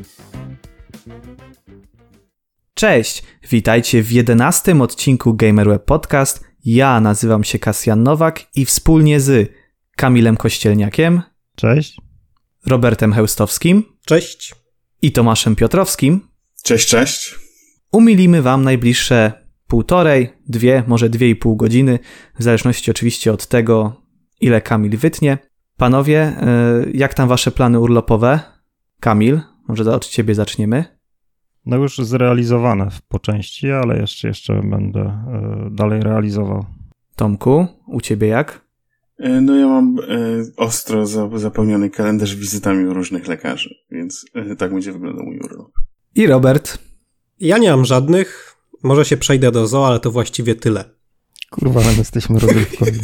Cześć, witajcie w 11. odcinku GamerWeb Podcast. Ja nazywam się Kasjan Nowak i wspólnie z Kamilem Kościelniakiem. Cześć. Robertem Heustowskim. Cześć. I Tomaszem Piotrowskim. Cześć, cześć. Umilimy wam najbliższe 1,5, 2, może 2,5 godziny, w zależności oczywiście od tego, ile Kamil wytnie. Panowie, jak tam wasze plany urlopowe? Kamil, może od ciebie zaczniemy. No już zrealizowane po części, ale jeszcze będę dalej realizował. Tomku, u ciebie jak? No ja mam ostro zapełniony kalendarz wizytami u różnych lekarzy, więc tak będzie wyglądał mój urlop. I Robert? Ja nie mam żadnych, może się przejdę do zoo, ale to właściwie tyle. Kurwa, ale my jesteśmy rozrywkowi.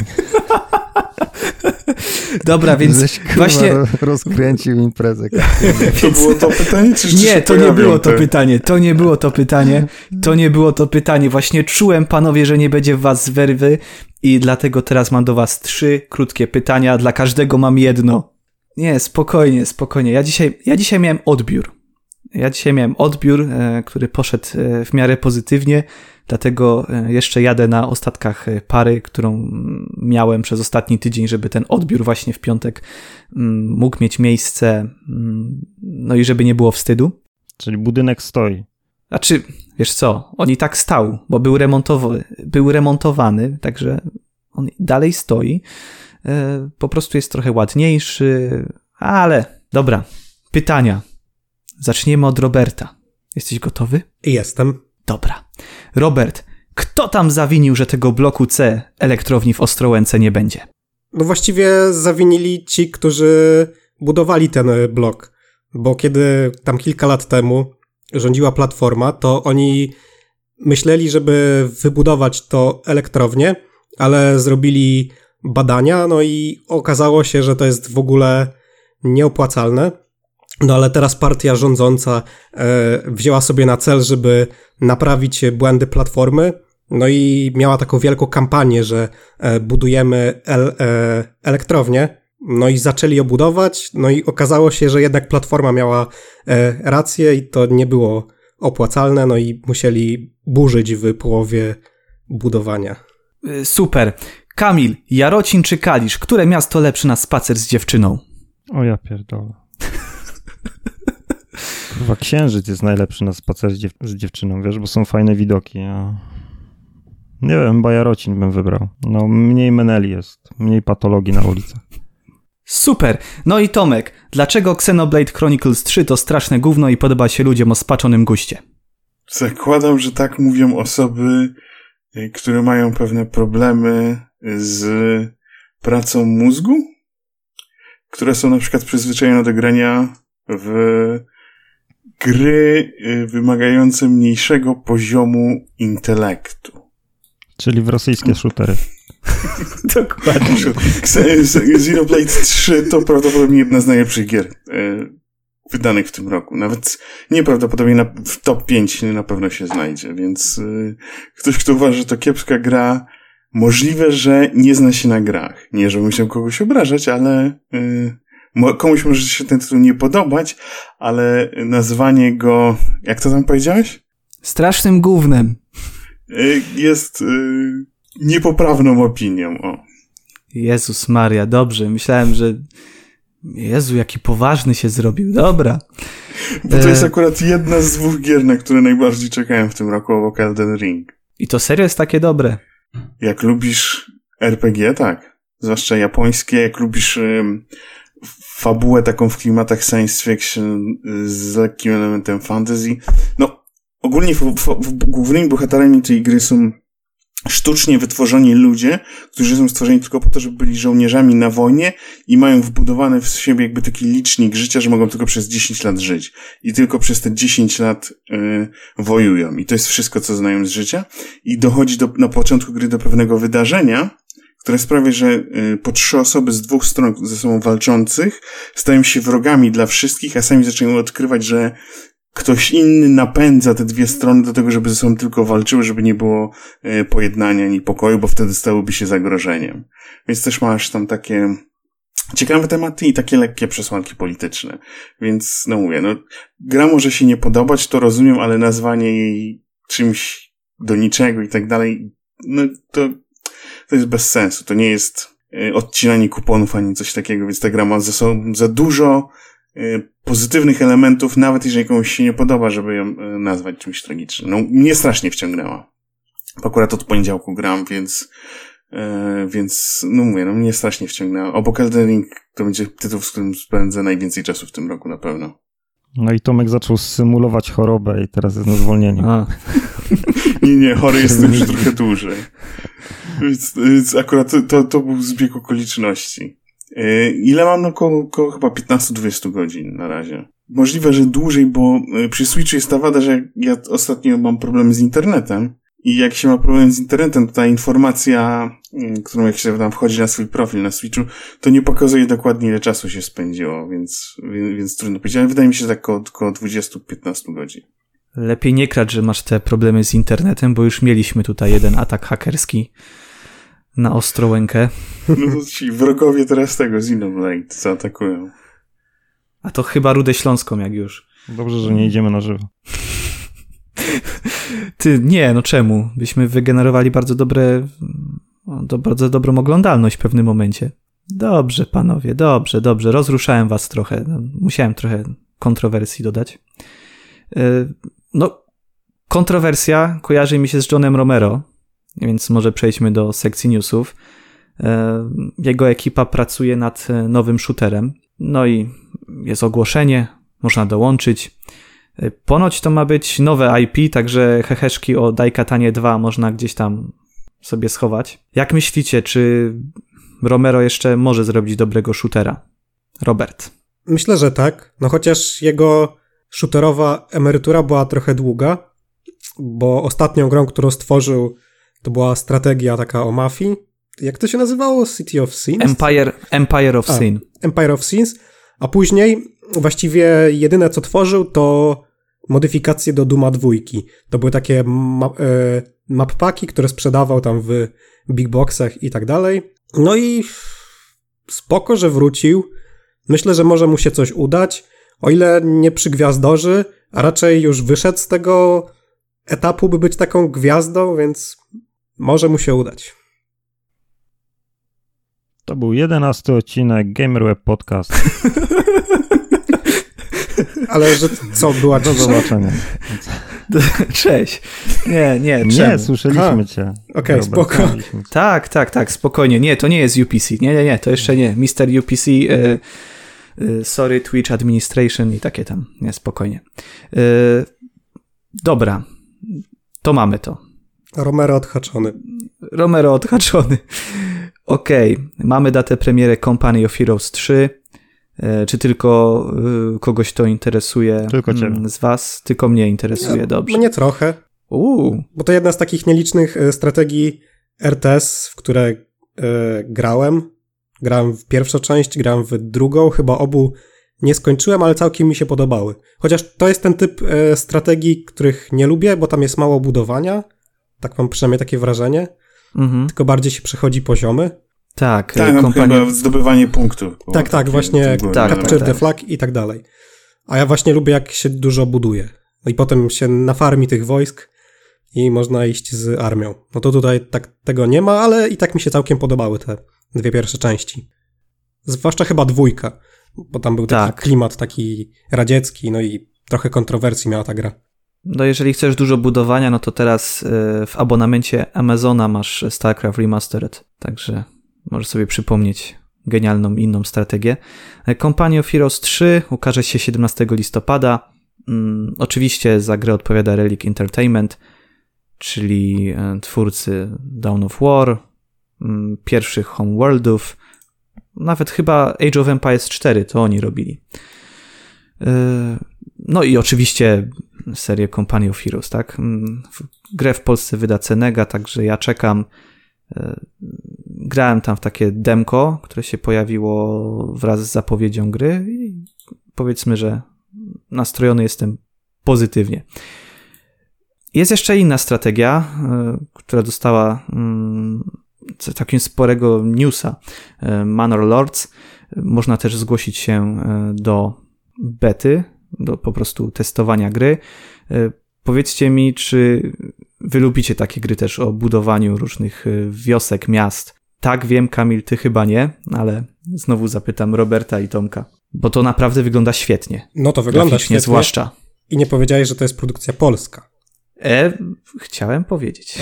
Dobra, więc Żeś, kurwa, właśnie... rozkręcił imprezę. To było to pytanie, czy nie, to nie było to pytanie. To nie było to pytanie. Właśnie czułem, panowie, że nie będzie w was werwy i dlatego teraz mam do was 3 krótkie pytania. Dla każdego mam jedno. Nie, spokojnie. Ja dzisiaj miałem odbiór. Który poszedł w miarę pozytywnie, dlatego jeszcze jadę na ostatkach pary, którą miałem przez ostatni tydzień, żeby ten odbiór właśnie w piątek mógł mieć miejsce, no i żeby nie było wstydu. Czyli budynek stoi. Znaczy, wiesz co, on i tak stał, bo był remontowany, także on dalej stoi. Po prostu jest trochę ładniejszy, ale dobra, pytania. Zaczniemy od Roberta. Jesteś gotowy? Jestem. Dobra. Robert, kto tam zawinił, że tego bloku C elektrowni w Ostrołęce nie będzie? No właściwie zawinili ci, którzy budowali ten blok, bo kiedy tam kilka lat temu rządziła Platforma, to oni myśleli, żeby wybudować to elektrownię, ale zrobili badania, no i okazało się, że to jest w ogóle nieopłacalne. No ale teraz partia rządząca wzięła sobie na cel, żeby naprawić błędy Platformy, no i miała taką wielką kampanię, że budujemy elektrownię, no i zaczęli ją budować, no i okazało się, że jednak Platforma miała rację i to nie było opłacalne, no i musieli burzyć w połowie budowania. Super. Kamil, Jarocin czy Kalisz? Które miasto lepsze na spacer z dziewczyną? O ja pierdolę. Kurwa, Księżyc jest najlepszy na spacer z dziewczyną, wiesz, bo są fajne widoki. Nie wiem, chyba Jarocin bym wybrał. No, mniej meneli jest, mniej patologii na ulicach. Super. No i Tomek, dlaczego Xenoblade Chronicles 3 to straszne gówno i podoba się ludziom o spaczonym guście? Zakładam, że tak mówią osoby, które mają pewne problemy z pracą mózgu, które są na przykład przyzwyczajone do grania w gry wymagające mniejszego poziomu intelektu. Czyli w rosyjskie shootery. Dokładnie. Xenoblade 3 to prawdopodobnie jedna z najlepszych gier wydanych w tym roku. Nawet nieprawdopodobnie w top 5 na pewno się znajdzie, więc ktoś, kto uważa, że to kiepska gra, możliwe, że nie zna się na grach. Nie, żebym chciał kogoś obrażać, ale komuś może się ten tytuł nie podobać, ale nazwanie go, jak to tam powiedziałeś? Strasznym gównem. Jest niepoprawną opinią. O. Jezus Maria, dobrze. Myślałem, że Jezu, jaki poważny się zrobił. Dobra. Bo to jest akurat jedna z 2 gier, na które najbardziej czekałem w tym roku obok Elden Ring. I to serio jest takie dobre. Jak lubisz RPG, tak. Zwłaszcza japońskie, jak lubisz fabułę taką w klimatach science fiction z lekkim elementem fantasy. No, ogólnie głównymi bohaterami tej gry są sztucznie wytworzeni ludzie, którzy są stworzeni tylko po to, żeby byli żołnierzami na wojnie i mają wbudowany w siebie jakby taki licznik życia, że mogą tylko przez 10 lat żyć. I tylko przez te 10 lat wojują. I to jest wszystko, co znają z życia. I dochodzi na początku gry do pewnego wydarzenia, które sprawia, że po 3 osoby z 2 stron ze sobą walczących stają się wrogami dla wszystkich, a sami zaczynają odkrywać, że ktoś inny napędza te 2 strony do tego, żeby ze sobą tylko walczyły, żeby nie było pojednania ani pokoju, bo wtedy stałyby się zagrożeniem. Więc też masz tam takie ciekawe tematy i takie lekkie przesłanki polityczne. Więc, no mówię, gra może się nie podobać, to rozumiem, ale nazwanie jej czymś do niczego i tak dalej, no to jest bez sensu. To nie jest odcinanie kuponów ani coś takiego, więc ta gra ma ze sobą za dużo pozytywnych elementów, nawet jeżeli komuś się nie podoba, żeby ją nazwać czymś tragicznym. No, mnie strasznie wciągnęła. Akurat od poniedziałku gram, więc no mówię, mnie strasznie wciągnęła. Obok Elden Ring to będzie tytuł, z którym spędzę najwięcej czasu w tym roku na pewno. No i Tomek zaczął symulować chorobę i teraz jest na zwolnieniu. Nie, chory jestem już trochę dłużej. Więc akurat to był zbieg okoliczności. Ile mam? Około chyba 15-20 godzin na razie. Możliwe, że dłużej, bo przy Switchu jest ta wada, że ja ostatnio mam problemy z internetem i jak się ma problem z internetem, to ta informacja, którą jak się tam wchodzi na swój profil na Switchu, to nie pokazuje dokładnie, ile czasu się spędziło, więc trudno powiedzieć, ale wydaje mi się, że tak około 20-15 godzin. Lepiej nie kracz, że masz te problemy z internetem, bo już mieliśmy tutaj jeden atak hakerski na Ostrołękę. No to ci wrogowie teraz tego Xenoblade zaatakują. A to chyba Rudę Śląską, jak już. Dobrze, że nie idziemy na żywo. Czemu? Byśmy wygenerowali bardzo dobrą oglądalność w pewnym momencie. Dobrze, panowie, dobrze. Rozruszałem was trochę. Musiałem trochę kontrowersji dodać. Kontrowersja kojarzy mi się z Johnem Romero, więc może przejdźmy do sekcji newsów. Jego ekipa pracuje nad nowym shooterem. No i jest ogłoszenie, można dołączyć. Ponoć to ma być nowe IP, także heheszki o Daikatanie 2 można gdzieś tam sobie schować. Jak myślicie, czy Romero jeszcze może zrobić dobrego shootera? Robert. Myślę, że tak. No chociaż jego shooterowa emerytura była trochę długa, bo ostatnią grą, którą stworzył, to była strategia taka o mafii. Jak to się nazywało? City of Sins? Empire of Sin. Empire of Sins. A później właściwie jedyne, co tworzył, to modyfikacje do Dooma 2. To były takie map paki, które sprzedawał tam w big boxach i tak dalej. No i spoko, że wrócił. Myślę, że może mu się coś udać. O ile nie przygwiazdorzy, a raczej już wyszedł z tego etapu, by być taką gwiazdą, więc może mu się udać. To był 11 odcinek GamerWeb Podcast. Ale że co, była do zobaczenia. Cześć. Nie, nie, słyszeliśmy cię. Okej, spoko. Tak, spokojnie. Nie, to nie jest UPC. Nie, to jeszcze nie. Mr. UPC, sorry, Twitch Administration i takie tam. Nie, spokojnie. Dobra, to mamy to. Romero odhaczony. Okej, mamy datę premiery Company of Heroes 3. Czy tylko kogoś to interesuje? Tylko ciebie. Z was? Tylko mnie interesuje, dobrze. Mnie trochę. Bo to jedna z takich nielicznych strategii RTS, w które grałem. Grałem w pierwszą część, grałem w drugą. Chyba obu nie skończyłem, ale całkiem mi się podobały. Chociaż to jest ten typ strategii, których nie lubię, bo tam jest mało budowania. Tak mam przynajmniej takie wrażenie. Tylko bardziej się przechodzi poziomy. Tak, chyba zdobywanie punktów. Tak, właśnie capture the flag i tak dalej. A ja właśnie lubię, jak się dużo buduje. No i potem się nafarmi tych wojsk i można iść z armią. No to tutaj tak tego nie ma, ale i tak mi się całkiem podobały te dwie pierwsze części. Zwłaszcza chyba 2, bo tam był taki klimat taki radziecki, no i trochę kontrowersji miała ta gra. No jeżeli chcesz dużo budowania, no to teraz w abonamencie Amazona masz StarCraft Remastered, także możesz sobie przypomnieć genialną inną strategię. Company of Heroes 3 ukaże się 17 listopada. Oczywiście za grę odpowiada Relic Entertainment, czyli twórcy Dawn of War, pierwszych Homeworldów, nawet chyba Age of Empires 4 to oni robili. No i oczywiście serię Company of Heroes, tak? Grę w Polsce wyda Cenega, także ja czekam. Grałem tam w takie demko, które się pojawiło wraz z zapowiedzią gry i powiedzmy, że nastrojony jestem pozytywnie. Jest jeszcze inna strategia, która dostała takiego sporego newsa. Manor Lords. Można też zgłosić się do bety, do po prostu testowania gry. Powiedzcie mi, czy wy lubicie takie gry też o budowaniu różnych wiosek, miast? Tak, wiem, Kamil, ty chyba nie, ale znowu zapytam Roberta i Tomka, bo to naprawdę wygląda świetnie. No to wygląda świetnie. Zwłaszcza. I nie powiedziałeś, że to jest produkcja polska. Chciałem powiedzieć.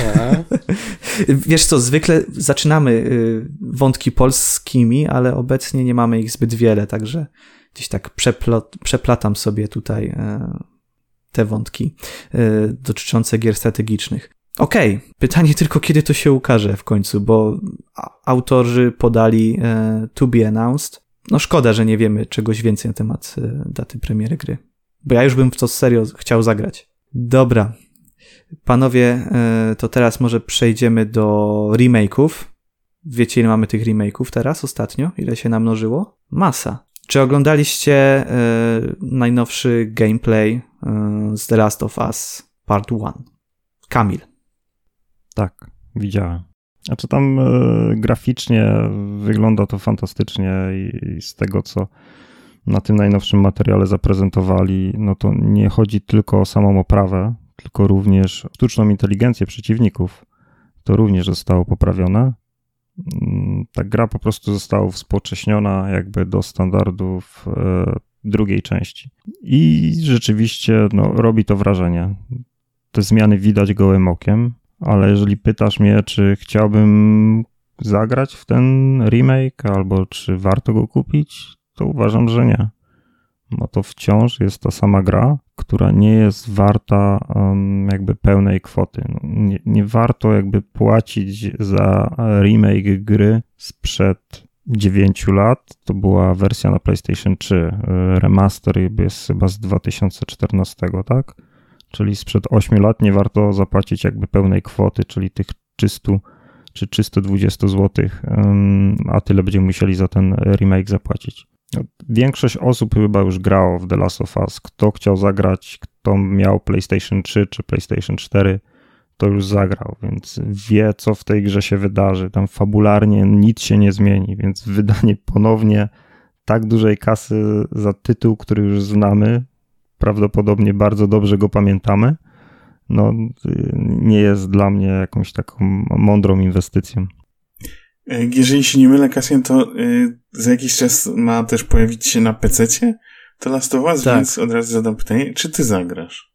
Wiesz co, zwykle zaczynamy wątki polskimi, ale obecnie nie mamy ich zbyt wiele, także gdzieś tak przeplatam sobie tutaj te wątki dotyczące gier strategicznych. Okej, pytanie tylko, kiedy to się ukaże w końcu, bo autorzy podali to be announced. No szkoda, że nie wiemy czegoś więcej na temat daty premiery gry, bo ja już bym w to serio chciał zagrać. Dobra, panowie, to teraz może przejdziemy do remake'ów. Wiecie, ile mamy tych remake'ów teraz ostatnio? Ile się namnożyło? Masa. Czy oglądaliście najnowszy gameplay z The Last of Us Part 1? Kamil. Tak, widziałem. Znaczy tam graficznie wygląda to fantastycznie i z tego, co na tym najnowszym materiale zaprezentowali, no to nie chodzi tylko o samą oprawę, tylko również sztuczną inteligencję przeciwników. To również zostało poprawione. Ta gra po prostu została współcześniona jakby do standardów drugiej części. I rzeczywiście robi to wrażenie. Te zmiany widać gołym okiem, ale jeżeli pytasz mnie, czy chciałbym zagrać w ten remake, albo czy warto go kupić, to uważam, że nie. Bo to wciąż jest ta sama gra, która nie jest warta jakby pełnej kwoty. Nie warto jakby płacić za remake gry sprzed 9 lat. To była wersja na PlayStation 3. Remaster jest chyba z 2014, tak? Czyli sprzed 8 lat nie warto zapłacić jakby pełnej kwoty, czyli tych 300 czy 320 zł, a tyle będziemy musieli za ten remake zapłacić. Większość osób chyba już grało w The Last of Us. Kto chciał zagrać, kto miał PlayStation 3 czy PlayStation 4, to już zagrał, więc wie, co w tej grze się wydarzy. Tam fabularnie nic się nie zmieni, więc wydanie ponownie tak dużej kasy za tytuł, który już znamy, prawdopodobnie bardzo dobrze go pamiętamy, nie jest dla mnie jakąś taką mądrą inwestycją. Jeżeli się nie mylę, Kasjan, to za jakiś czas ma też pojawić się na PC-cie The Last of Us, tak. Więc od razu zadam pytanie, czy ty zagrasz?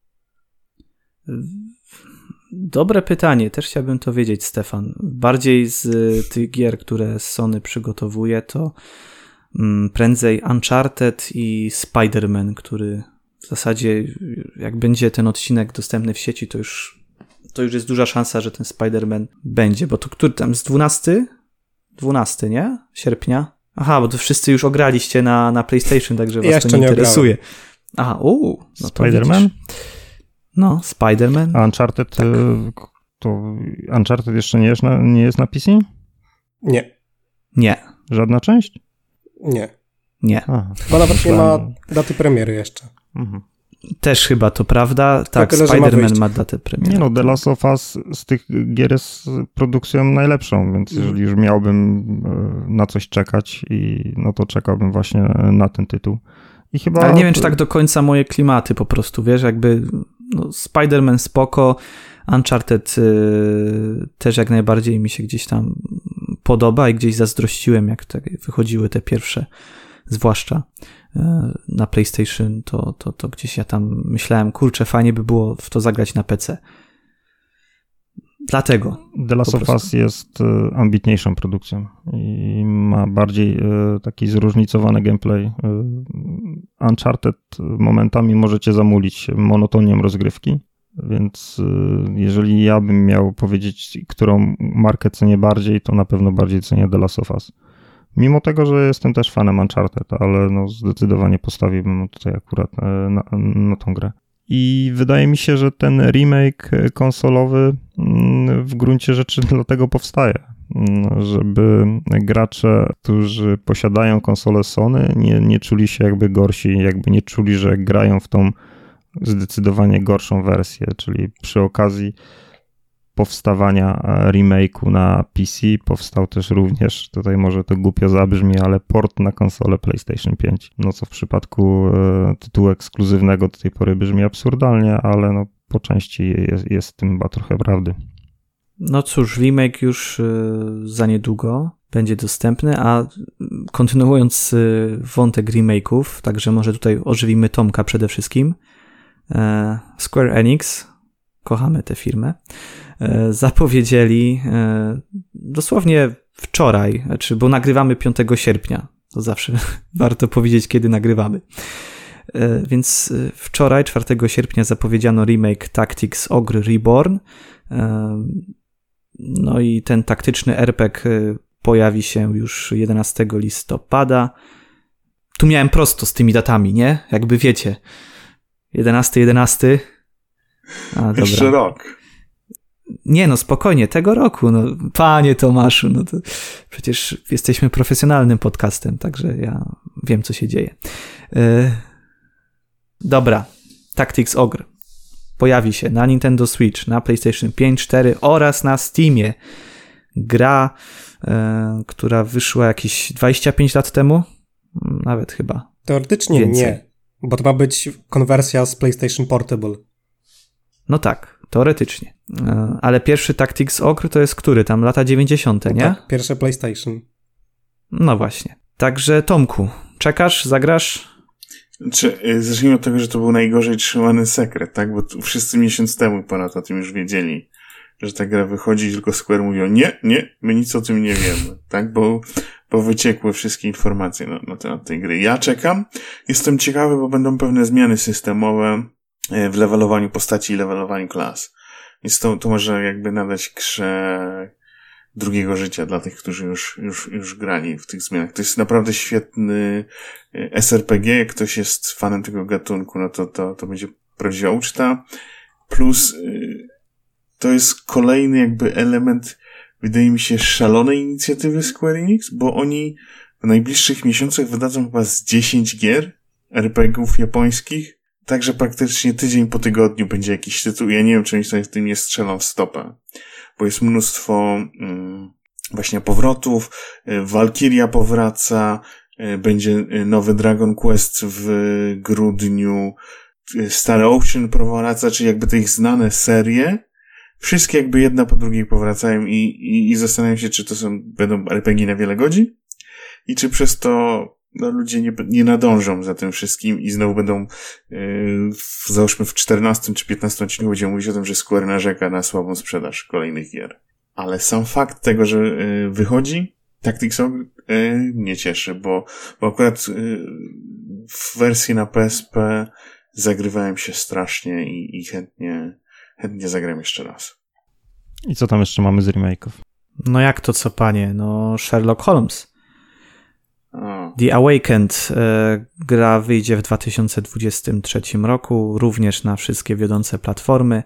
Dobre pytanie, też chciałbym to wiedzieć, Stefan. Bardziej z tych gier, które Sony przygotowuje, to prędzej Uncharted i Spider-Man, który w zasadzie jak będzie ten odcinek dostępny w sieci, to już jest duża szansa, że ten Spider-Man będzie, bo to który tam z 12, nie? Sierpnia? Aha, bo to wszyscy już ograliście na PlayStation, także was to nie interesuje. Aha, no Spider-Man? No, Spider-Man. A Uncharted, tak. To Uncharted jeszcze nie jest na PC? Nie. Żadna część? Nie. Bo nawet nie ma daty premiery jeszcze. Mhm. Też chyba to prawda. Tak, Spider-Man ma datę premiery. The Last of Us z tych gier jest produkcją najlepszą, więc jeżeli już miałbym na coś czekać, to czekałbym właśnie na ten tytuł. Ale nie wiem, czy tak do końca moje klimaty po prostu, wiesz, jakby Spider-Man spoko, Uncharted też jak najbardziej mi się gdzieś tam podoba i gdzieś zazdrościłem, jak wychodziły te pierwsze, zwłaszcza na PlayStation, to gdzieś ja tam myślałem, kurczę, fajnie by było w to zagrać na PC. Dlatego. The Last of Us jest ambitniejszą produkcją i ma bardziej taki zróżnicowany gameplay. Uncharted momentami możecie zamulić monotonią rozgrywki, więc jeżeli ja bym miał powiedzieć, którą markę cenię bardziej, to na pewno bardziej cenię The Last of Us. Mimo tego, że jestem też fanem Uncharted, ale zdecydowanie postawiłbym tutaj akurat na tą grę. I wydaje mi się, że ten remake konsolowy w gruncie rzeczy dlatego powstaje, żeby gracze, którzy posiadają konsolę Sony, nie czuli się jakby gorsi, jakby nie czuli, że grają w tą zdecydowanie gorszą wersję, czyli przy okazji powstawania remake'u na PC powstał też również, tutaj może to głupio zabrzmi, ale port na konsolę PlayStation 5. No co w przypadku tytułu ekskluzywnego do tej pory brzmi absurdalnie, ale no po części jest w tym chyba trochę prawdy. No cóż, remake już za niedługo będzie dostępny, a kontynuując wątek remake'ów, także może tutaj ożywimy Tomka przede wszystkim. Square Enix, kochamy tę firmę, zapowiedzieli dosłownie wczoraj, bo nagrywamy 5 sierpnia, to zawsze warto powiedzieć, kiedy nagrywamy. Więc wczoraj, 4 sierpnia, zapowiedziano remake Tactics Ogre Reborn. No i ten taktyczny RPG pojawi się już 11 listopada. Tu miałem prosto z tymi datami, nie? Jakby wiecie. 11. A, dobra. Jeszcze rok. Nie no, spokojnie, tego roku. No, panie Tomaszu, no to przecież jesteśmy profesjonalnym podcastem, także ja wiem, co się dzieje. Dobra. Tactics Ogre pojawi się na Nintendo Switch, na PlayStation 5, 4 oraz na Steamie. Gra, która wyszła jakieś 25 lat temu? Nawet chyba. Teoretycznie więcej. nie, bo to ma być konwersja z PlayStation Portable. No tak, teoretycznie. Ale pierwszy Tactics Ogre to jest który? Tam lata 90, nie? Tak, pierwsze PlayStation. No właśnie. Także Tomku, czekasz, zagrasz? Zacznijmy od tego, że to był najgorzej trzymany sekret, tak? Bo wszyscy miesiąc temu ponad o tym już wiedzieli, że ta gra wychodzi, tylko Square mówią, nie, my nic o tym nie wiemy, tak? Bo wyciekły wszystkie informacje na temat tej gry. Ja czekam, jestem ciekawy, bo będą pewne zmiany systemowe w levelowaniu postaci i levelowaniu klas. Więc to może jakby nadać grze drugiego życia dla tych, którzy już grali w tych zmianach. To jest naprawdę świetny SRPG. Jak ktoś jest fanem tego gatunku, no to będzie prawdziwa uczta. Plus to jest kolejny jakby element, wydaje mi się, szalonej inicjatywy Square Enix, bo oni w najbliższych miesiącach wydadzą chyba z 10 gier RPG-ów japońskich. Także praktycznie tydzień po tygodniu będzie jakiś tytuł. Ja nie wiem, czy oni sobie w tym nie strzelą w stopę. Bo jest mnóstwo właśnie powrotów. Valkyria powraca. Będzie nowy Dragon Quest w grudniu. Star Ocean powraca, czyli jakby te ich znane serie. Wszystkie jakby jedna po drugiej powracają i zastanawiam się, czy to będą RPG na wiele godzin i czy przez to ludzie nie nadążą za tym wszystkim i znowu będą załóżmy w 14 czy 15 odcinku będziemy mówić o tym, że Square narzeka na słabą sprzedaż kolejnych gier. Ale sam fakt tego, że wychodzi Tactics Ogre nie cieszy, bo akurat w wersji na PSP zagrywałem się strasznie i chętnie zagram jeszcze raz. I co tam jeszcze mamy z remake'ów? No jak to co, panie? No Sherlock Holmes. The Awakened gra wyjdzie w 2023 roku, również na wszystkie wiodące platformy.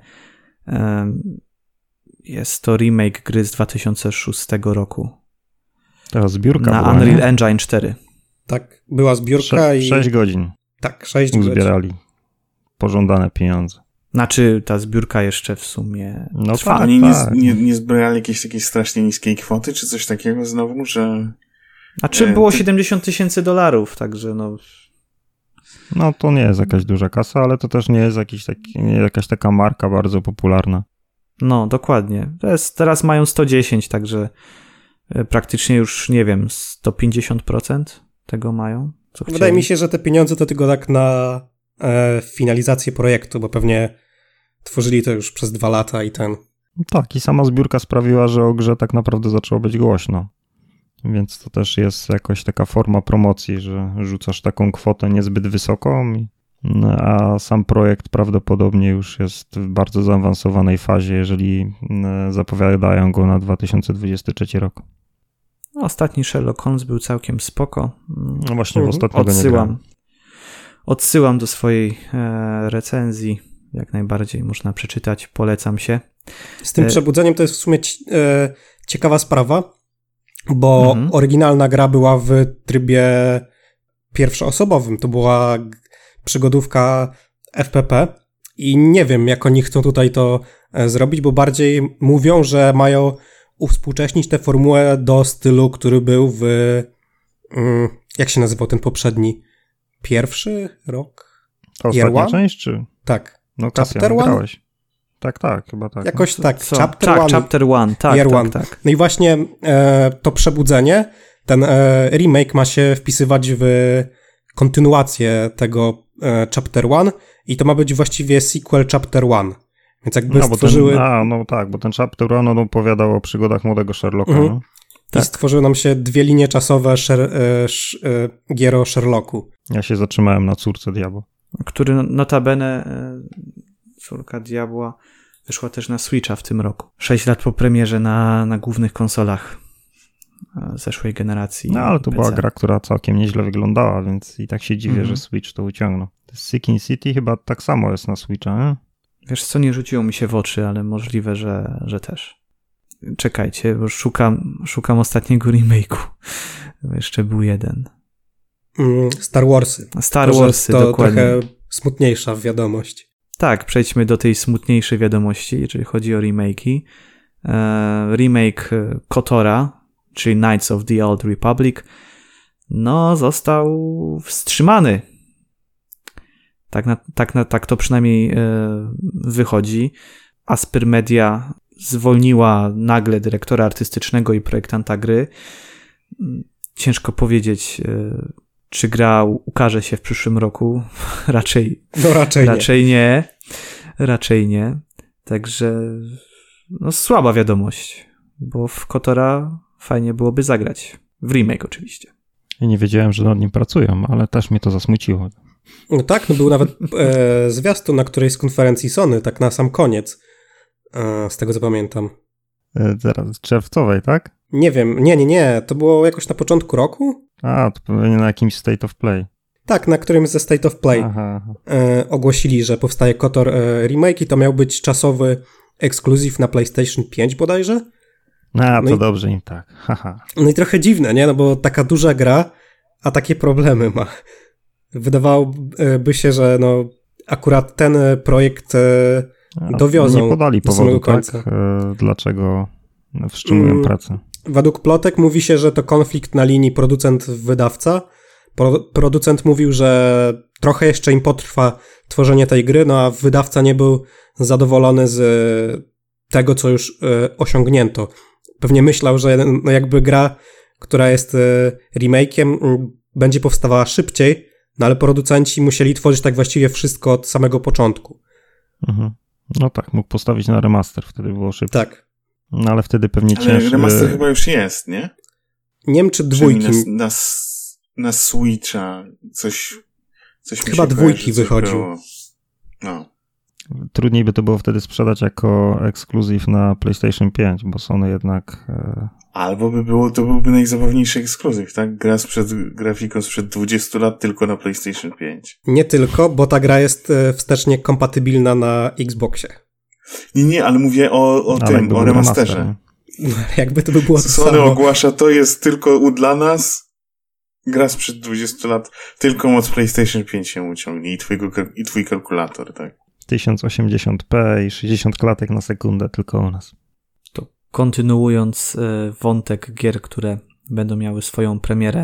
Jest to remake gry z 2006 roku. Ta zbiórka na była, Unreal nie? Engine 4. Tak, była zbiórka i... 6 godzin. Tak, 6 godzin. Uzbierali pożądane pieniądze. Znaczy ta zbiórka jeszcze w sumie trwa. Tak, Oni tak. nie zbrali jakiejś takiej strasznie niskiej kwoty, czy coś takiego znowu, że... Znaczy było $70,000, także no... No to nie jest jakaś duża kasa, ale to też nie jest jakaś taka marka bardzo popularna. No, dokładnie. Teraz mają 110, także praktycznie już, nie wiem, 150% tego mają. Co Wydaje chcieli. mi się, że te pieniądze to tylko tak na finalizację projektu, bo pewnie tworzyli to już przez 2 lata i ten... Tak, i sama zbiórka sprawiła, że o grze tak naprawdę zaczęło być głośno. Więc to też jest jakoś taka forma promocji, że rzucasz taką kwotę niezbyt wysoką, a sam projekt prawdopodobnie już jest w bardzo zaawansowanej fazie, jeżeli zapowiadają go na 2023 rok. Ostatni Sherlock Holmes był całkiem spoko. No właśnie, w ostatniego nie grałem. Odsyłam do swojej recenzji. Jak najbardziej można przeczytać. Polecam się. Z tym przebudzeniem to jest w sumie ciekawa sprawa, bo oryginalna gra była w trybie pierwszoosobowym. To była przygodówka FPP i nie wiem, jak oni chcą tutaj to zrobić, bo bardziej mówią, że mają uwspółcześnić tę formułę do stylu, który był w... jak się nazywał ten poprzedni? Pierwszy rok? To ostatnia część, czy? Tak. No, Chapter One? grałeś. Tak, chyba tak. Jakoś tak. Chapter One. Tak. No i właśnie to przebudzenie, ten remake ma się wpisywać w kontynuację tego Chapter One i to ma być właściwie sequel Chapter One. Więc jakby stworzyły... bo ten Chapter One opowiadał o przygodach młodego Sherlocka. No? I stworzyły nam się 2 linie czasowe gier o Sherlocku. Ja się zatrzymałem na Córce Diabła. Który notabene Córka Diabła wyszła też na Switcha w tym roku. 6 lat po premierze na głównych konsolach zeszłej generacji. No ale to PC. była gra, która całkiem nieźle wyglądała, więc i tak się dziwię, że Switch to uciągnął. Sinking City chyba tak samo jest na Switcha, nie? Wiesz co, nie rzuciło mi się w oczy, ale możliwe, że też. Czekajcie, bo szukam ostatniego remake'u. Jeszcze był jeden. Star Warsy. Star Warsy, to dokładnie. Trochę smutniejsza wiadomość. Tak, przejdźmy do tej smutniejszej wiadomości, jeżeli chodzi o remake'i. Remake KOTORa, czyli Knights of the Old Republic, no został wstrzymany. Tak to przynajmniej wychodzi. Aspyr Media zwolniła nagle dyrektora artystycznego i projektanta gry. Ciężko powiedzieć, czy gra ukaże się w przyszłym roku. Raczej nie. Także słaba wiadomość, bo w KOTORa fajnie byłoby zagrać. W remake oczywiście. I nie wiedziałem, że nad nim pracują, ale też mnie to zasmuciło. No tak, był nawet zwiastun na którejś z konferencji Sony, tak na sam koniec, z tego co pamiętam. Zaraz, czerwcowej, tak? Nie wiem, nie, to było jakoś na początku roku? To pewnie na jakimś State of Play. Tak, na którymś ze State of Play ogłosili, że powstaje KOTOR remake i to miał być czasowy ekskluzyw na PlayStation 5 bodajże. To dobrze im tak. Haha. No i trochę dziwne, nie? No bo taka duża gra, a takie problemy ma. Wydawałoby się, że akurat ten projekt dowiozą nie podali do samego końca. Tak? Dlaczego wstrzymują pracę? Według plotek mówi się, że to konflikt na linii producent-wydawca. Producent mówił, że trochę jeszcze im potrwa tworzenie tej gry, a wydawca nie był zadowolony z tego, co już osiągnięto. Pewnie myślał, że jakby gra, która jest remake'iem, będzie powstawała szybciej, ale producenci musieli tworzyć tak właściwie wszystko od samego początku. No tak, mógł postawić na remaster, wtedy było szybciej. Tak. No ale wtedy pewnie ciężko. Remaster chyba już jest, nie? Nie wiem, czy dwójki. Na Switcha coś chyba dwójki wychodził. Trudniej by to było wtedy sprzedać jako ekskluzyw na PlayStation 5, bo Sony jednak... Albo to byłby najzabawniejszy ekskluzyw, tak? Gra grafiką sprzed 20 lat tylko na PlayStation 5. Nie tylko, bo ta gra jest wstecznie kompatybilna na Xboxie. Nie, ale mówię o remasterze. Jakby to by było to Sony samo. ogłasza, to jest tylko dla nas, gra sprzed 20 lat, tylko moc PlayStation 5 się uciągnie i twój kalkulator, tak? 1080p i 60 klatek na sekundę tylko u nas. To kontynuując wątek gier, które będą miały swoją premierę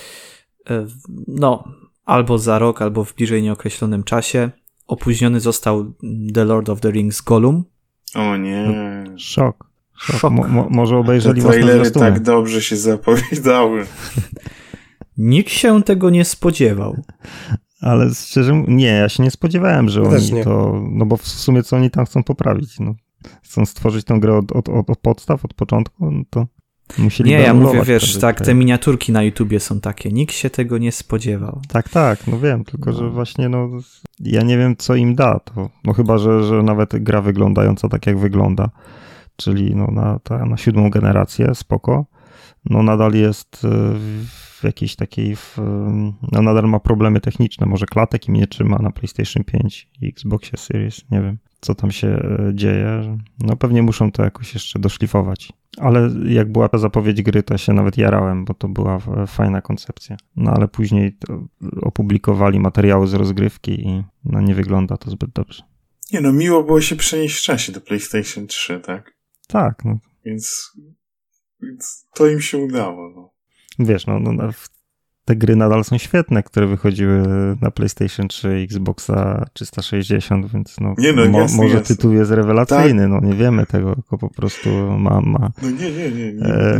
albo za rok, albo w bliżej nieokreślonym czasie, opóźniony został The Lord of the Rings Gollum. O nie. Szok. Może obejrzeli te trailery tak dobrze się zapowiadały. Nikt się tego nie spodziewał. Ale szczerze, ja się nie spodziewałem, że oni to... No bo w sumie co oni tam chcą poprawić? Chcą stworzyć tę grę od podstaw, od początku? To musieli... Nie, ja mówię, te miniaturki na YouTubie są takie. Nikt się tego nie spodziewał. Tak, wiem, tylko że właśnie ja nie wiem, co im da to. Chyba, że nawet gra wyglądająca tak, jak wygląda, czyli na 7. generację, spoko. Nadal jest w jakiejś takiej... nadal ma problemy techniczne. Może klatek im nie trzyma na PlayStation 5 i Xboxie Series. Nie wiem, co tam się dzieje. Pewnie muszą to jakoś jeszcze doszlifować. Ale jak była zapowiedź gry, to się nawet jarałem, bo to była fajna koncepcja. Ale później opublikowali materiały z rozgrywki i nie wygląda to zbyt dobrze. Nie no, miło było się przenieść w czasie do PlayStation 3, tak? Tak, no. Więc to im się udało. No. Wiesz, te gry nadal są świetne, które wychodziły na PlayStation 3, Xboxa 360, więc może tytuł jest rewelacyjny, tak. No nie wiemy tego, tylko po prostu ma No nie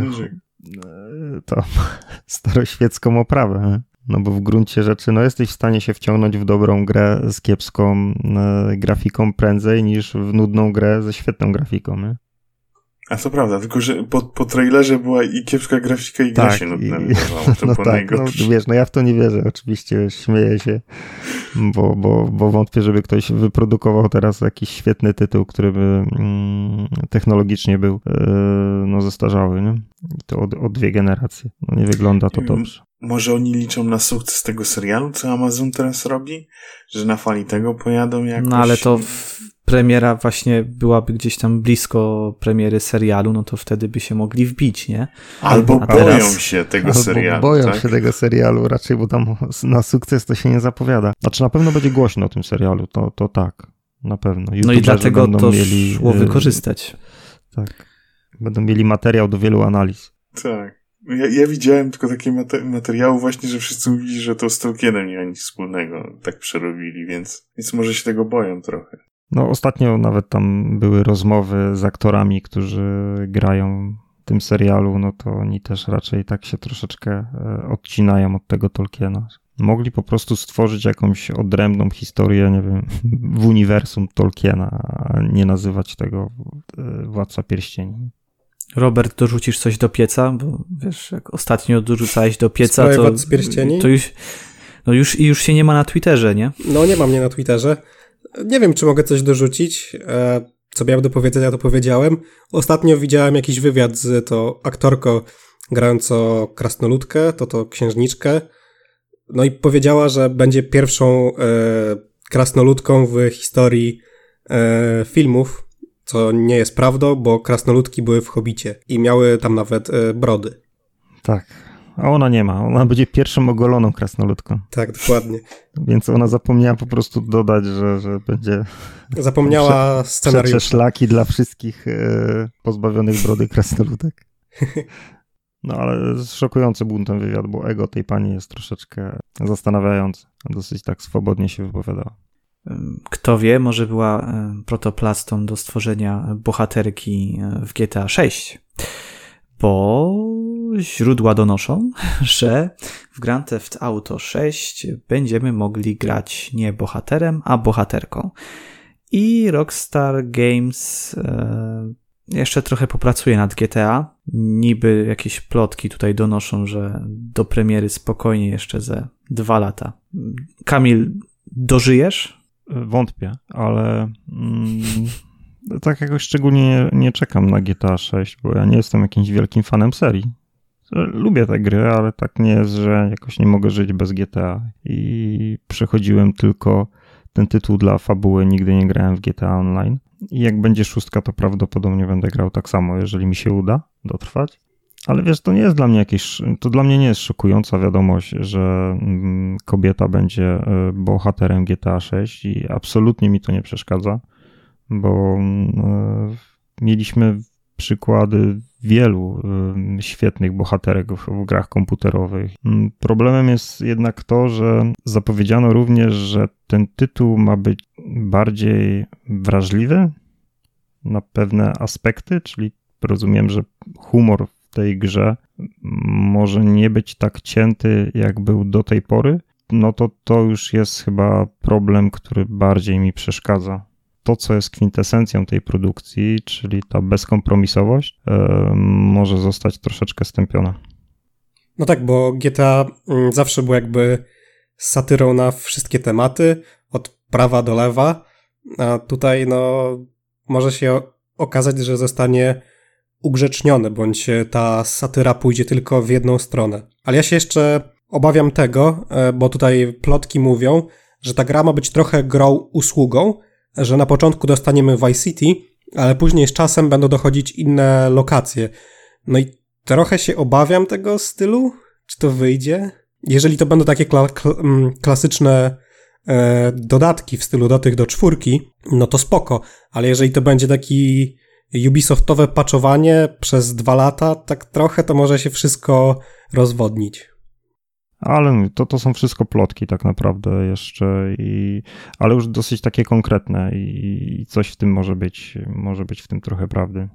to staroświecką oprawę. No bo w gruncie rzeczy jesteś w stanie się wciągnąć w dobrą grę z kiepską grafiką prędzej niż w nudną grę ze świetną grafiką, nie? A to prawda, tylko że po trailerze była i kiepska grafika i gra się nudna wydawała. To było najgorsze. Wiesz, ja w to nie wierzę, oczywiście śmieję się, bo wątpię, żeby ktoś wyprodukował teraz jakiś świetny tytuł, który by technologicznie był zestarzały, nie? I to o 2 generacje. Nie wygląda to dobrze. Może oni liczą na sukces tego serialu, co Amazon teraz robi? Że na fali tego pojadą jakoś? No ale to premiera właśnie byłaby gdzieś tam blisko premiery serialu, no to wtedy by się mogli wbić, nie? Albo boją się tego serialu. Boją się tego serialu raczej, bo tam na sukces to się nie zapowiada. Znaczy na pewno będzie głośno o tym serialu, to tak, na pewno. No i dlatego to szło wykorzystać. Tak. Będą mieli materiał do wielu analiz. Tak. Ja widziałem tylko takie materiały właśnie, że wszyscy mówili, że to z Tolkienem nie ma nic wspólnego. Tak przerobili, więc może się tego boją trochę. No ostatnio nawet tam były rozmowy z aktorami, którzy grają w tym serialu, no to oni też raczej tak się troszeczkę odcinają od tego Tolkiena. Mogli po prostu stworzyć jakąś odrębną historię, nie wiem, w uniwersum Tolkiena, a nie nazywać tego Władca Pierścieni. Robert, dorzucisz coś do pieca? Bo wiesz, jak ostatnio dorzucałeś do pieca, to już się nie ma na Twitterze, nie? No nie ma mnie na Twitterze. Nie wiem, czy mogę coś dorzucić. Co miałem do powiedzenia, to powiedziałem. Ostatnio widziałem jakiś wywiad z tą aktorką grającą krasnoludkę, to księżniczkę. No i powiedziała, że będzie pierwszą krasnoludką w historii filmów, co nie jest prawdą, bo krasnoludki były w Hobbicie i miały tam nawet brody. Tak, a ona nie ma. Ona będzie pierwszą ogoloną krasnoludką. Tak, dokładnie. Więc ona zapomniała po prostu dodać, że będzie... Zapomniała scenariusza. Szlaki dla wszystkich pozbawionych brody krasnoludek. No ale szokujący był ten wywiad, bo ego tej pani jest troszeczkę zastanawiające. Dosyć tak swobodnie się wypowiadała. Kto wie, może była protoplastą do stworzenia bohaterki w GTA 6, bo źródła donoszą, że w Grand Theft Auto 6 będziemy mogli grać nie bohaterem, a bohaterką. I Rockstar Games jeszcze trochę popracuje nad GTA. Niby jakieś plotki tutaj donoszą, że do premiery spokojnie jeszcze ze 2 lata. Kamil, dożyjesz? Wątpię, ale tak jakoś szczególnie nie czekam na GTA 6, bo ja nie jestem jakimś wielkim fanem serii. Lubię te gry, ale tak nie jest, że jakoś nie mogę żyć bez GTA. I przechodziłem tylko ten tytuł dla fabuły, nigdy nie grałem w GTA Online. I jak będzie 6, to prawdopodobnie będę grał tak samo, jeżeli mi się uda dotrwać. Ale wiesz, to nie jest dla mnie to dla mnie nie jest szokująca wiadomość, że kobieta będzie bohaterem GTA 6 i absolutnie mi to nie przeszkadza, bo mieliśmy przykłady wielu świetnych bohaterek w grach komputerowych. Problemem jest jednak to, że zapowiedziano również, że ten tytuł ma być bardziej wrażliwy na pewne aspekty, czyli rozumiem, że humor w tej grze może nie być tak cięty, jak był do tej pory, no to już jest chyba problem, który bardziej mi przeszkadza. To, co jest kwintesencją tej produkcji, czyli ta bezkompromisowość, może zostać troszeczkę stępiona. No tak, bo GTA zawsze był jakby satyrą na wszystkie tematy, od prawa do lewa, a tutaj może się okazać, że zostanie ugrzecznione, bądź ta satyra pójdzie tylko w jedną stronę. Ale ja się jeszcze obawiam tego, bo tutaj plotki mówią, że ta gra ma być trochę grą usługą, że na początku dostaniemy Vice City, ale później z czasem będą dochodzić inne lokacje. No i trochę się obawiam tego stylu, czy to wyjdzie. Jeżeli to będą takie klasyczne dodatki w stylu do tych do 4, no to spoko, ale jeżeli to będzie taki Ubisoftowe patchowanie przez 2 lata, tak trochę to może się wszystko rozwodnić. Ale to są wszystko plotki tak naprawdę jeszcze, ale już dosyć takie konkretne i coś w tym może być w tym trochę prawdy.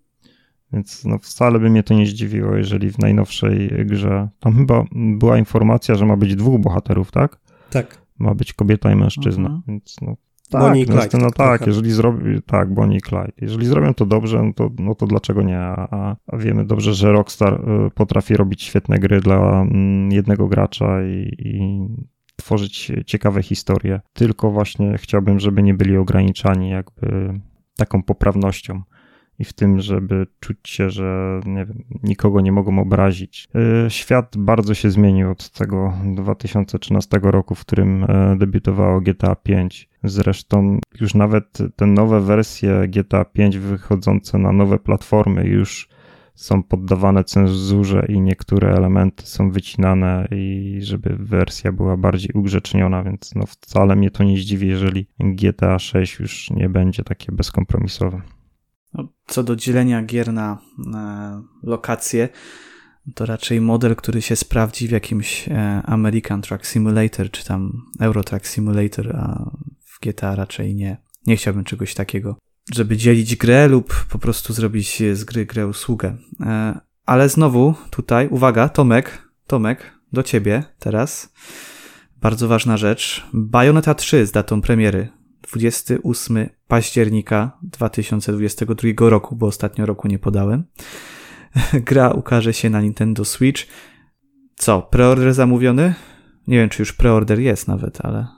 Więc no wcale by mnie to nie zdziwiło, jeżeli w najnowszej grze, tam chyba była informacja, że ma być 2 bohaterów, tak? Tak. Ma być kobieta i mężczyzna, więc no tak, Bonnie i Clyde, no tak, jeżeli Bonnie i Clyde. Jeżeli zrobią to dobrze, no to dlaczego nie? A wiemy dobrze, że Rockstar potrafi robić świetne gry dla jednego gracza i tworzyć ciekawe historie. Tylko właśnie chciałbym, żeby nie byli ograniczani jakby taką poprawnością i w tym, żeby czuć się, że nie wiem, nikogo nie mogą obrazić. Świat bardzo się zmienił od tego 2013 roku, w którym debiutowało GTA V. Zresztą już nawet te nowe wersje GTA V wychodzące na nowe platformy już są poddawane cenzurze i niektóre elementy są wycinane i żeby wersja była bardziej ugrzeczniona, więc no wcale mnie to nie zdziwi, jeżeli GTA 6 już nie będzie takie bezkompromisowe. Co do dzielenia gier na lokacje, to raczej model, który się sprawdzi w jakimś American Truck Simulator, czy tam Euro Truck Simulator, a w GTA raczej nie. Nie chciałbym czegoś takiego, żeby dzielić grę lub po prostu zrobić z gry grę usługę. Ale znowu tutaj, uwaga, Tomek, do ciebie teraz. Bardzo ważna rzecz. Bayonetta 3 z datą premiery. 28 października 2022 roku, bo ostatnio roku nie podałem. Gra ukaże się na Nintendo Switch. Co, preorder zamówiony? Nie wiem, czy już preorder jest nawet, ale...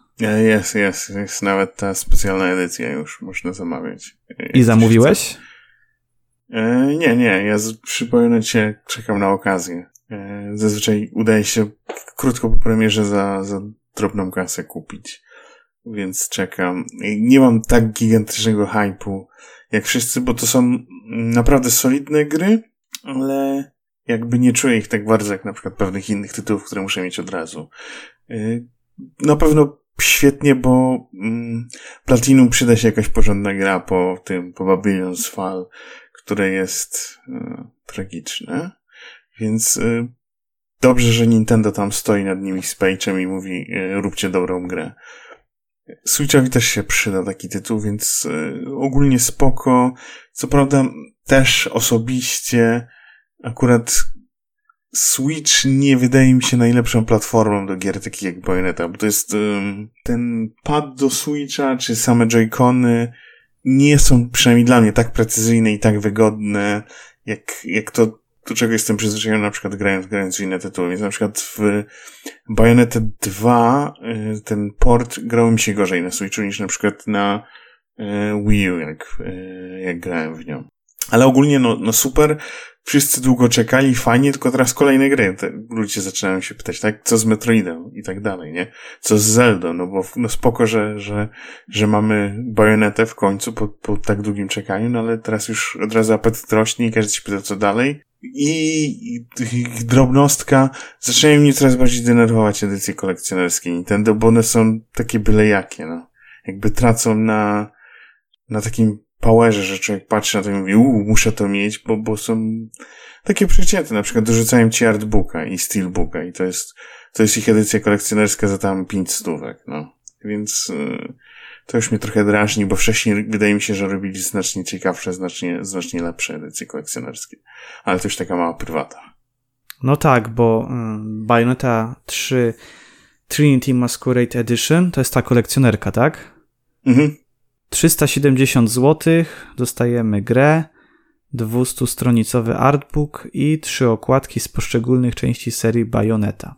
Jest nawet ta specjalna edycja już można zamawiać. I zamówiłeś? Nie, ja przy Bayonecie czekam na okazję. Zazwyczaj udaje się krótko po premierze za drobną kasę kupić. Więc czekam. Nie mam tak gigantycznego hype'u jak wszyscy, bo to są naprawdę solidne gry, ale jakby nie czuję ich tak bardzo jak na przykład pewnych innych tytułów, które muszę mieć od razu. Na pewno świetnie, bo Platinum przyda się jakaś porządna gra po Babylon's Fall, które jest tragiczne. Więc dobrze, że Nintendo tam stoi nad nimi z pejczem i mówi róbcie dobrą grę. Switchowi też się przyda taki tytuł, więc ogólnie spoko. Co prawda też osobiście akurat Switch nie wydaje mi się najlepszą platformą do gier takich jak Bayonetta, bo to jest ten pad do Switcha, czy same Joy-Cony nie są przynajmniej dla mnie tak precyzyjne i tak wygodne, jak to, do czego jestem przyzwyczajony na przykład grając w inne tytuły. Więc na przykład w Bayonetta 2 ten port grał mi się gorzej na Switchu niż na przykład na Wii U, jak grałem w nią. Ale ogólnie no super, wszyscy długo czekali, fajnie, tylko teraz kolejne gry. Ludzie zaczynają się pytać, tak, co z Metroidem i tak dalej, nie? Co z Zeldą, no bo no spoko, że mamy Bajonetę w końcu po tak długim czekaniu, no ale teraz już od razu apetyt rośnie i każdy się pyta, co dalej. I drobnostka, zaczynają mnie coraz bardziej denerwować edycje kolekcjonerskie Nintendo, bo one są takie byle jakie, no. Jakby tracą na takim powerze, że człowiek patrzy na to i mówi, muszę to mieć, bo są takie przecięte. Na przykład dorzucają ci artbooka i steelbooka i to jest ich edycja kolekcjonerska za tam 500, no. Więc to już mnie trochę drażni, bo wcześniej wydaje mi się, że robili znacznie ciekawsze, znacznie lepsze edycje kolekcjonerskie. Ale to już taka mała prywata. No tak, bo Bayonetta 3 Trinity Masquerade Edition to jest ta kolekcjonerka, tak? Mhm. 370 zł, dostajemy grę, 200-stronicowy artbook i 3 okładki z poszczególnych części serii Bayonetta.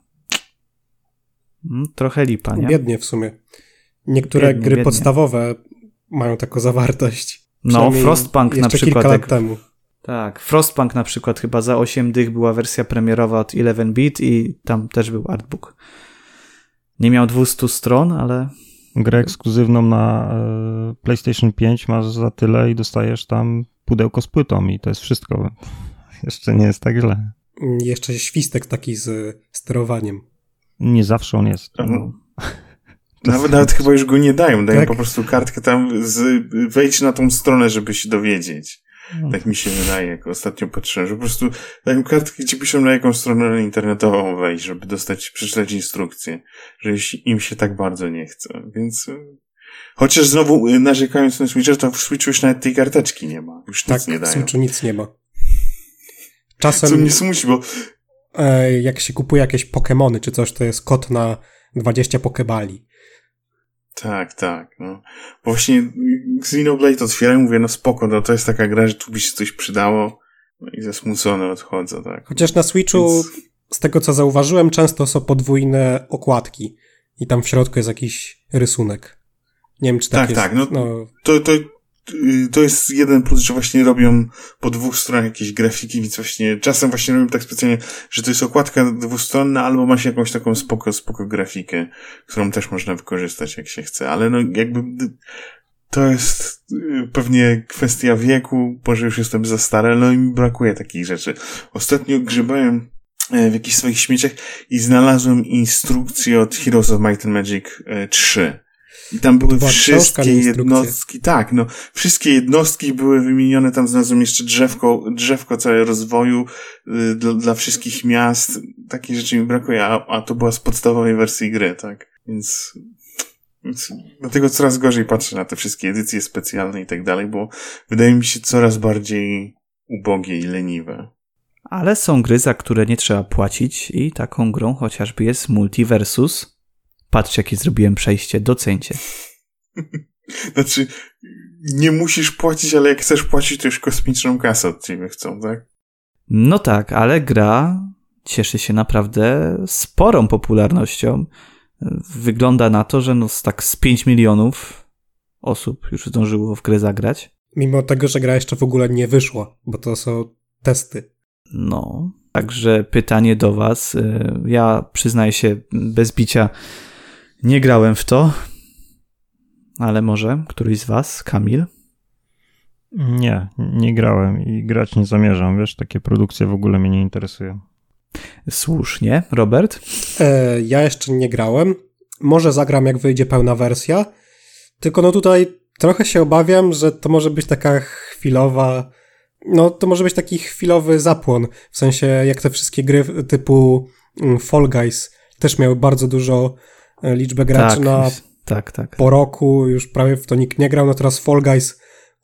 Trochę lipa, nie? Biednie w sumie. Niektóre gry podstawowe mają taką zawartość. No, Frostpunk na przykład. Kilka lat temu. Tak, Frostpunk na przykład chyba za 8 dych była wersja premierowa od 11-bit i tam też był artbook. Nie miał 200 stron, ale... Grę ekskluzywną na PlayStation 5 masz za tyle i dostajesz tam pudełko z płytą i to jest wszystko. Jeszcze nie jest tak źle. Jeszcze świstek taki z sterowaniem. Nie zawsze on jest. No. Nawet chyba już go nie dają Tak. po prostu kartkę tam, wejdź na tą stronę, żeby się dowiedzieć. Tak mi się wydaje, jak ostatnio patrzyłem, że po prostu dają kartkę, gdzie piszą, na jaką stronę internetową wejść, żeby przeczytać instrukcję, że im się tak bardzo nie chce, więc chociaż znowu narzekając na Switcha, to w Switchu już nawet tej karteczki nie ma, już nic nie dają. W Switchu nic nie ma. Czasem... Co mnie smuci, bo jak się kupuje jakieś Pokemony czy coś, to jest kod na 20 Pokebali. Tak, no. Bo właśnie Xenoblade otwieram, mówię, no spoko, no to jest taka gra, że tu by się coś przydało, no i zasmucony odchodzę, tak. Chociaż na Switchu, z tego co zauważyłem, często są podwójne okładki i tam w środku jest jakiś rysunek. Nie wiem, czy tak jest. Tak, no. To jest jeden plus, że właśnie robią po dwóch stronach jakieś grafiki, więc właśnie czasem właśnie robią tak specjalnie, że to jest okładka dwustronna, albo ma się jakąś taką spoko grafikę, którą też można wykorzystać, jak się chce, ale no jakby to jest pewnie kwestia wieku, może już jestem za stary, no i mi brakuje takich rzeczy. Ostatnio grzebałem w jakichś swoich śmieciach i znalazłem instrukcję od Heroes of Might and Magic 3. I tam były wszystkie jednostki, tak, no, wszystkie jednostki były wymienione, tam znalazłem jeszcze drzewko całe rozwoju dla wszystkich miast, takie rzeczy mi brakuje, a to była z podstawowej wersji gry, tak, więc dlatego coraz gorzej patrzę na te wszystkie edycje specjalne i tak dalej, bo wydaje mi się coraz bardziej ubogie i leniwe. Ale są gry, za które nie trzeba płacić i taką grą chociażby jest Multiversus. Patrz, jakie zrobiłem przejście, doceńcie. Znaczy, nie musisz płacić, ale jak chcesz płacić, to już kosmiczną kasę od ciebie chcą, tak? No tak, ale gra cieszy się naprawdę sporą popularnością. Wygląda na to, że z 5 milionów osób już zdążyło w grę zagrać. Mimo tego, że gra jeszcze w ogóle nie wyszła, bo to są testy. No, także pytanie do was. Ja przyznaję się bez bicia, nie grałem w to, ale może któryś z was, Kamil? Nie grałem i grać nie zamierzam, wiesz, takie produkcje w ogóle mnie nie interesują. Słusznie. Robert? Ja jeszcze nie grałem. Może zagram, jak wyjdzie pełna wersja, tylko no tutaj trochę się obawiam, że to może być taka chwilowa, to może być taki chwilowy zapłon, w sensie jak te wszystkie gry typu Fall Guys też miały bardzo dużo liczbę graczy tak. Po roku, już prawie w to nikt nie grał, no teraz Fall Guys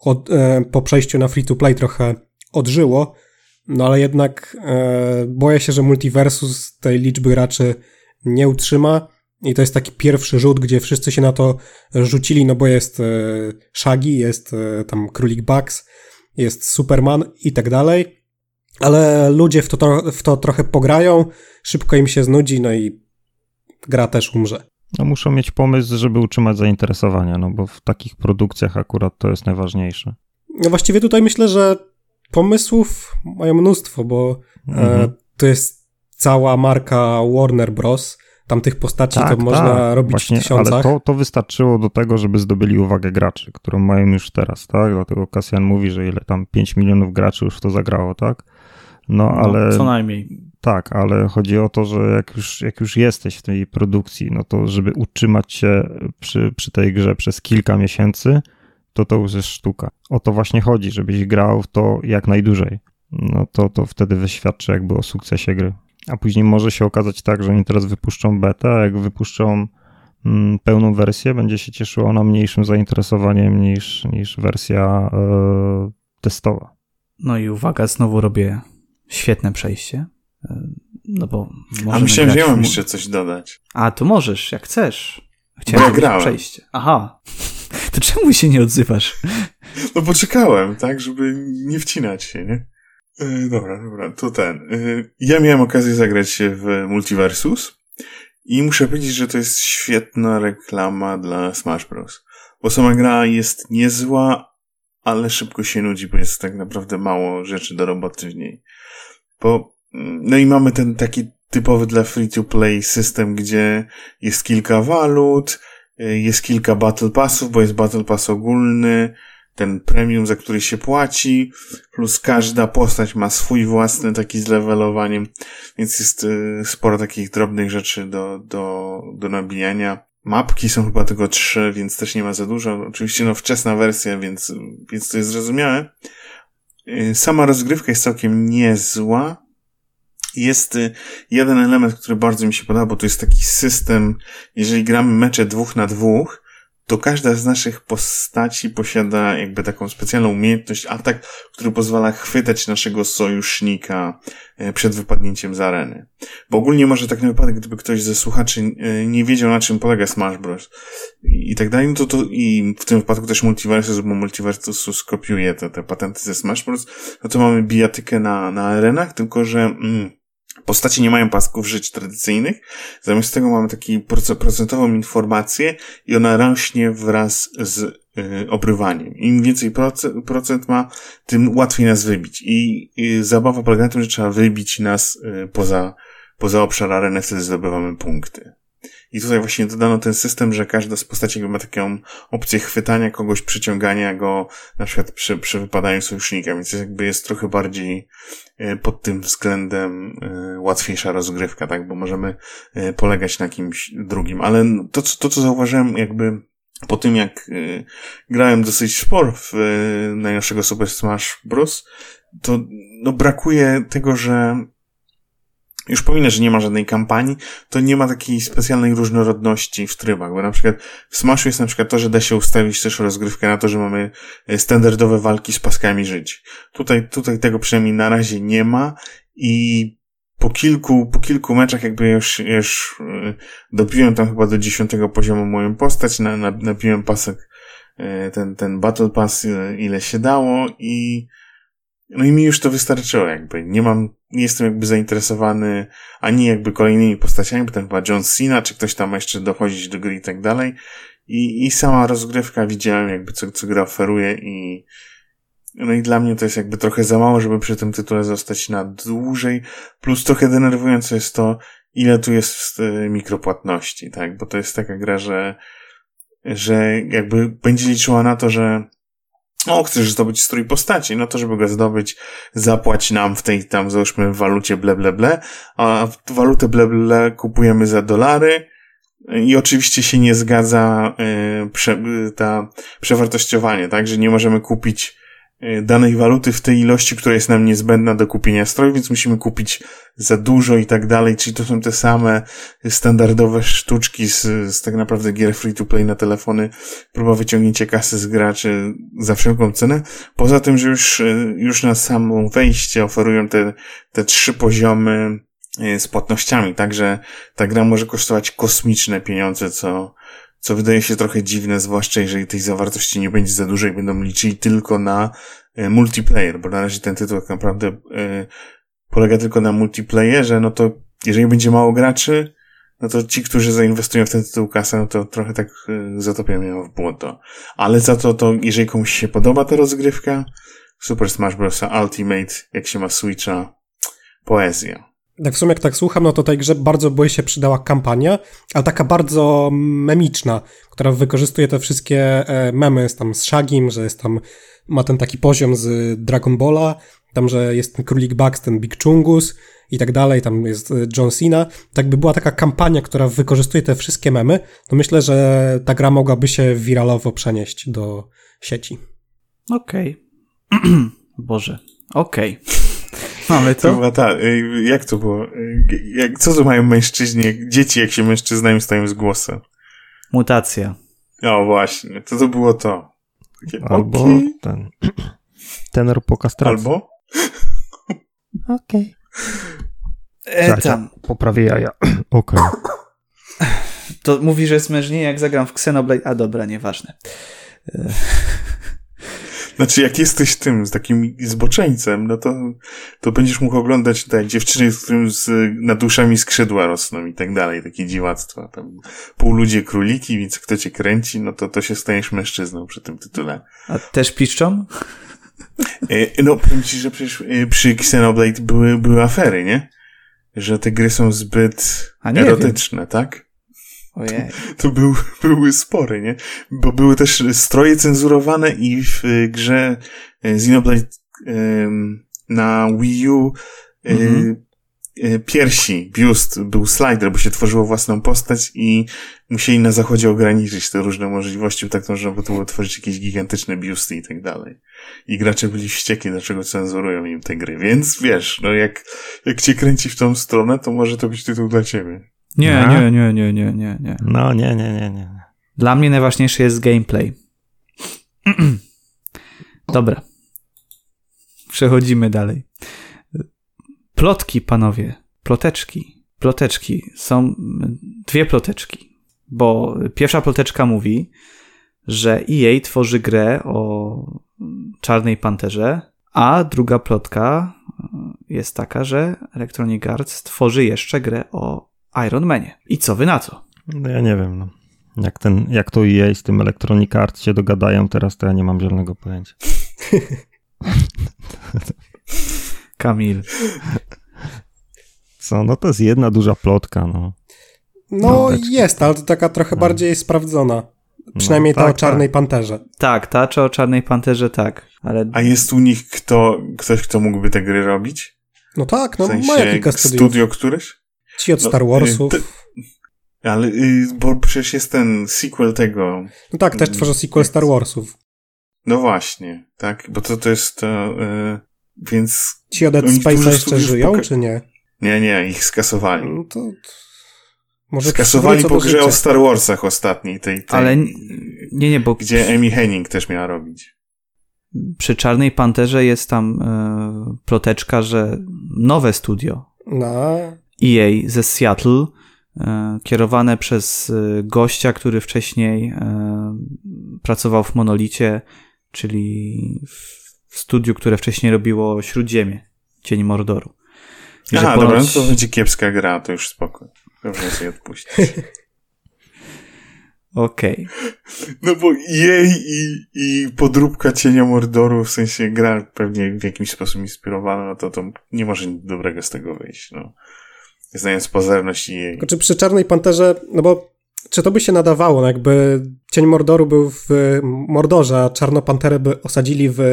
po przejściu na free to play trochę odżyło, no ale jednak boję się, że Multiversus tej liczby graczy nie utrzyma i to jest taki pierwszy rzut, gdzie wszyscy się na to rzucili, no bo jest Shaggy, jest tam Królik Bugs, jest Superman i tak dalej, ale ludzie w to trochę pograją, szybko im się znudzi, no i gra też umrze. No muszą mieć pomysł, żeby utrzymać zainteresowanie, no bo w takich produkcjach akurat to jest najważniejsze. No właściwie tutaj myślę, że pomysłów mają mnóstwo, bo to jest cała marka Warner Bros. Tam tych postaci to można robić właśnie, w tysiącach. Ale to wystarczyło do tego, żeby zdobyli uwagę graczy, którą mają już teraz, tak? Dlatego Kasjan mówi, że ile tam 5 milionów graczy już w to zagrało, tak? No ale... co najmniej. Tak, ale chodzi o to, że jak już jesteś w tej produkcji, no to żeby utrzymać się przy tej grze przez kilka miesięcy, to już jest sztuka. O to właśnie chodzi, żebyś grał w to jak najdłużej. No to wtedy wyświadczy jakby o sukcesie gry. A później może się okazać tak, że oni teraz wypuszczą betę, a jak wypuszczą pełną wersję, będzie się cieszyła ona mniejszym zainteresowaniem niż wersja testowa. No i uwaga, znowu robię świetne przejście. No bo a myślałem, że ja mam jeszcze coś dodać. A, to możesz, jak chcesz. Chciałem grałem. Przejście. Aha. To czemu się nie odzywasz? No bo czekałem, tak, żeby nie wcinać się, nie? Dobra, to ja miałem okazję zagrać się w Multiversus i muszę powiedzieć, że to jest świetna reklama dla Smash Bros. Bo sama gra jest niezła, ale szybko się nudzi, bo jest tak naprawdę mało rzeczy do roboty w niej. No i mamy ten taki typowy dla free-to-play system, gdzie jest kilka walut, jest kilka Battle Passów, bo jest Battle Pass ogólny, ten premium, za który się płaci, plus każda postać ma swój własny taki z levelowaniem, więc jest sporo takich drobnych rzeczy do nabijania. mapki są chyba tylko 3, więc też nie ma za dużo. Oczywiście wczesna wersja, więc to jest zrozumiałe. Sama rozgrywka jest całkiem niezła. Jest jeden element, który bardzo mi się podoba, bo to jest taki system, jeżeli gramy mecze 2-2, to każda z naszych postaci posiada jakby taką specjalną umiejętność, atak, który pozwala chwytać naszego sojusznika przed wypadnięciem z areny. Bo ogólnie może tak na wypadek, gdyby ktoś ze słuchaczy nie wiedział, na czym polega Smash Bros. I tak dalej, no to i w tym wypadku też Multiversus, bo Multiversus kopiuje te patenty ze Smash Bros. No to mamy bijatykę na arenach, tylko że postacie nie mają pasków żyć tradycyjnych, zamiast tego mamy taką procentową informację i ona rośnie wraz z obrywaniem. Im więcej procent ma, tym łatwiej nas wybić. I zabawa polega na tym, że trzeba wybić nas poza obszar areny, wtedy zdobywamy punkty. I tutaj właśnie dodano ten system, że każda z postaci ma taką opcję chwytania kogoś, przyciągania go, na przykład przy wypadaniu sojusznika, więc jakby jest trochę bardziej pod tym względem łatwiejsza rozgrywka, tak, bo możemy polegać na kimś drugim. Ale to co zauważyłem jakby po tym, jak grałem dosyć sporo w najnowszego Super Smash Bros., to brakuje tego, że już pomimo, że nie ma żadnej kampanii, to nie ma takiej specjalnej różnorodności w trybach, bo na przykład w Smashu jest na przykład to, że da się ustawić też rozgrywkę na to, że mamy standardowe walki z paskami żyć. Tutaj tego przynajmniej na razie nie ma i po kilku meczach jakby już dobiłem tam chyba do 10 poziomu moją postać, nabiłem pasek, ten Battle Pass ile się dało i mi już to wystarczyło jakby. Nie jestem jakby zainteresowany ani jakby kolejnymi postaciami, potem chyba John Cena, czy ktoś tam jeszcze dochodzić do gry i tak dalej. I sama rozgrywka widziałem jakby co gra oferuje i dla mnie to jest jakby trochę za mało, żeby przy tym tytule zostać na dłużej. Plus trochę denerwujące jest to, ile tu jest mikropłatności, tak? Bo to jest taka gra, że jakby będzie liczyła na to, że chcesz zdobyć strój postaci, no to żeby go zdobyć, zapłać nam w tej tam, załóżmy, walucie ble, a walutę ble kupujemy za dolary i oczywiście się nie zgadza przewartościowanie, tak, że nie możemy kupić danej waluty w tej ilości, która jest nam niezbędna do kupienia stroju, więc musimy kupić za dużo i tak dalej, czyli to są te same standardowe sztuczki z tak naprawdę gier free to play na telefony, próba wyciągnięcia kasy z graczy za wszelką cenę. Poza tym, że już na samo wejście oferują te 3 poziomy z płatnościami, także ta gra może kosztować kosmiczne pieniądze, co wydaje się trochę dziwne, zwłaszcza jeżeli tej zawartości nie będzie za dużo i będą liczyli tylko na multiplayer, bo na razie ten tytuł tak naprawdę polega tylko na multiplayerze, no to jeżeli będzie mało graczy, no to ci, którzy zainwestują w ten tytuł kasę, no to trochę tak zatopią ją w błoto. Ale za to jeżeli komuś się podoba ta rozgrywka, Super Smash Bros. Ultimate, jak się ma Switcha, poezja. Tak w sumie jak tak słucham, no to tej grze bardzo by się przydała kampania, ale taka bardzo memiczna, która wykorzystuje te wszystkie memy z Shagim, że jest tam, ma ten taki poziom z Dragon Balla, tam, że jest ten Królik Bugs, ten Big Chungus i tak dalej, tam jest John Cena. Tak by była taka kampania, która wykorzystuje te wszystkie memy, to myślę, że ta gra mogłaby się wiralowo przenieść do sieci. Okej. Boże. Okej. Mamy to? Jak to było? Co to mają mężczyźni, dzieci, jak się mężczyznami stają z głosem? Mutacja. O, właśnie. To było to. Takie, albo ten tenor po kastracji. Albo? Okej. Poprawię jaja. Okej. To mówi, że jest mężniej, jak zagram w Xenoblade. A dobra, nieważne. Znaczy, jak jesteś z takim zboczeńcem, no to będziesz mógł oglądać te dziewczyny, z którym nad uszami skrzydła rosną i tak dalej, takie dziwactwa. Tam pół ludzie króliki, więc kto cię kręci, no to się stajesz mężczyzną przy tym tytule. A też piszczą? No, powiem ci, że przecież przy Xenoblade były afery, nie? Że te gry są zbyt erotyczne, tak? Ojej. To były spory, nie? Bo były też stroje cenzurowane i w grze Xenoblade na Wii U piersi, biust, był slider, bo się tworzyło własną postać i musieli na zachodzie ograniczyć te różne możliwości, tak można było tworzyć jakieś gigantyczne biusty i tak dalej. I gracze byli wściekli, dlaczego cenzurują im te gry. Więc wiesz, no jak cię kręci w tą stronę, to może to być tytuł dla ciebie. Nie. No, nie. Dla mnie najważniejszy jest gameplay. Dobra. Przechodzimy dalej. Plotki, panowie. Ploteczki. Są dwie ploteczki. Bo pierwsza ploteczka mówi, że EA tworzy grę o Czarnej Panterze, a druga plotka jest taka, że Electronic Arts tworzy jeszcze grę o Iron Manie. I co wy na to? No ja nie wiem, no. Jak to EA z tym Electronic Arts się dogadają teraz, to ja nie mam zielonego pojęcia. Kamil. Co? No to jest jedna duża plotka, no. No jest, ale to taka trochę bardziej sprawdzona. Przynajmniej ta o Czarnej Panterze. Tak, ta o Czarnej Panterze, tak. Ale... A jest u nich ktoś, kto mógłby te gry robić? No tak, no w sensie ma kilka studiów. Studio któreś? Ci od Star Warsów. Ale, bo przecież jest ten sequel tego... No tak, też tworzą sequel Star Warsów. No właśnie, tak, bo to jest... więc... Ci od Dead Space'a jeszcze żyją, czy nie? Nie, ich skasowali. No to... Może skasowali po grze o Star Warsach ostatniej, tej ale nie, bo... Gdzie Amy Hennig też miała robić. Przy Czarnej Panterze jest tam ploteczka, że nowe studio EA ze Seattle, kierowane przez gościa, który wcześniej pracował w Monolicie, czyli w studiu, które wcześniej robiło Śródziemie, Cień Mordoru. Dobra, to będzie kiepska gra, to już spoko. Można sobie odpuścić. Okej. No bo jej i podróbka Cienia Mordoru, w sensie gra pewnie w jakimś sposób inspirowana, no to nie może nic dobrego z tego wyjść, no. Znając pazerność jej. Czy przy Czarnej Panterze, no bo czy to by się nadawało, no jakby Cień Mordoru był w Mordorze, a Czarną Panterę by osadzili w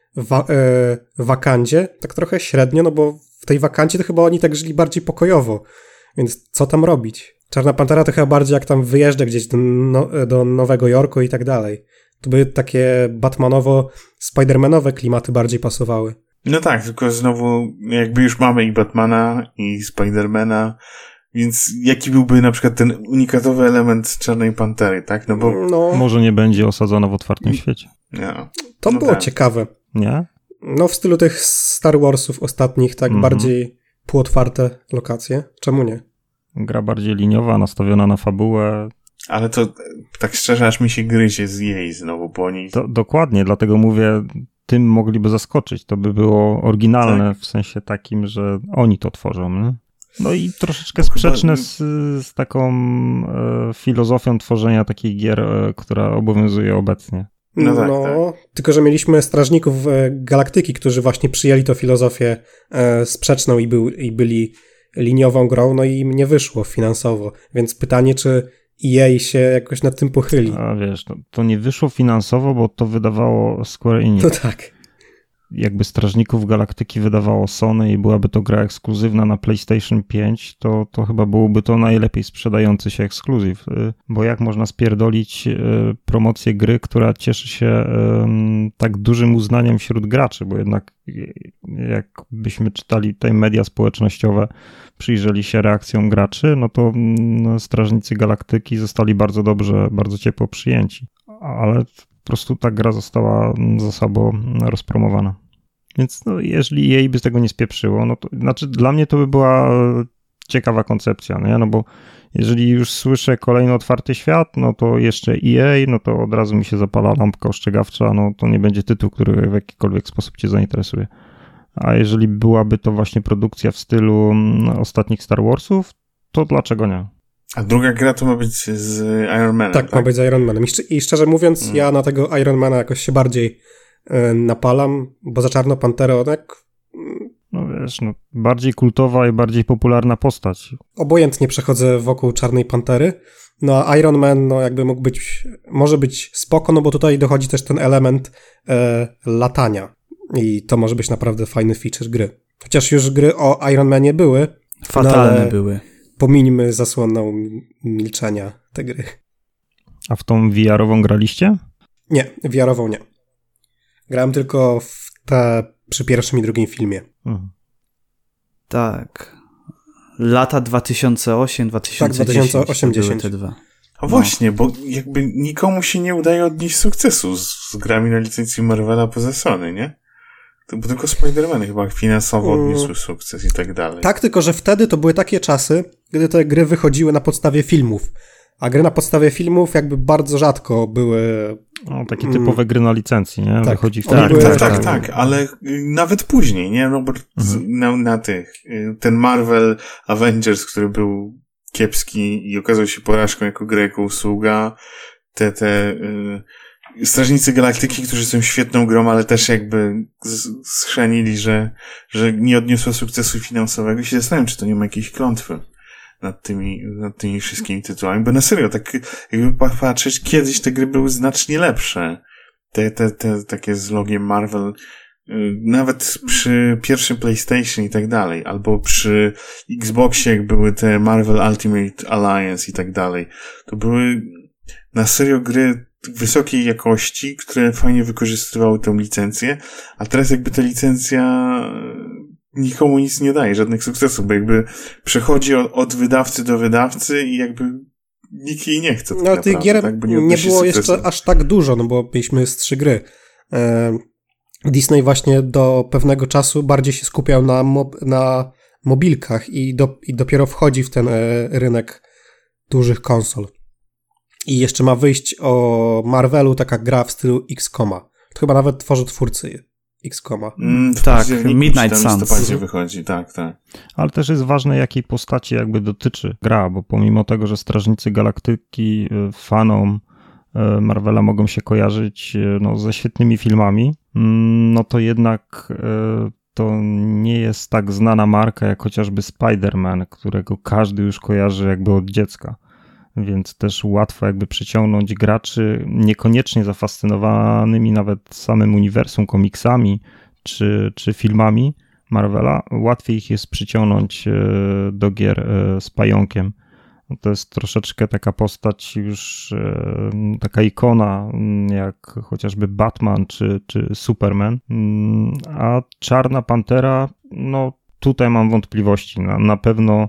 Wakandzie, tak trochę średnio, no bo w tej Wakandzie to chyba oni tak żyli bardziej pokojowo, więc co tam robić? Czarna Pantera to chyba bardziej jak tam wyjeżdża gdzieś do Nowego Jorku i tak dalej. Tu by takie Batmanowo-Spidermanowe klimaty bardziej pasowały. No tak, tylko znowu jakby już mamy i Batmana, i Spidermana, więc jaki byłby na przykład ten unikatowy element Czarnej Pantery, tak? No bo... Może nie będzie osadzona w otwartym świecie. No. To było ciekawe. Nie? No w stylu tych Star Warsów ostatnich, tak bardziej półotwarte lokacje. Czemu nie? Gra bardziej liniowa, nastawiona na fabułę. Ale to tak szczerze, aż mi się gryzie z jej znowu, bo oni... Dokładnie, dlatego mówię, tym mogliby zaskoczyć. To by było oryginalne w sensie takim, że oni to tworzą, nie? No i troszeczkę sprzeczne z taką filozofią tworzenia takich gier, która obowiązuje obecnie. No tak. Tylko że mieliśmy strażników Galaktyki, którzy właśnie przyjęli tę filozofię sprzeczną i byli liniową grą, no i im nie wyszło finansowo. Więc pytanie, czy EA się jakoś nad tym pochyli. A wiesz, to nie wyszło finansowo, bo to wydawało Square Enix. No tak. Jakby Strażników Galaktyki wydawało Sony i byłaby to gra ekskluzywna na PlayStation 5, to chyba byłoby to najlepiej sprzedający się ekskluzyw, bo jak można spierdolić promocję gry, która cieszy się tak dużym uznaniem wśród graczy, bo jednak jakbyśmy czytali tutaj media społecznościowe, przyjrzeli się reakcjom graczy, no to Strażnicy Galaktyki zostali bardzo dobrze, bardzo ciepło przyjęci, ale po prostu ta gra została za sobą rozpromowana. Więc jeżeli jej by z tego nie spieprzyło, no to znaczy dla mnie to by była ciekawa koncepcja, nie? No bo jeżeli już słyszę kolejny otwarty świat, no to jeszcze EA, no to od razu mi się zapala lampka ostrzegawcza, no to nie będzie tytuł, który w jakikolwiek sposób cię zainteresuje. A jeżeli byłaby to właśnie produkcja w stylu ostatnich Star Warsów, to dlaczego nie? A druga gra to ma być z Iron Manem, tak? Ma być z Iron Manem. I szczerze mówiąc, ja na tego Iron Mana jakoś się bardziej napalam, bo za Czarną Panterę onek... No wiesz, bardziej kultowa i bardziej popularna postać. Obojętnie przechodzę wokół Czarnej Pantery. No a Iron Man, jakby może być spoko, no bo tutaj dochodzi też ten element latania. I to może być naprawdę fajny feature gry. Chociaż już gry o Iron Manie były. Fatalne były. Pomińmy zasłoną milczenia te gry. A w tą VR-ową graliście? Nie, VR-ową nie. Grałem tylko w te przy pierwszym i drugim filmie. Tak. Lata 2008-2010 tak, 2008-10 były te dwa. A właśnie, bo jakby nikomu się nie udaje odnieść sukcesu z grami na licencji Marvela poza Sony, nie? Bo tylko Spider-Many chyba finansowo odniosły sukces i tak dalej. Tak, tylko że wtedy to były takie czasy, gdy te gry wychodziły na podstawie filmów. A gry na podstawie filmów jakby bardzo rzadko były... No, takie typowe gry na licencji, nie? Tak. Wychodzi w Tak, ale nawet później, nie? No bo na tych... Ten Marvel Avengers, który był kiepski i okazał się porażką jako gra, jako usługa. Strażnicy Galaktyki, którzy są świetną grą, ale też jakby schrzanili, że nie odniosła sukcesu finansowego i się zastanawiam, czy to nie ma jakiejś klątwy nad tymi wszystkimi tytułami, bo na serio, tak jakby patrzeć, kiedyś te gry były znacznie lepsze. Te takie z logiem Marvel, nawet przy pierwszym PlayStation i tak dalej, albo przy Xboxie, jak były te Marvel Ultimate Alliance i tak dalej. To były na serio gry wysokiej jakości, które fajnie wykorzystywały tę licencję, a teraz jakby ta licencja nikomu nic nie daje, żadnych sukcesów, bo jakby przechodzi od wydawcy do wydawcy i jakby nikt jej nie chce. No tych gier tak, nie było jeszcze aż tak dużo, no bo mieliśmy z 3 gry. Disney właśnie do pewnego czasu bardziej się skupiał na mobilkach i dopiero wchodzi w ten rynek dużych konsol. I jeszcze ma wyjść o Marvelu taka gra w stylu XCOMa. To chyba nawet tworzy twórcy XCOMa. Tak, Midnight Suns. Wychodzi, tak. Ale też jest ważne, jakiej postaci jakby dotyczy gra, bo pomimo tego, że Strażnicy Galaktyki fanom Marvela mogą się kojarzyć ze świetnymi filmami, no to jednak to nie jest tak znana marka jak chociażby Spider-Man, którego każdy już kojarzy jakby od dziecka. Więc też łatwo jakby przyciągnąć graczy niekoniecznie zafascynowanymi nawet samym uniwersum, komiksami czy filmami Marvela. Łatwiej ich jest przyciągnąć do gier z pająkiem. To jest troszeczkę taka postać już, taka ikona jak chociażby Batman czy Superman. A Czarna Pantera, no tutaj mam wątpliwości. Na pewno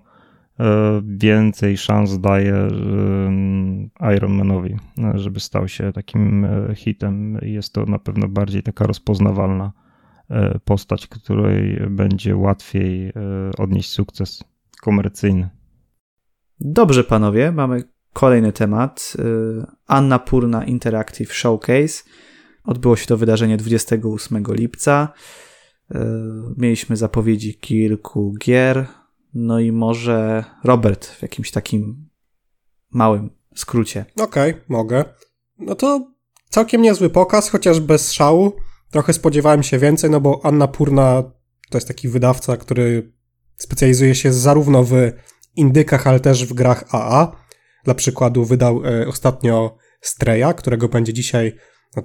więcej szans daje Iron Manowi, żeby stał się takim hitem. Jest to na pewno bardziej taka rozpoznawalna postać, której będzie łatwiej odnieść sukces komercyjny. Dobrze, panowie, mamy kolejny temat. Annapurna Interactive Showcase. Odbyło się to wydarzenie 28 lipca. Mieliśmy zapowiedzi kilku gier. No i może Robert w jakimś takim małym skrócie. Okej, mogę. No to całkiem niezły pokaz, chociaż bez szału. Trochę spodziewałem się więcej, no bo Annapurna to jest taki wydawca, który specjalizuje się zarówno w indykach, ale też w grach AA. Dla przykładu wydał ostatnio Straya, którego będzie dzisiaj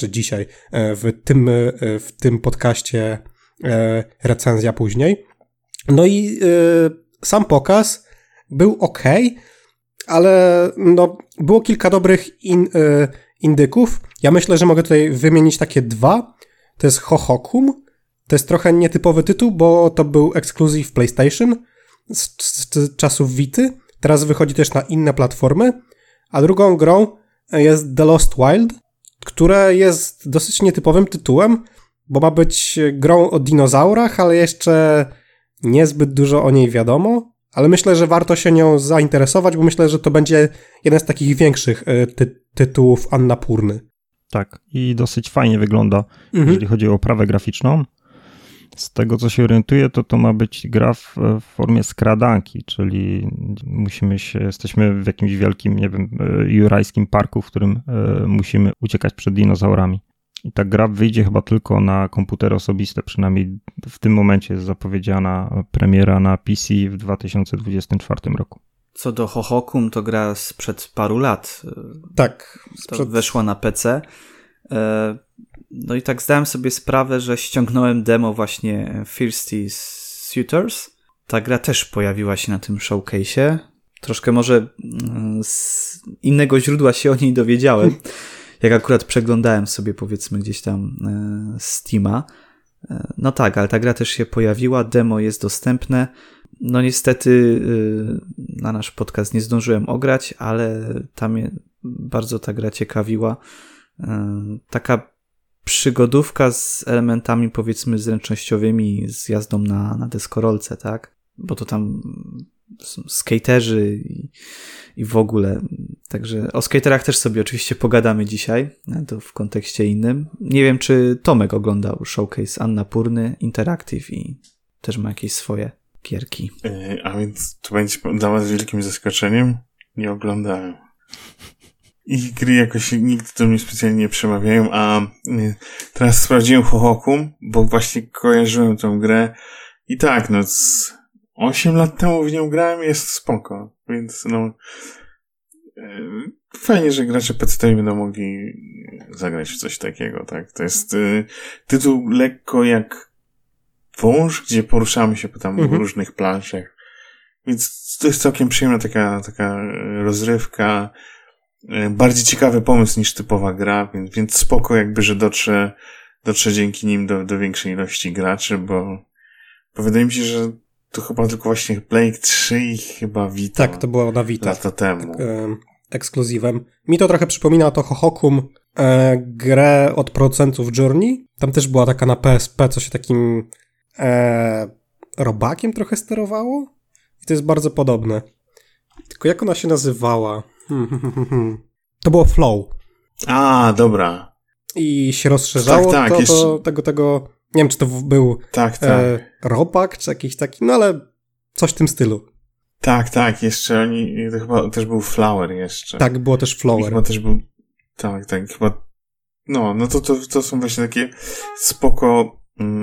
w tym podcaście recenzja później. No i sam pokaz był okej, ale no, było kilka dobrych indyków. Ja myślę, że mogę tutaj wymienić takie 2. To jest Hohokum. To jest trochę nietypowy tytuł, bo to był ekskluzyw PlayStation z czasów Vity. Teraz wychodzi też na inne platformy. A drugą grą jest The Lost Wild, które jest dosyć nietypowym tytułem, bo ma być grą o dinozaurach, ale jeszcze niezbyt dużo o niej wiadomo, ale myślę, że warto się nią zainteresować, bo myślę, że to będzie jeden z takich większych tytułów Annapurny. Tak, i dosyć fajnie wygląda, jeżeli chodzi o oprawę graficzną. Z tego, co się orientuję, to ma być gra w formie skradanki, czyli jesteśmy w jakimś wielkim, nie wiem, jurajskim parku, w którym musimy uciekać przed dinozaurami. I ta gra wyjdzie chyba tylko na komputery osobiste, przynajmniej w tym momencie jest zapowiedziana premiera na PC w 2024 roku. Co do Hohokum, to gra sprzed paru lat. Tak. To weszła na PC. No i tak zdałem sobie sprawę, że ściągnąłem demo właśnie Thirsty Suitors. ta gra też pojawiła się na tym showcase'ie. Troszkę może z innego źródła się o niej dowiedziałem, jak akurat przeglądałem sobie powiedzmy gdzieś tam Steama. No tak, ale ta gra też się pojawiła, demo jest dostępne. No niestety na nasz podcast nie zdążyłem ograć, ale tam mnie bardzo ta gra ciekawiła. Taka przygodówka z elementami powiedzmy zręcznościowymi, z jazdą na deskorolce, tak? Bo to tam są skaterzy i w ogóle. Także o skaterach też sobie oczywiście pogadamy dzisiaj, to w kontekście innym. Nie wiem, czy Tomek oglądał showcase Annapurny Interactive i też ma jakieś swoje gierki. A więc to będzie dla was wielkim zaskoczeniem? Nie oglądałem. Ich gry jakoś nigdy do mnie specjalnie nie przemawiają, a teraz sprawdziłem Hohokum, bo właśnie kojarzyłem tą grę i tak, no 8 lat temu w nią grałem, jest spoko, więc no fajnie, że gracze PC będą mogli zagrać w coś takiego, tak? To jest tytuł lekko jak wąż, gdzie poruszamy się po tam różnych planszach, więc to jest całkiem przyjemna taka rozrywka, bardziej ciekawy pomysł niż typowa gra, więc spoko jakby, że dotrze dzięki nim do większej ilości graczy, bo wydaje mi się, że to chyba tylko właśnie Plague 3 i chyba Vita. Tak, to było na Vita. Lata temu. Ekskluzywem. Mi to trochę przypomina to Hohokum, grę od producentów Journey. Tam też była taka na PSP, co się takim robakiem trochę sterowało. I to jest bardzo podobne. Tylko jak ona się nazywała? To było Flow. A, dobra. I się rozszerzało tak, tego... Nie wiem, czy to był robak, czy jakiś taki, no ale coś w tym stylu. Tak, jeszcze oni, to chyba też był Flower jeszcze. Tak, było też Flower. I chyba też był, tak, chyba, no to są właśnie takie spoko,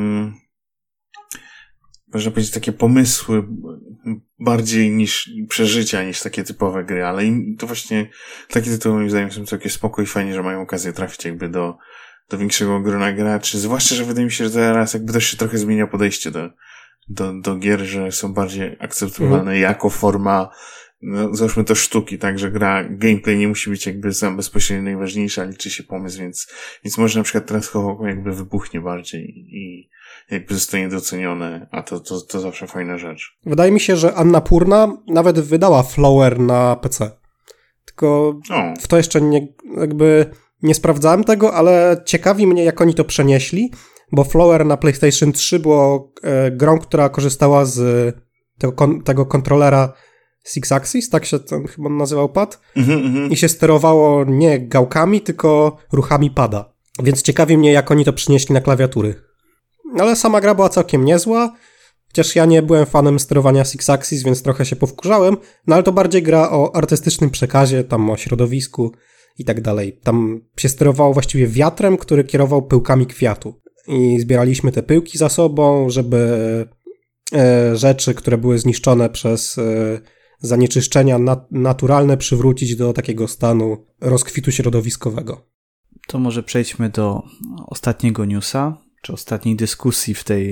można powiedzieć, takie pomysły bardziej niż przeżycia, niż takie typowe gry, ale to właśnie takie tytuły moim zdaniem są całkiem spoko i fajnie, że mają okazję trafić jakby do większego grona graczy, zwłaszcza, że wydaje mi się, że teraz jakby też się trochę zmienia podejście do gier, że są bardziej akceptowane jako forma, no, załóżmy to sztuki, tak, że gameplay nie musi być jakby sam bezpośrednio najważniejszy, a liczy się pomysł, więc może na przykład teraz jakby wybuchnie bardziej i jakby zostanie docenione, a to zawsze fajna rzecz. Wydaje mi się, że Annapurna nawet wydała Flower na PC. Tylko w to jeszcze nie sprawdzałem tego, ale ciekawi mnie, jak oni to przenieśli, bo Flower na PlayStation 3 było grą, która korzystała z tego kontrolera Six Axis, tak się ten chyba nazywał pad, i się sterowało nie gałkami, tylko ruchami pada. Więc ciekawi mnie, jak oni to przynieśli na klawiatury. Ale sama gra była całkiem niezła, chociaż ja nie byłem fanem sterowania Six Axis, więc trochę się powkurzałem, no ale to bardziej gra o artystycznym przekazie, tam o środowisku i tak dalej. Tam się sterowało właściwie wiatrem, który kierował pyłkami kwiatu. I zbieraliśmy te pyłki za sobą, żeby rzeczy, które były zniszczone przez zanieczyszczenia naturalne przywrócić do takiego stanu rozkwitu środowiskowego. To może przejdźmy do ostatniego newsa, czy ostatniej dyskusji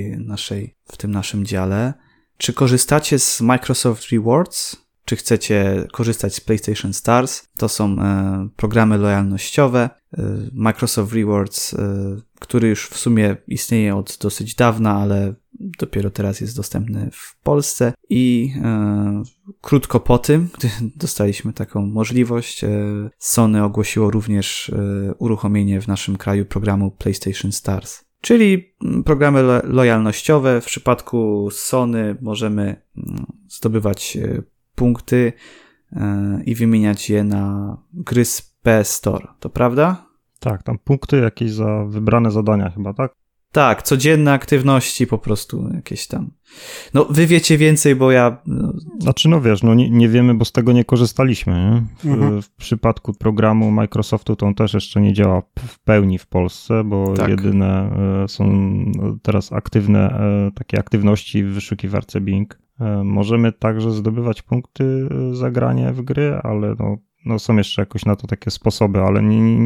w tym naszym dziale. Czy korzystacie z Microsoft Rewards? Czy chcecie korzystać z PlayStation Stars? To są programy lojalnościowe. Microsoft Rewards, który już w sumie istnieje od dosyć dawna, ale dopiero teraz jest dostępny w Polsce. I krótko po tym, gdy dostaliśmy taką możliwość, Sony ogłosiło również uruchomienie w naszym kraju programu PlayStation Stars. Czyli programy lojalnościowe. W przypadku Sony możemy zdobywać punkty i wymieniać je na gry z PS Store. To prawda? Tak, tam punkty jakieś za wybrane zadania chyba, tak? Tak, codzienne aktywności po prostu jakieś tam. No wy wiecie więcej, bo ja... Znaczy no wiesz, no nie wiemy, bo z tego nie korzystaliśmy. Nie? W przypadku programu Microsoftu to on też jeszcze nie działa w pełni w Polsce, bo jedyne są teraz aktywne takie aktywności w wyszukiwarce Bing. Możemy także zdobywać punkty za granie w gry, ale no są jeszcze jakoś na to takie sposoby, ale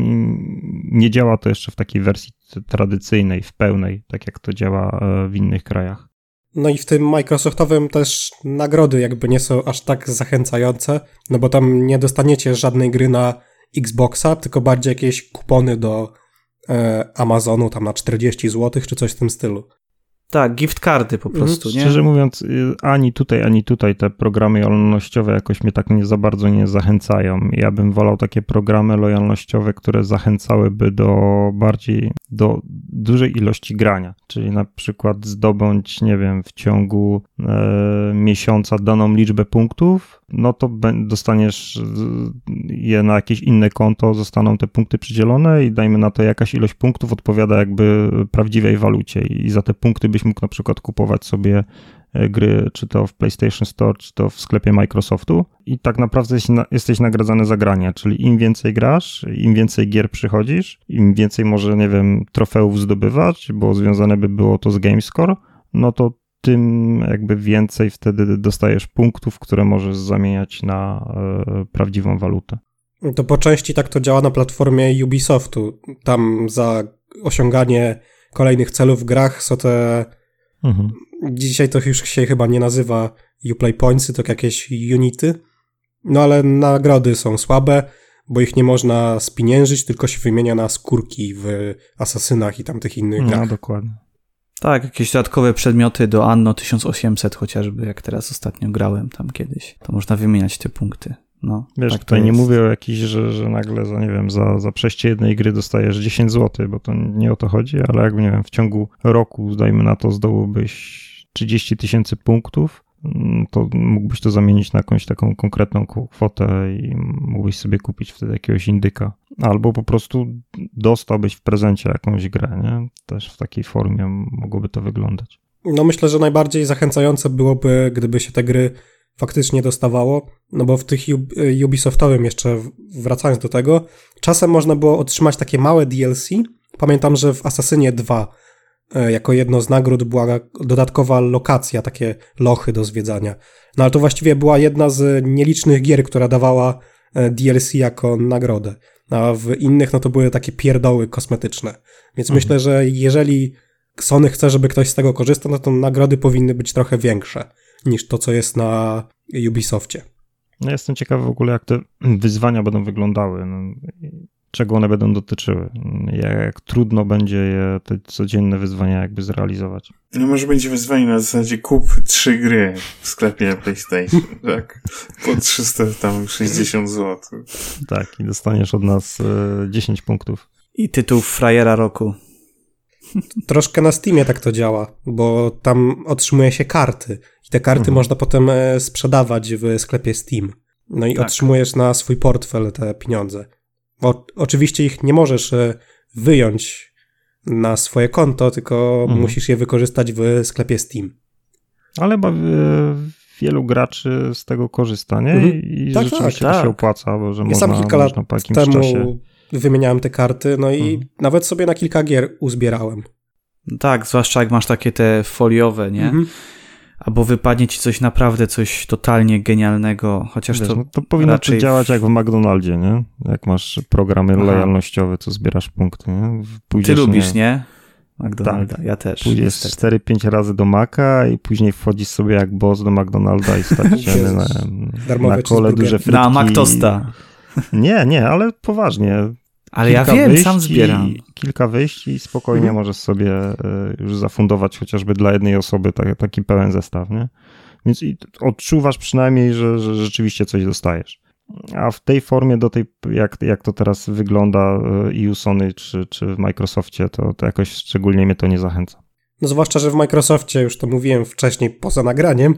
nie działa to jeszcze w takiej wersji tradycyjnej, w pełnej, tak jak to działa w innych krajach. No i w tym Microsoftowym też nagrody jakby nie są aż tak zachęcające, no bo tam nie dostaniecie żadnej gry na Xboxa, tylko bardziej jakieś kupony do Amazonu tam na 40 zł czy coś w tym stylu. Tak, gift cardy po prostu, nie? Szczerze mówiąc, ani tutaj te programy lojalnościowe jakoś mnie tak nie za bardzo nie zachęcają. Ja bym wolał takie programy lojalnościowe, które zachęcałyby do dużej ilości grania. Czyli na przykład zdobądź, nie wiem, w ciągu miesiąca daną liczbę punktów, no to dostaniesz je na jakieś inne konto, zostaną te punkty przydzielone i dajmy na to jakaś ilość punktów odpowiada jakby prawdziwej walucie i za te punkty byś mógł na przykład kupować sobie gry, czy to w PlayStation Store, czy to w sklepie Microsoftu i tak naprawdę jesteś nagradzany za granie, czyli im więcej grasz, im więcej gier przychodzisz, im więcej może, nie wiem, trofeów zdobywać, bo związane by było to z GameScore, no to tym jakby więcej wtedy dostajesz punktów, które możesz zamieniać na prawdziwą walutę. To po części tak to działa na platformie Ubisoftu. Tam za osiąganie kolejnych celów w grach są te... Dzisiaj to już się chyba nie nazywa Uplay Pointsy, to jakieś unity. No ale nagrody są słabe, bo ich nie można spieniężyć, tylko się wymienia na skórki w Asasynach i tamtych innych grach. No, dokładnie. Tak, jakieś dodatkowe przedmioty do Anno 1800 chociażby, jak teraz ostatnio grałem tam kiedyś. To można wymieniać te punkty. No, wiesz, tak tutaj nie mówię o jakichś, że nagle za, nie wiem, za przejście jednej gry dostajesz 10 zł, bo to nie o to chodzi, ale jakby, nie wiem, w ciągu roku, dajmy na to, zdobyłbyś 30 000 punktów, to mógłbyś to zamienić na jakąś taką konkretną kwotę i mógłbyś sobie kupić wtedy jakiegoś indyka. Albo po prostu dostałbyś w prezencie jakąś grę, nie? Też w takiej formie mogłoby to wyglądać. No myślę, że najbardziej zachęcające byłoby, gdyby się te gry faktycznie dostawało, no bo w tych Ubisoftowym jeszcze, wracając do tego, czasem można było otrzymać takie małe DLC. Pamiętam, że w Assassinie 2 jako jedno z nagród była dodatkowa lokacja, takie lochy do zwiedzania. No ale to właściwie była jedna z nielicznych gier, która dawała DLC jako nagrodę. A w innych no to były takie pierdoły kosmetyczne. Więc myślę, że jeżeli Sony chce, żeby ktoś z tego korzystał, no to nagrody powinny być trochę większe niż to, co jest na Ubisoftie. No jestem ciekawy w ogóle, jak te wyzwania będą wyglądały, no, czego one będą dotyczyły, jak trudno będzie je, te codzienne wyzwania jakby zrealizować. No może będzie wyzwanie na zasadzie kup 3 gry w sklepie PlayStation, tak? Po 360 zł. Tak, i dostaniesz od nas 10 punktów. I tytuł frajera roku. Troszkę na Steamie tak to działa, bo tam otrzymuje się karty i te karty można potem sprzedawać w sklepie Steam. No i otrzymujesz na swój portfel te pieniądze. Oczywiście ich nie możesz wyjąć na swoje konto, tylko musisz je wykorzystać w sklepie Steam. Ale wielu graczy z tego korzysta, nie? I tak, rzeczywiście to się opłaca, bo że ja można, sam kilka lat po jakimś temu czasie wymieniałem te karty, no i nawet sobie na kilka gier uzbierałem. Tak, zwłaszcza jak masz takie te foliowe, nie? Albo wypadnie ci coś naprawdę, coś totalnie genialnego, chociaż wiesz, to powinno to działać jak w McDonaldzie, nie? Jak masz programy lojalnościowe, co zbierasz punkty, nie? Ty lubisz, nie? McDonalda, tak. Ja też. Pójdziesz 4-5 razy do Maka i później wchodzisz sobie jak boss do McDonalda i stać się na kole duże frytki. Na McTosta. Nie, ale poważnie. Ale ja wiem, sam zbieram. Kilka wyjść i spokojnie możesz sobie już zafundować chociażby dla jednej osoby taki pełen zestaw, nie? Więc odczuwasz przynajmniej, że rzeczywiście coś dostajesz. A w tej formie, jak to teraz wygląda i u Sony czy w Microsoftie, to jakoś szczególnie mnie to nie zachęca. No zwłaszcza, że w Microsoftie, już to mówiłem wcześniej poza nagraniem,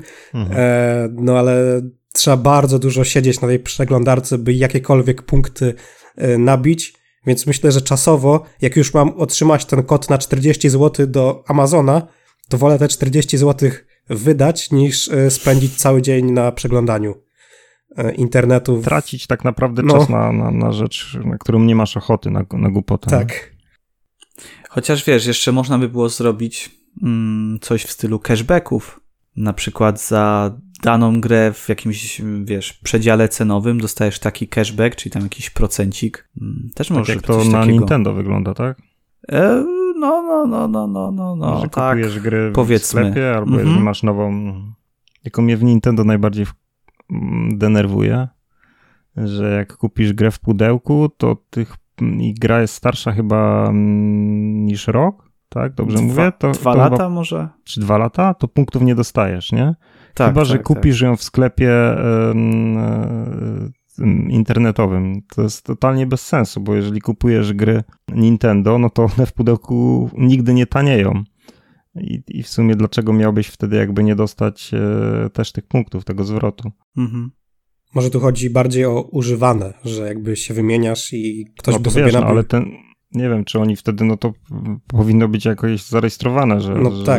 no ale trzeba bardzo dużo siedzieć na tej przeglądarce, by jakiekolwiek punkty nabić, więc myślę, że czasowo, jak już mam otrzymać ten kod na 40 zł do Amazona, to wolę te 40 zł wydać, niż spędzić cały dzień na przeglądaniu internetu. Tracić tak naprawdę czas na rzecz, na którą nie masz ochoty, na głupotę. Tak. Chociaż wiesz, jeszcze można by było zrobić coś w stylu cashbacków. Na przykład za daną grę w jakimś, wiesz, przedziale cenowym dostajesz taki cashback, czyli tam jakiś procencik. Też tak może jak to na takiego. Nintendo wygląda, tak? Że tak, kupujesz gry powiedzmy. w sklepie, albo jeżeli masz nową... Tylko mnie w Nintendo najbardziej denerwuje, że jak kupisz grę w pudełku, to i gra jest starsza chyba niż rok, tak? Dobrze mówię? To 2 lata chyba, może? Czy 2 lata? To punktów nie dostajesz, nie? Tak, chyba, że kupisz ją w sklepie internetowym. To jest totalnie bez sensu, bo jeżeli kupujesz gry Nintendo, no to one w pudełku nigdy nie tanieją. I w sumie dlaczego miałbyś wtedy jakby nie dostać też tych punktów, tego zwrotu? Może tu chodzi bardziej o używane, że jakby się wymieniasz i ktoś by sobie nabył. Ale nie wiem, czy oni wtedy, no to powinno być jakoś zarejestrowane, że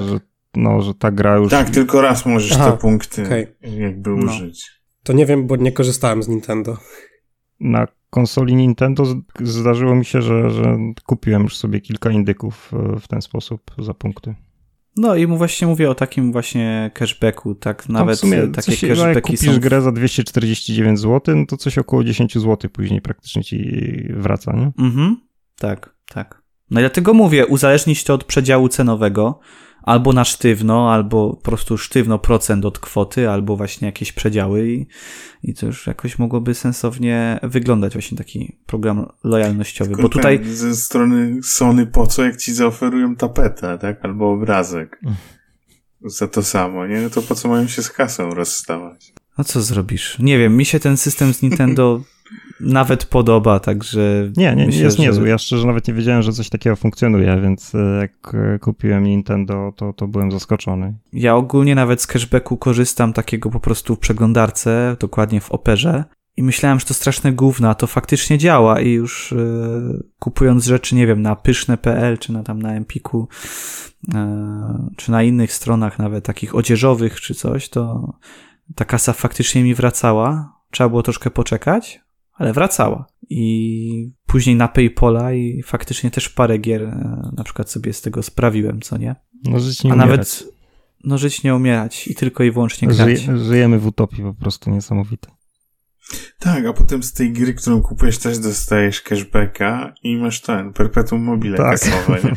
ta gra już... Tak, tylko raz możesz te punkty jakby użyć. To nie wiem, bo nie korzystałem z Nintendo. Na konsoli Nintendo zdarzyło mi się, że kupiłem już sobie kilka indyków w ten sposób za punkty. No i właśnie mówię o takim właśnie cashbacku, tak nawet w sumie takie cashbacki jak kupisz grę za 249 zł, no to coś około 10 zł później praktycznie ci wraca, nie? Tak. No i dlatego mówię, uzależnić to od przedziału cenowego, albo na sztywno, albo po prostu sztywno procent od kwoty, albo właśnie jakieś przedziały i to już jakoś mogłoby sensownie wyglądać właśnie taki program lojalnościowy. Tylko bo tutaj ze strony Sony po co, jak ci zaoferują tapetę, tak? Albo obrazek. Za to samo, nie? No to po co mają się z kasą rozstawać? No co zrobisz? Nie wiem, mi się ten system z Nintendo nawet podoba, także... Nie jest niezły. Ja szczerze nawet nie wiedziałem, że coś takiego funkcjonuje, więc jak kupiłem Nintendo, to byłem zaskoczony. Ja ogólnie nawet z cashbacku korzystam takiego po prostu w przeglądarce, dokładnie w Operze i myślałem, że to straszne gówno, a to faktycznie działa i już kupując rzeczy, nie wiem, na pyszne.pl czy na Empiku czy na innych stronach nawet takich odzieżowych czy coś, to ta kasa faktycznie mi wracała. Trzeba było troszkę poczekać, ale wracała. I później na PayPala i faktycznie też parę gier na przykład sobie z tego sprawiłem, co nie? No żyć nie umierać. Nawet żyć nie umierać i tylko i wyłącznie grać. Żyjemy w utopii po prostu, niesamowite. Tak, a potem z tej gry, którą kupujesz, też dostajesz cashbacka i masz perpetuum mobile kasowe, nie?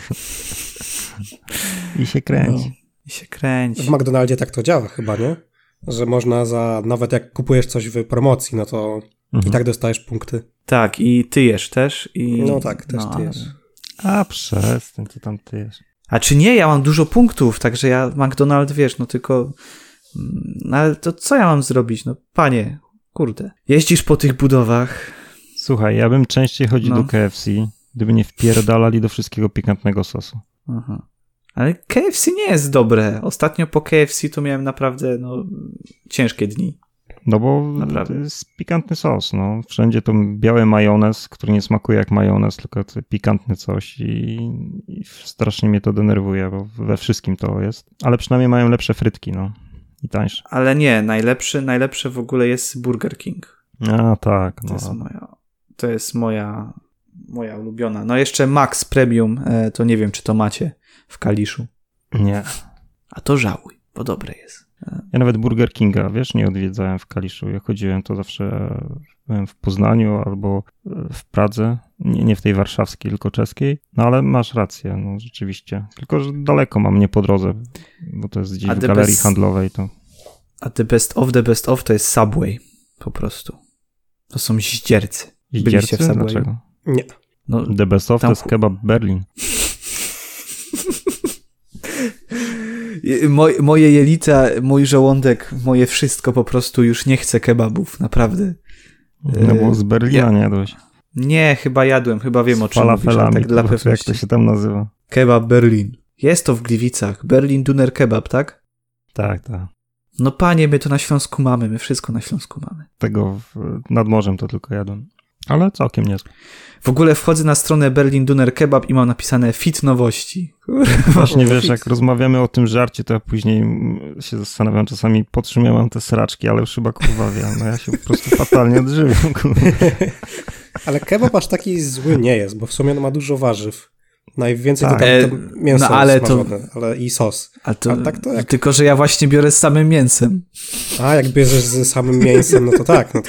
I się kręci. I się kręci. W McDonaldzie tak to działa chyba, nie? Że można nawet jak kupujesz coś w promocji, no to i tak dostajesz punkty. Tak, i ty jesz też. No tak, też ty jesz. A przestań, ty tam ty jesz. A czy nie? Ja mam dużo punktów, także ja McDonald, wiesz, no tylko... No ale to co ja mam zrobić? No panie, kurde. Jeździsz po tych budowach. Słuchaj, ja bym częściej chodził do KFC, gdyby nie wpierdalali do wszystkiego pikantnego sosu. Aha. Ale KFC nie jest dobre. Ostatnio po KFC to miałem naprawdę ciężkie dni. No bo naprawdę. To jest pikantny sos. No. Wszędzie to biały majonez, który nie smakuje jak majonez, tylko to pikantny coś i strasznie mnie to denerwuje, bo we wszystkim to jest. Ale przynajmniej mają lepsze frytki, i tańsze. Ale nie, najlepsze w ogóle jest Burger King. A tak. To jest moja ulubiona. No jeszcze Max Premium, to nie wiem, czy to macie w Kaliszu. Nie. A to żałuj, bo dobre jest. Ja nawet Burger Kinga, nie odwiedzałem w Kaliszu. Ja chodziłem to zawsze byłem w Poznaniu albo w Pradze. Nie w tej warszawskiej, tylko czeskiej. No ale masz rację, rzeczywiście. Tylko, że daleko mam, nie po drodze, bo to jest gdzieś w galerii handlowej. A the best of to jest Subway. Po prostu. To są ździercy. Byliście w Subway? Dlaczego? Nie. The best of to jest kebab Berlin. Moje jelita, mój żołądek, moje wszystko po prostu już nie chce kebabów, naprawdę. No bo z Berlina nie jadłeś. Nie, chyba jadłem, chyba wiem o czym mówisz, tak dla pewności. Jak to się tam nazywa? Kebab Berlin. Jest to w Gliwicach. Berlin Döner Kebab, tak? Tak. No panie, my to na Śląsku mamy, my wszystko na Śląsku mamy. Tego nad morzem to tylko jadłem. Ale całkiem niezłe. W ogóle wchodzę na stronę Berlin Döner Kebab i mam napisane fit nowości. Właśnie wiesz, jak rozmawiamy o tym żarcie, to ja później się zastanawiam czasami, po czym ja mam te sraczki, ale już chyba wiem. Ja się po prostu fatalnie odżywiam. Ale kebab aż taki zły nie jest, bo w sumie on ma dużo warzyw. Najwięcej to mięso ale smażone, ale i sos. A tak to jak... Tylko, że ja właśnie biorę z samym mięsem. A, jak bierzesz z samym mięsem, no to tak, no to...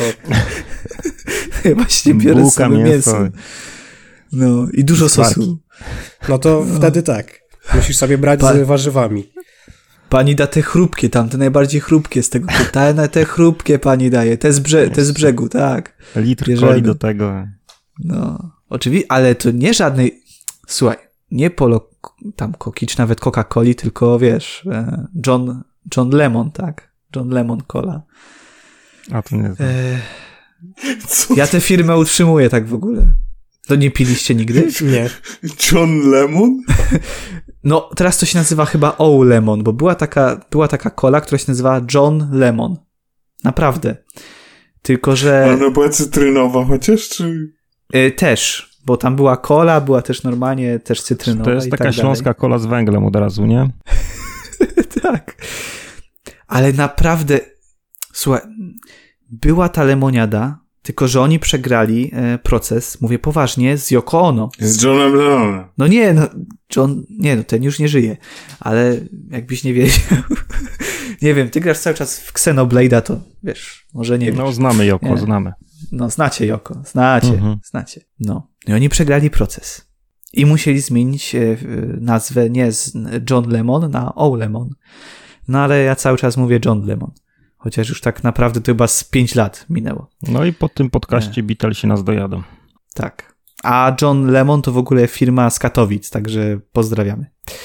Ja właśnie biorę z samym mięsem. No i dużo sosu. No to wtedy tak. Musisz sobie brać z warzywami. Pani da te chrupkie tam, te najbardziej chrupkie z tego. Te chrupkie pani daje, te z brzegu, tak. Litr coli do tego. No, oczywiście, ale to nie żadnej, słuchaj, nie tam Coki, czy nawet Coca-Coli, tylko wiesz, John Lemon, tak? John Lemon Cola. A to nie znam. Ja tę firmę utrzymuję tak w ogóle. To nie piliście nigdy? Nie. John Lemon? No, teraz to się nazywa chyba O Lemon, bo była taka cola, która się nazywa John Lemon. Naprawdę. Tylko, że... Ona była cytrynowa chociaż, czy... Też, bo tam była cola, była też normalnie też cytrynowa. To jest taka tak śląska cola z węglem od razu, nie? Tak. Ale naprawdę, słuchaj, była ta lemoniada, tylko że oni przegrali proces, mówię poważnie, z Yoko Ono. Z Johnem Lennonem. No nie, ten już nie żyje, ale jakbyś nie wiedział, nie wiem, ty grasz cały czas w Xenoblade'a, to wiesz, może nie wiesz. No znamy Yoko, znamy. No znacie Yoko, znacie. No. I oni przegrali proces. I musieli zmienić nazwę nie z John Lemon na O Lemon. No ale ja cały czas mówię John Lemon. Chociaż już tak naprawdę to chyba z 5 lat minęło. No i po tym podcaście Beatlesi nas dojadą. Tak. A John Lemon to w ogóle firma z Katowic, także pozdrawiamy.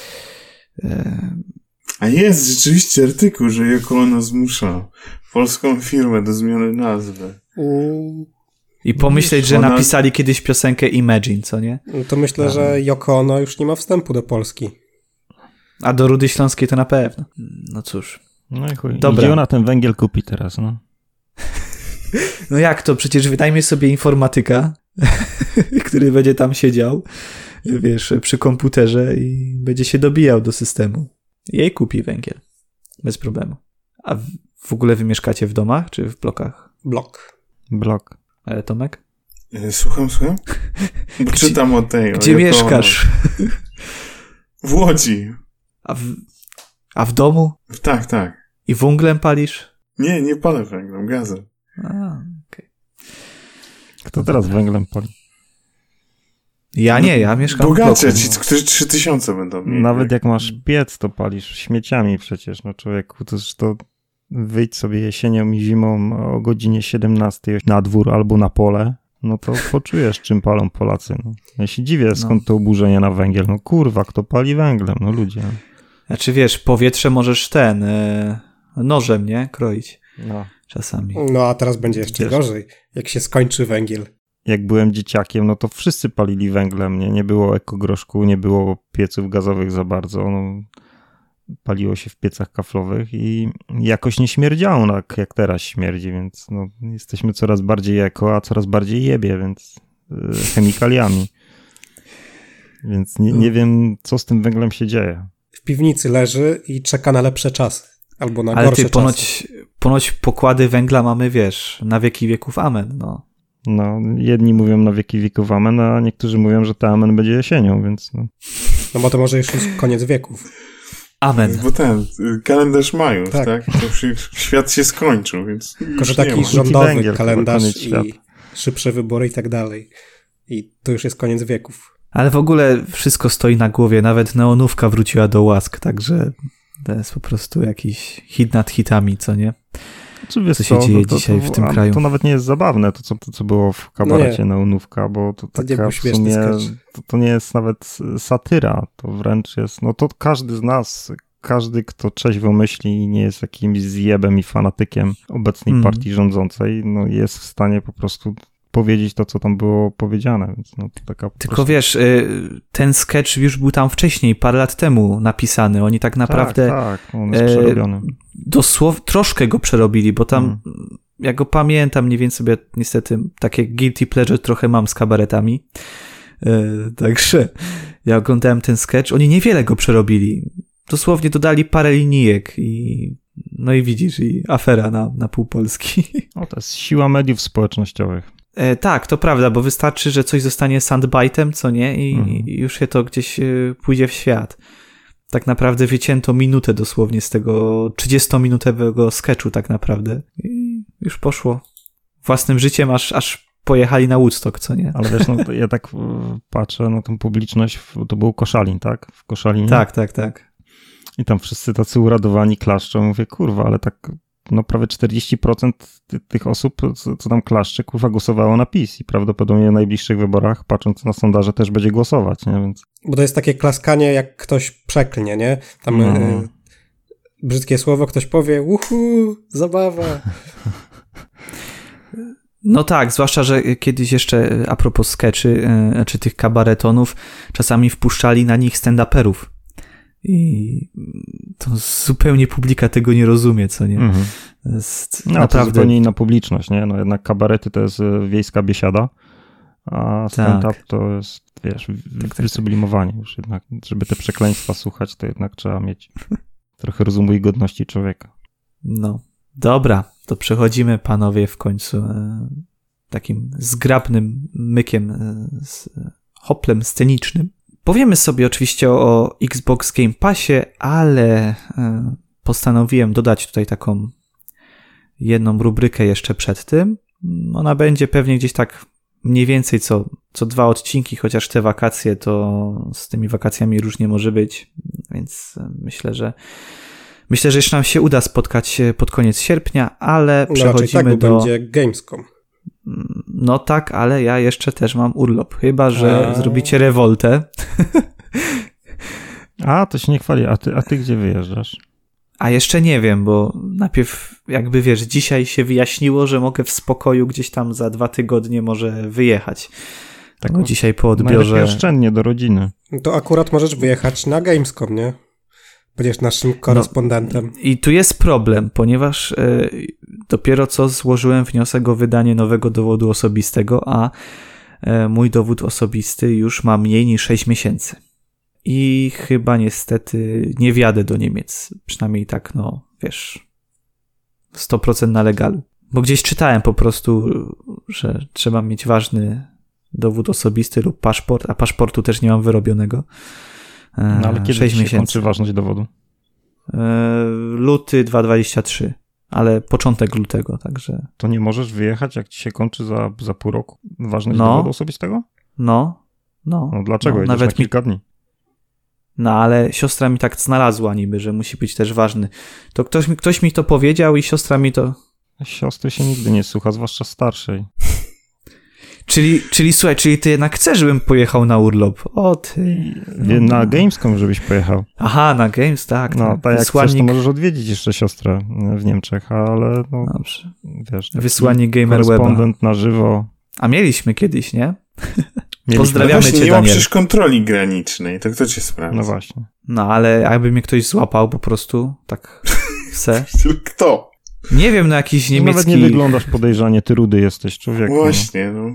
A jest rzeczywiście artykuł, że Yoko Ono zmusza polską firmę do zmiany nazwy. I pomyśleć, że napisali kiedyś piosenkę Imagine, co nie? To myślę, że Yoko Ono już nie ma wstępu do Polski. A do Rudy Śląskiej to na pewno. No cóż. No i chuj. Dobra. Gdzie ona ten węgiel kupi teraz, no? No jak to? Przecież wydajmy sobie informatyka, który będzie tam siedział, wiesz, przy komputerze i będzie się dobijał do systemu. Jej kupi węgiel. Bez problemu. A w ogóle wy mieszkacie w domach, czy w blokach? Blok. Ale Tomek? Słucham? Bo czytam o tej. Gdzie mieszkasz? W Łodzi. A w domu? Tak. I węglem palisz? Nie palę węglem, gazem. Okay. Kto teraz węglem pali? Ja nie, ja mieszkam Bogacze, w bloku. ci, którzy 3000 będą mieli. Nawet jak masz piec, to palisz śmieciami przecież, no człowieku, to wyjdź sobie jesienią i zimą o godzinie 17 na dwór albo na pole, no to poczujesz, czym palą Polacy. No. Ja się dziwię, skąd to oburzenie na węgiel. No kurwa, kto pali węglem? No ludzie. Znaczy wiesz, powietrze możesz nożem, nie? Kroić. No. Czasami. No a teraz będzie jeszcze gorzej, jak się skończy węgiel. Jak byłem dzieciakiem, no to wszyscy palili węglem, nie było ekogroszku, nie było pieców gazowych za bardzo, no, paliło się w piecach kaflowych i jakoś nie śmierdziało, no, jak teraz śmierdzi, więc no, jesteśmy coraz bardziej eko, a coraz bardziej jebie, więc chemikaliami. Więc nie wiem, co z tym węglem się dzieje. W piwnicy leży i czeka na lepsze czasy. Albo na ale gorsze czasy. Ponoć pokłady węgla mamy, wiesz, na wieki wieków amen, no. No, jedni mówią na wieki wieków amen, a niektórzy mówią, że ta amen będzie jesienią, więc no. No bo to może już jest koniec wieków. Amen. Bo kalendarz Majów, tak? Tak. To świat się skończył, więc tylko, że taki rządowy kalendarz i szybsze wybory i tak dalej. I to już jest koniec wieków. Ale w ogóle wszystko stoi na głowie, nawet neonówka wróciła do łask, także to jest po prostu jakiś hit nad hitami, co nie? Co się dzieje dzisiaj w tym kraju? To nawet nie jest zabawne, to co było w kabarecie neonówka, bo to taka w sumie, to nie jest nawet satyra, to wręcz jest, no to każdy z nas, każdy, kto trzeźwo myśli i nie jest jakimś zjebem i fanatykiem obecnej partii rządzącej, no jest w stanie po prostu powiedzieć to, co tam było powiedziane. Więc no, to taka tylko wiesz, ten sketch już był tam wcześniej, parę lat temu napisany. Oni tak naprawdę... Tak, on jest przerobiony. Dosłownie troszkę go przerobili, bo tam, ja go pamiętam mniej więcej sobie, niestety, takie guilty pleasure trochę mam z kabaretami. Także ja oglądałem ten sketch. Oni niewiele go przerobili. Dosłownie dodali parę linijek i no i widzisz, i afera na pół Polski. No to jest siła mediów społecznościowych. Tak, to prawda, bo wystarczy, że coś zostanie soundbite'em, co nie? I już się to gdzieś pójdzie w świat. Tak naprawdę wycięto minutę dosłownie z tego 30-minutowego sketchu tak naprawdę. I już poszło własnym życiem, aż pojechali na Woodstock, co nie? Ale wiesz, no ja tak patrzę na tą publiczność, to był Koszalin, tak? W Koszalinie. Tak. I tam wszyscy tacy uradowani klaszczą. Mówię, kurwa, ale tak no prawie 40% tych osób, co tam klaszcze, kurwa, głosowało na PiS i prawdopodobnie w najbliższych wyborach, patrząc na sondaże, też będzie głosować, nie? Więc... Bo to jest takie klaskanie, jak ktoś przeklnie, nie? Tam brzydkie słowo, ktoś powie, zabawa. No tak, zwłaszcza, że kiedyś jeszcze a propos skeczy, czy tych kabaretonów, czasami wpuszczali na nich stand-uperów. I to zupełnie publika tego nie rozumie, co nie? Jest no naprawdę... to zupełnie inna publiczność, nie? No jednak kabarety to jest wiejska biesiada, a stand-up to jest, wiesz, wysublimowanie już jednak. Żeby te przekleństwa słuchać, to jednak trzeba mieć trochę rozumu i godności człowieka. No, dobra, to przechodzimy, panowie, w końcu takim zgrabnym mykiem, hoplem scenicznym. Powiemy sobie oczywiście o Xbox Game Passie, ale postanowiłem dodać tutaj taką jedną rubrykę jeszcze przed tym. Ona będzie pewnie gdzieś tak mniej więcej co 2 odcinki, chociaż te wakacje to z tymi wakacjami różnie może być, więc myślę, że jeszcze nam się uda spotkać pod koniec sierpnia, ale przechodzimy tak, bo do... będzie Gamescom. No tak, ale ja jeszcze też mam urlop, chyba że zrobicie rewoltę. A, to się nie chwali. A ty gdzie wyjeżdżasz? A jeszcze nie wiem, bo najpierw jakby wiesz, dzisiaj się wyjaśniło, że mogę w spokoju gdzieś tam za 2 tygodnie może wyjechać. Tak, no, dzisiaj po odbiorze... Najlepiej oszczędnie do rodziny. To akurat możesz wyjechać na Gamescom, nie? Będziesz naszym korespondentem. No, i tu jest problem, ponieważ dopiero co złożyłem wniosek o wydanie nowego dowodu osobistego, a mój dowód osobisty już ma mniej niż 6 miesięcy. I chyba niestety nie wjadę do Niemiec. Przynajmniej tak, no wiesz, 100% na legalu. Bo gdzieś czytałem po prostu, że trzeba mieć ważny dowód osobisty lub paszport, a paszportu też nie mam wyrobionego. No ale kiedy się kończy ważność dowodu? Luty 2023, ale początek lutego, także... To nie możesz wyjechać, jak ci się kończy za pół roku ważność dowodu osobistego? No dlaczego? Jedziesz nawet na kilka dni. No ale siostra mi tak znalazła niby, że musi być też ważny. To ktoś mi to powiedział i siostra mi to... Siostry się nigdy nie słucha, zwłaszcza starszej. Czyli słuchaj, czyli ty jednak chcesz, żebym pojechał na urlop? O ty. Na Gamescom, żebyś pojechał. Aha, na Games, tak. No, tak jak chcesz, to możesz odwiedzić jeszcze siostrę w Niemczech, ale no, dobrze. Wiesz, wysłanie GamerWeba. Korespondent na żywo. A mieliśmy kiedyś, nie? Pozdrawiamy cię, nie Daniel. ma przecież kontroli granicznej, to kto cię sprawdza? No właśnie. No, ale jakby mnie ktoś złapał po prostu, tak Kto? Nie wiem, no jakiś niemiecki... Nawet nie wyglądasz podejrzanie, ty rudy jesteś, człowieku. Właśnie, no.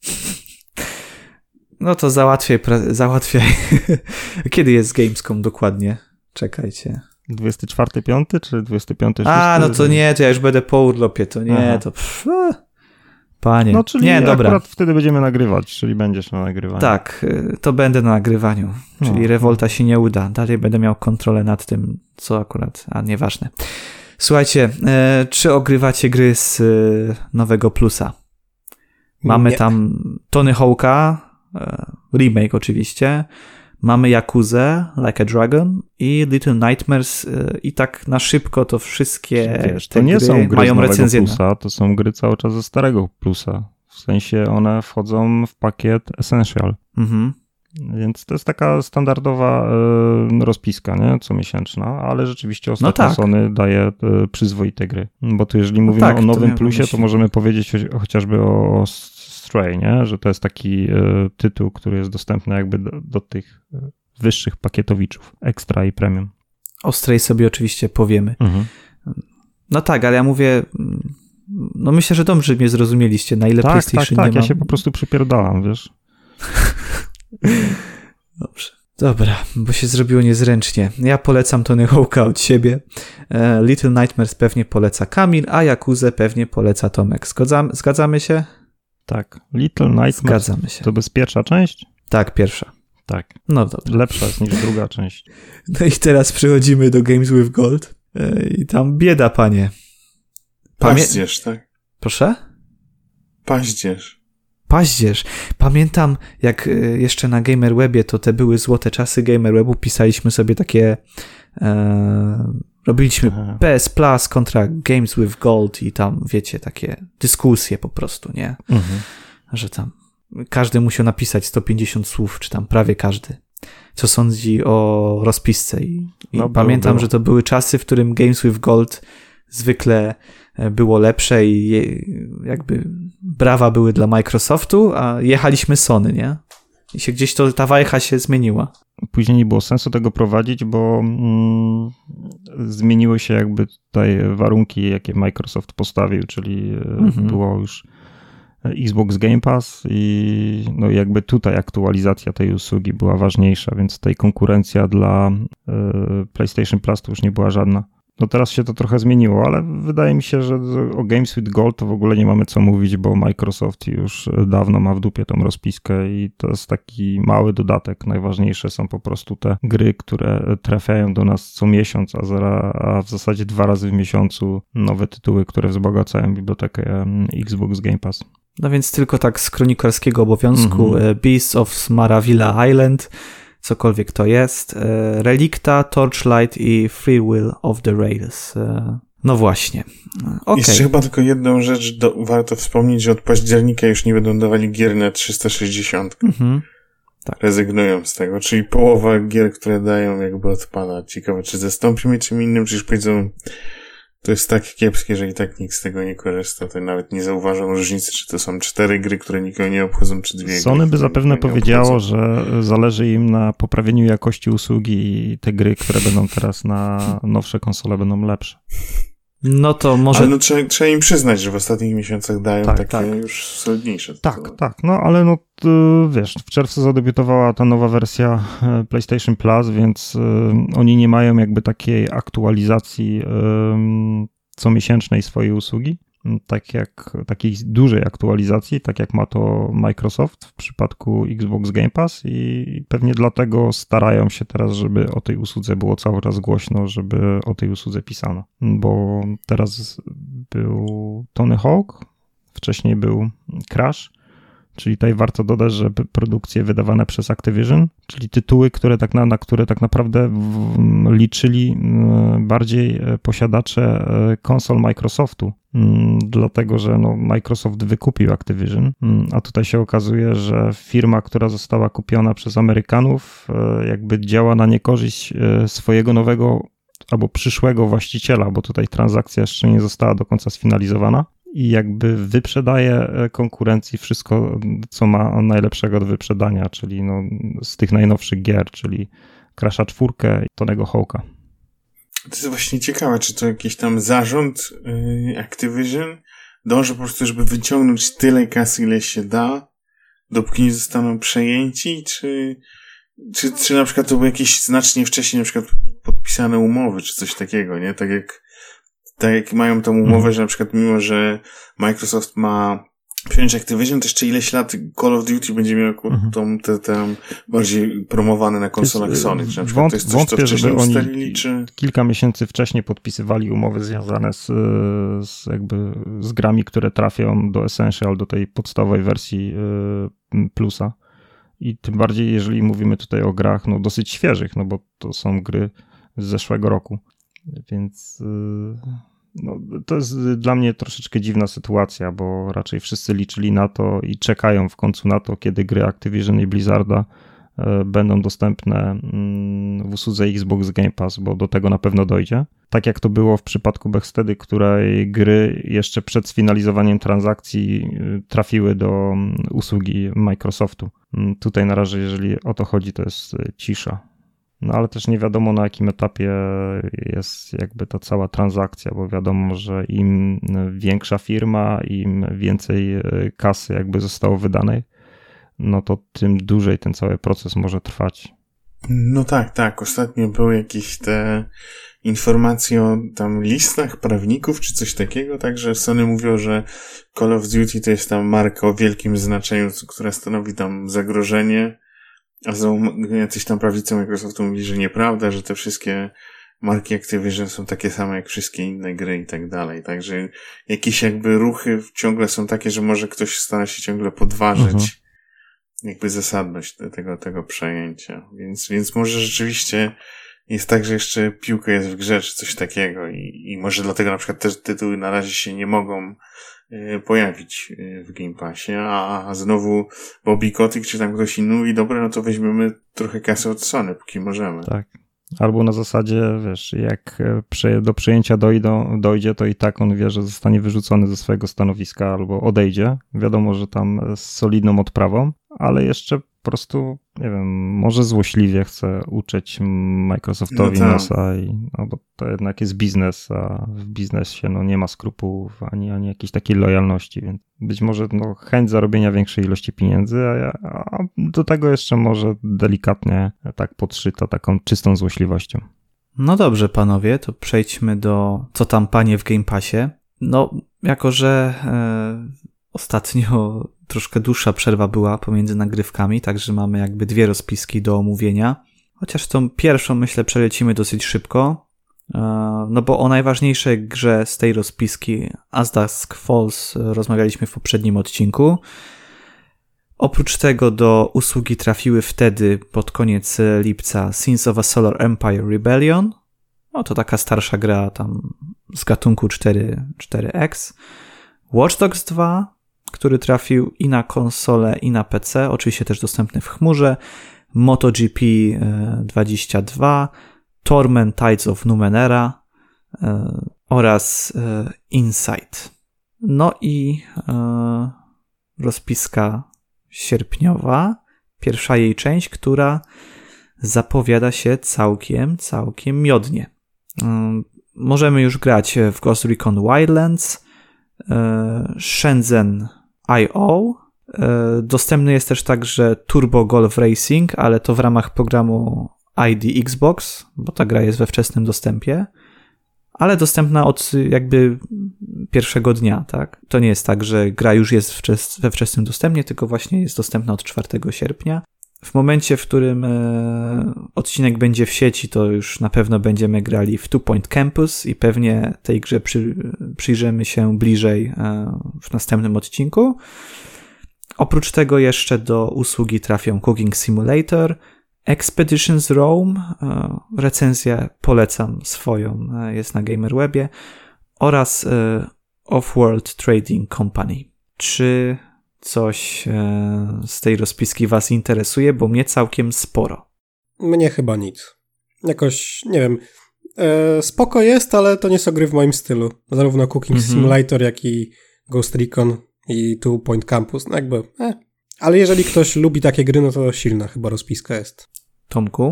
No to załatwiaj. Kiedy jest Gamescom dokładnie? Czekajcie. 24.5 czy 25.6? A, no to nie, to ja już będę po urlopie, to nie, Aha. to... Panie. No, czyli nie, dobra. Akurat wtedy będziemy nagrywać, czyli będziesz na nagrywaniu. Tak, to będę na nagrywaniu, czyli rewolta się nie uda. Dalej będę miał kontrolę nad tym, co akurat, a nieważne. Słuchajcie, czy ogrywacie gry z nowego plusa? Mamy tam Tony Hawk'a, remake oczywiście, mamy Yakuzę, Like a Dragon i Little Nightmares i tak na szybko to wszystkie Wiesz, to nie są gry mają z nowego recenzję. plusa, to są gry cały czas ze starego plusa. W sensie one wchodzą w pakiet Essential. Mhm. Więc to jest taka standardowa rozpiska, nie? Comiesięczna, ale rzeczywiście ostatnio Sony daje przyzwoite gry. Bo tu jeżeli mówimy o nowym plusie, to możemy powiedzieć chociażby o Stray, nie? Że to jest taki tytuł, który jest dostępny jakby do tych wyższych pakietowiczów, Extra i Premium. O Stray sobie oczywiście powiemy. Mhm. No tak, ale ja mówię, no myślę, że dobrze mnie zrozumieliście, na ile PlayStation nie ma. Tak, ja się po prostu przypierdalam, wiesz. Dobrze. Dobra, bo się zrobiło niezręcznie. Ja polecam Tony Hawk'a od siebie. Little Nightmares pewnie poleca Kamil, a Yakuzę pewnie poleca Tomek. Zgadzamy się? Tak. Little Nightmares. Zgadzamy się. To jest pierwsza część? Tak, pierwsza. Tak. No dobrze. Lepsza jest niż druga część. No i teraz przechodzimy do Games with Gold. I tam bieda, panie. Paździerz, tak? Proszę? Paździerz. Paździerz. Pamiętam, jak jeszcze na GamerWebie, to te były złote czasy GamerWebu, pisaliśmy sobie takie robiliśmy PS Plus kontra Games with Gold i tam, wiecie, takie dyskusje po prostu, nie? Że tam każdy musiał napisać 150 słów, czy tam prawie każdy, co sądzi o rozpisce i pamiętam, że to były czasy, w którym Games with Gold zwykle było lepsze i jakby brawa były dla Microsoftu, a jechaliśmy Sony, nie? I się gdzieś ta wajcha się zmieniła. Później nie było sensu tego prowadzić, bo zmieniły się jakby tutaj warunki, jakie Microsoft postawił, czyli było już Xbox Game Pass i no jakby tutaj aktualizacja tej usługi była ważniejsza, więc tutaj konkurencja dla PlayStation Plus to już nie była żadna. No teraz się to trochę zmieniło, ale wydaje mi się, że o Games with Gold to w ogóle nie mamy co mówić, bo Microsoft już dawno ma w dupie tą rozpiskę i to jest taki mały dodatek. Najważniejsze są po prostu te gry, które trafiają do nas co miesiąc, a w zasadzie 2 razy w miesiącu nowe tytuły, które wzbogacają bibliotekę Xbox Game Pass. No więc tylko tak z kronikarskiego obowiązku Beasts of Smaravilla Island, cokolwiek to jest, Relicta, Torchlight i Free Will of the Rails. No właśnie. Okay. Jeszcze chyba tylko jedną rzecz warto wspomnieć, że od października już nie będą dawali gier na 360. Tak. Rezygnują z tego, czyli połowa gier, które dają, jakby odpada. Ciekawe, czy zastąpimy czym innym, czy już powiedzą, to jest tak kiepskie, że i tak nikt z tego nie korzysta, to nawet nie zauważą różnicy, czy to są 4 gry, które nikogo nie obchodzą, czy 2 gry. Sony by zapewne powiedziało, że zależy im na poprawieniu jakości usługi i te gry, które będą teraz na nowsze konsole, będą lepsze. No to może... Ale no, trzeba im przyznać, że w ostatnich miesiącach dają takie już solidniejsze. Tak. No ale no wiesz, w czerwcu zadebiutowała ta nowa wersja PlayStation Plus, więc oni nie mają jakby takiej aktualizacji comiesięcznej swojej usługi, takiej dużej aktualizacji, tak jak ma to Microsoft w przypadku Xbox Game Pass i pewnie dlatego starają się teraz, żeby o tej usłudze było cały czas głośno, żeby o tej usłudze pisano, bo teraz był Tony Hawk, wcześniej był Crash, czyli tutaj warto dodać, że produkcje wydawane przez Activision, czyli tytuły, na które tak naprawdę liczyli bardziej posiadacze konsol Microsoftu, dlatego że Microsoft wykupił Activision, a tutaj się okazuje, że firma, która została kupiona przez Amerykanów, jakby działa na niekorzyść swojego nowego albo przyszłego właściciela, bo tutaj transakcja jeszcze nie została do końca sfinalizowana. I jakby wyprzedaje konkurencji wszystko, co ma najlepszego do wyprzedania, czyli z tych najnowszych gier, czyli Crasha 4 i Tonego Hawka. To jest właśnie ciekawe, czy to jakiś tam zarząd Activision dąży po prostu, żeby wyciągnąć tyle kasy, ile się da, dopóki nie zostaną przejęci, czy na przykład to były jakieś znacznie wcześniej na przykład podpisane umowy, czy coś takiego, nie? Tak jak mają tą umowę, że na przykład mimo, że Microsoft ma przejąć Activision, to jeszcze ileś lat Call of Duty będzie miał te bardziej promowane na konsolach Sony. Czy na przykład to jest coś, co wcześniej ustalili, czy... Kilka miesięcy wcześniej podpisywali umowy związane z grami, które trafią do Essential, do tej podstawowej wersji Plusa. I tym bardziej, jeżeli mówimy tutaj o grach dosyć świeżych, bo to są gry z zeszłego roku. Więc to jest dla mnie troszeczkę dziwna sytuacja, bo raczej wszyscy liczyli na to i czekają w końcu na to, kiedy gry Activision i Blizzarda będą dostępne w usłudze Xbox Game Pass, bo do tego na pewno dojdzie. Tak jak to było w przypadku Bethesdy, której gry jeszcze przed sfinalizowaniem transakcji trafiły do usługi Microsoftu. Tutaj na razie, jeżeli o to chodzi, to jest cisza. No ale też nie wiadomo, na jakim etapie jest jakby ta cała transakcja, bo wiadomo, że im większa firma, im więcej kasy jakby zostało wydanej, no to tym dłużej ten cały proces może trwać. No tak. Ostatnio były jakieś te informacje o tam listach prawników czy coś takiego, także Sony mówiło, że Call of Duty to jest tam marka o wielkim znaczeniu, która stanowi tam zagrożenie. A jacyś tam prawnicy Microsoftu mówili, że nieprawda, że te wszystkie marki Activision są takie same jak wszystkie inne gry i tak dalej. Także jakieś jakby ruchy ciągle są takie, że może ktoś stara się ciągle podważyć jakby zasadność tego przejęcia. Więc może rzeczywiście jest tak, że jeszcze piłka jest w grze, czy coś takiego i może dlatego na przykład też tytuły na razie się nie mogą pojawić w Game Passie, a znowu Bobby Kotick czy tam ktoś inny mówi, dobra, no to weźmiemy trochę kasy od Sony, póki możemy. Tak. Albo na zasadzie, wiesz, jak do przejęcia dojdzie, to i tak on wie, że zostanie wyrzucony ze swojego stanowiska albo odejdzie. Wiadomo, że tam z solidną odprawą, ale jeszcze po prostu, nie wiem, może złośliwie chce uczyć Microsoftowi nosa, bo to jednak jest biznes, a w biznesie nie ma skrupułów ani jakiejś takiej lojalności, więc być może chęć zarobienia większej ilości pieniędzy, a do tego jeszcze może delikatnie tak podszyta taką czystą złośliwością. No dobrze, panowie, to przejdźmy do co tam panie w Game Passie. No, jako że ostatnio troszkę dłuższa przerwa była pomiędzy nagrywkami, także mamy jakby 2 rozpiski do omówienia. Chociaż tą pierwszą, myślę, przelecimy dosyć szybko, no bo o najważniejszej grze z tej rozpiski, As Dusk Falls, rozmawialiśmy w poprzednim odcinku. Oprócz tego do usługi trafiły wtedy, pod koniec lipca, Sins of a Solar Empire Rebellion. No to taka starsza gra tam z gatunku 4X. Watch Dogs 2, który trafił i na konsolę, i na PC, oczywiście też dostępny w chmurze, MotoGP 22, Torment Tides of Numenera oraz Inside. No i rozpiska sierpniowa, pierwsza jej część, która zapowiada się całkiem miodnie. Możemy już grać w Ghost Recon Wildlands, Shenzhen I.O. Dostępny jest też także Turbo Golf Racing, ale to w ramach programu ID Xbox, bo ta gra jest we wczesnym dostępie, ale dostępna od jakby pierwszego dnia, tak? To nie jest tak, że gra już jest we wczesnym dostępie, tylko właśnie jest dostępna od 4 sierpnia. W momencie, w którym odcinek będzie w sieci, to już na pewno będziemy grali w Two Point Campus i pewnie tej grze przyjrzymy się bliżej w następnym odcinku. Oprócz tego jeszcze do usługi trafią Cooking Simulator, Expeditions Rome, recenzję polecam swoją, jest na Gamerwebie, oraz Off-World Trading Company. Czy coś z tej rozpiski was interesuje? Bo mnie całkiem sporo. Mnie chyba nic. Jakoś, nie wiem, spoko jest, ale to nie są gry w moim stylu. Zarówno Cooking Simulator, jak i Ghost Recon i Two Point Campus, no jakby, Ale jeżeli ktoś lubi takie gry, no to silna chyba rozpiska jest. Tomku?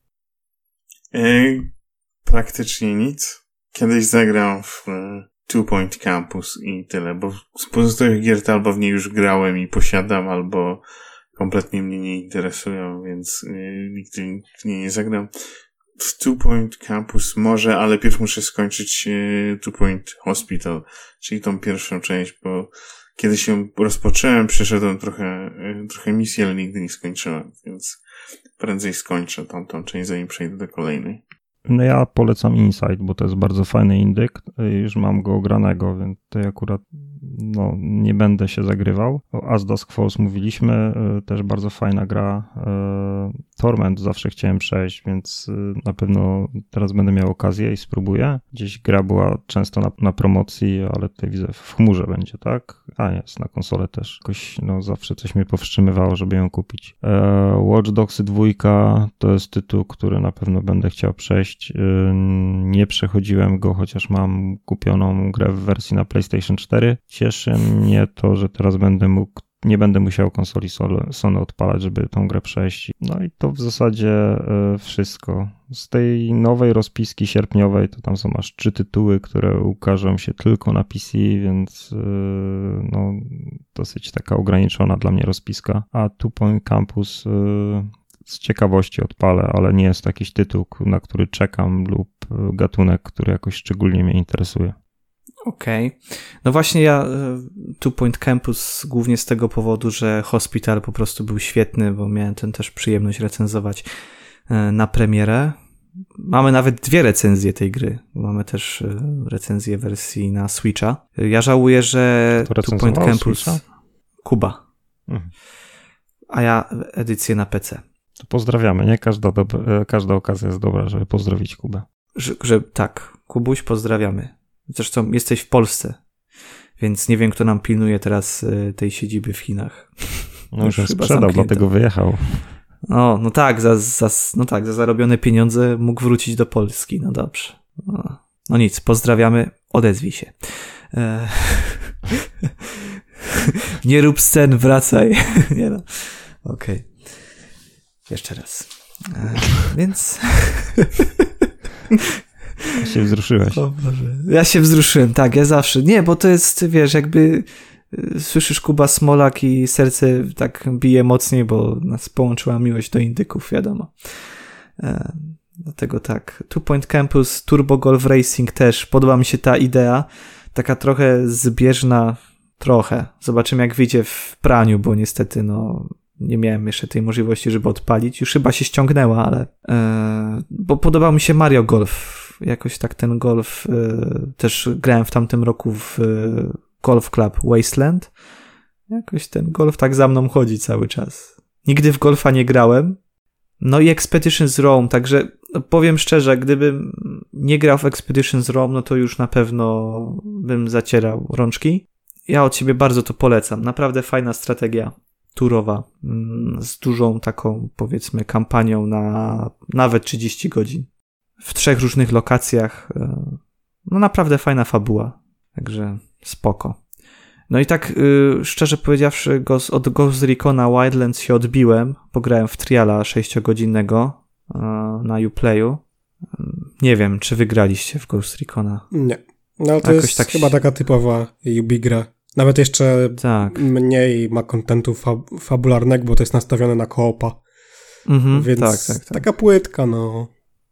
Praktycznie nic. Kiedyś zagram w Two Point Campus i tyle, bo z pozostałych gier to albo w niej już grałem i posiadam, albo kompletnie mnie nie interesują, więc nigdy w niej nie zagram. W Two Point Campus może, ale pierw muszę skończyć Two Point Hospital, czyli tą pierwszą część, bo kiedy się rozpocząłem, przeszedłem trochę misji, ale nigdy nie skończyłem, więc prędzej skończę tamtą część, zanim przejdę do kolejnej. No ja polecam Inside, bo to jest bardzo fajny indyk. Już mam go ogranego, więc tutaj akurat nie będę się zagrywał. O As Dusk Falls mówiliśmy, też bardzo fajna gra. Torment zawsze chciałem przejść, więc na pewno teraz będę miał okazję i spróbuję. Gdzieś gra była często na promocji, ale tutaj widzę w chmurze będzie, tak? A jest, na konsolę też. Jakoś zawsze coś mnie powstrzymywało, żeby ją kupić. Watch Dogs 2 to jest tytuł, który na pewno będę chciał przejść. Nie przechodziłem go, chociaż mam kupioną grę w wersji na PlayStation 4. Cieszy mnie to, że teraz nie będę musiał konsoli Sony odpalać, żeby tą grę przejść. No i to w zasadzie wszystko. Z tej nowej rozpiski sierpniowej to tam są aż 3 tytuły, które ukażą się tylko na PC, więc dosyć taka ograniczona dla mnie rozpiska. A Two Point Campus z ciekawości odpalę, ale nie jest to jakiś tytuł, na który czekam lub gatunek, który jakoś szczególnie mnie interesuje. Okej. No właśnie ja Two Point Campus głównie z tego powodu, że Hospital po prostu był świetny, bo miałem ten też przyjemność recenzować na premierę. Mamy nawet 2 recenzje tej gry. Mamy też recenzję wersji na Switcha. Ja żałuję, że Two Point Campus... Switcha? Kuba. A ja edycję na PC. To pozdrawiamy, nie? Każda okazja jest dobra, żeby pozdrowić Kubę. Tak, Kubuś, pozdrawiamy. Zresztą jesteś w Polsce, więc nie wiem, kto nam pilnuje teraz tej siedziby w Chinach. No już sprzedał, dlatego wyjechał. No tak, za zarobione pieniądze mógł wrócić do Polski. No dobrze. No nic, pozdrawiamy, odezwij się. Nie rób scen, wracaj. Nie no. Okej. Jeszcze raz. Więc... się wzruszyłeś. O Boże. Ja się wzruszyłem, tak, ja zawsze. Nie, bo to jest, wiesz, jakby słyszysz Kuba Smolak i serce tak bije mocniej, bo nas połączyła miłość do indyków, wiadomo. Dlatego tak. Two Point Campus, Turbo Golf Racing też. Podoba mi się ta idea. Taka trochę zbieżna, trochę. Zobaczymy, jak wyjdzie w praniu, bo niestety, nie miałem jeszcze tej możliwości, żeby odpalić. Już chyba się ściągnęła, ale... bo podobał mi się Mario Golf. Jakoś tak ten golf... też grałem w tamtym roku w Golf Club Wasteland. Jakoś ten golf tak za mną chodzi cały czas. Nigdy w golfa nie grałem. No i Expeditions Rome, także powiem szczerze, gdybym nie grał w Expeditions Rome, no to już na pewno bym zacierał rączki. Ja od siebie bardzo to polecam. Naprawdę fajna strategia turowa, z dużą taką, powiedzmy, kampanią na nawet 30 godzin. W 3 różnych lokacjach. No naprawdę fajna fabuła. Także spoko. No i tak szczerze powiedziawszy, od Ghost Recona Wildlands się odbiłem. Pograłem w triala 6-godzinnego na Uplayu. Nie wiem, czy wygraliście w Ghost Recona? Nie. No to jest tak chyba taka typowa Ubi gra. Nawet jeszcze mniej ma kontentu fabularnego, bo to jest nastawione na koopa. Więc tak. Taka płytka, no.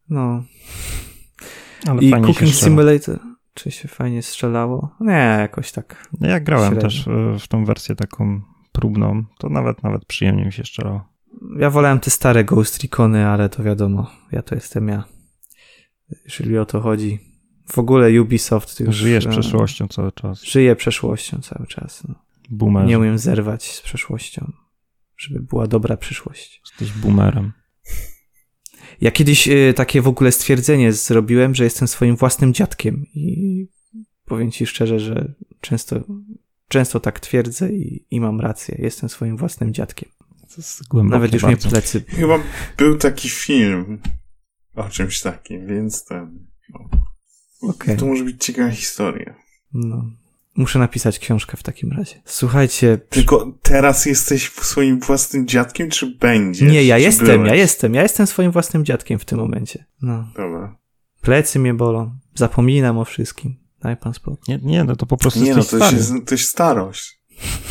Ale i Cooking Simulator... Czy się fajnie strzelało? Nie, jakoś tak. No ja grałem średnio. Też w tą wersję taką próbną. To nawet przyjemnie mi się strzelało. Ja wolałem te stare Ghost Recony, ale to wiadomo, to jestem ja. Jeżeli o to chodzi. W ogóle Ubisoft... Już, żyjesz przeszłością cały czas. Żyję przeszłością cały czas. No. Boomer. Nie umiem zerwać z przeszłością, żeby była dobra przyszłość. Jesteś boomerem. Ja kiedyś takie w ogóle stwierdzenie zrobiłem, że jestem swoim własnym dziadkiem i powiem ci szczerze, że często tak twierdzę i mam rację. Jestem swoim własnym dziadkiem. To jest głębokie. Nawet już bardzo. mnie plecy... Chyba był taki film o czymś takim, więc Okay. To może być ciekawa historia. No. Muszę napisać książkę w takim razie. Słuchajcie... Tylko teraz jesteś swoim własnym dziadkiem, czy będziesz? Nie, ja jestem swoim własnym dziadkiem w tym momencie. No. Dobra. Plecy mnie bolą. Zapominam o wszystkim. Daj pan spokój. Nie, no to po prostu jesteś stary. To jest starość.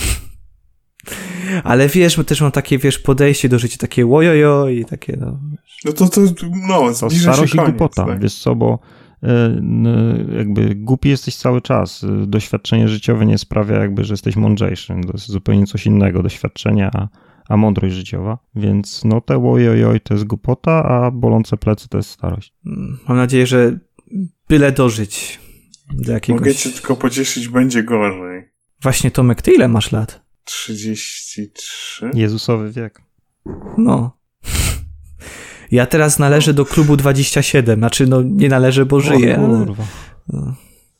Ale wiesz, też mam takie, podejście do życia, takie łojojo i takie, To starość i głupota, tak. Wiesz co, bo jakby głupi jesteś cały czas. Doświadczenie życiowe nie sprawia jakby, że jesteś mądrzejszy. To jest zupełnie coś innego. Doświadczenie, a mądrość życiowa. Więc te ojojoj to jest głupota, a bolące plecy to jest starość. Mam nadzieję, że byle dożyć do jakiegoś... Mogę cię tylko pocieszyć, będzie gorzej. Właśnie, Tomek, ty ile masz lat? 33. Jezusowy wiek. No. Ja teraz należę do klubu 27. Znaczy, nie należę, bo żyję. Kurwa. Ale...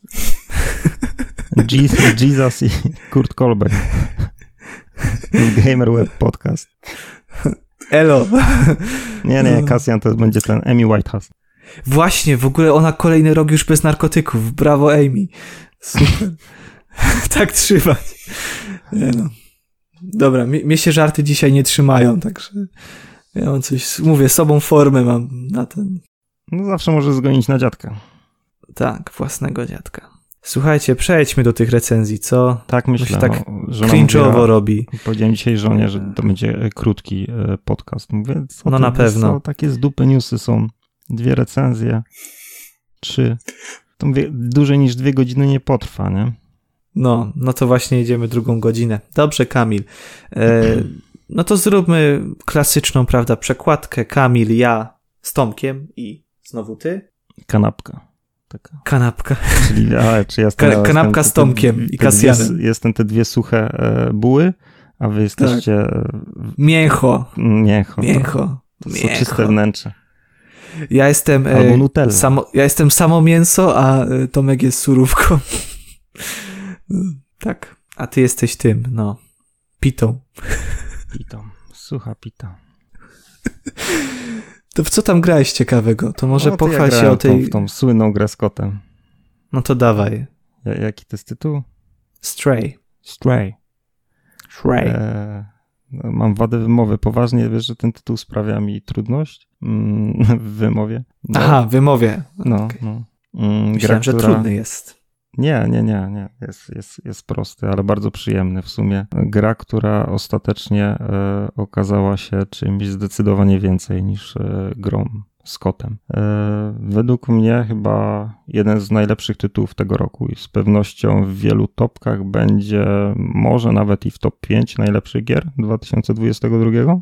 Jesus i Kurt Kolbeck. Gamer Web Podcast. Elo. Nie, Kasjan to będzie ten Amy Whitehouse. Właśnie, w ogóle ona kolejny rok już bez narkotyków. Brawo, Amy. Super. Tak trzymać. Nie no. Dobra, mnie się żarty dzisiaj nie trzymają, także ja mam coś, mówię, sobą formę mam na ten. No zawsze możesz zgonić na dziadka. Tak, własnego dziadka. Słuchajcie, przejdźmy do tych recenzji, co? Tak myślę. Tak cringe'owo robi. Powiedziałem dzisiaj żonie, że to będzie krótki podcast. Mówię, no na pewno. Takie z dupy newsy są. 2 recenzje, 3. To mówię, dłużej niż 2 godziny nie potrwa, nie? No to właśnie idziemy 2 godzinę. Dobrze, Kamil. No to zróbmy klasyczną, prawda, przekładkę. Kamil, ja z Tomkiem i Znowu ty? Kanapka. Taka. Kanapka. Czyli, czy kanapka z Tomkiem i Kasjanem. Jestem te dwie suche buły, a wy jesteście... Mięcho. To soczyste wnętrze. Ja jestem... Albo Nutella. Ja jestem samo mięso, a Tomek jest surówką. Tak. A ty jesteś tym, pitą. Pitą. Sucha pita. To w co tam grałeś ciekawego? To może pochwal się o tej... Tą słynną grę z kotem. No to dawaj. Jaki to jest tytuł? Stray. Mam wadę wymowy. Poważnie wiesz, że ten tytuł sprawia mi trudność w wymowie. Aha, w wymowie. Myślałem, że trudny jest. Nie. Jest prosty, ale bardzo przyjemny w sumie. Gra, która ostatecznie okazała się czymś zdecydowanie więcej niż grą z kotem. Według mnie chyba jeden z najlepszych tytułów tego roku i z pewnością w wielu topkach będzie może nawet i w top 5 najlepszych gier 2022.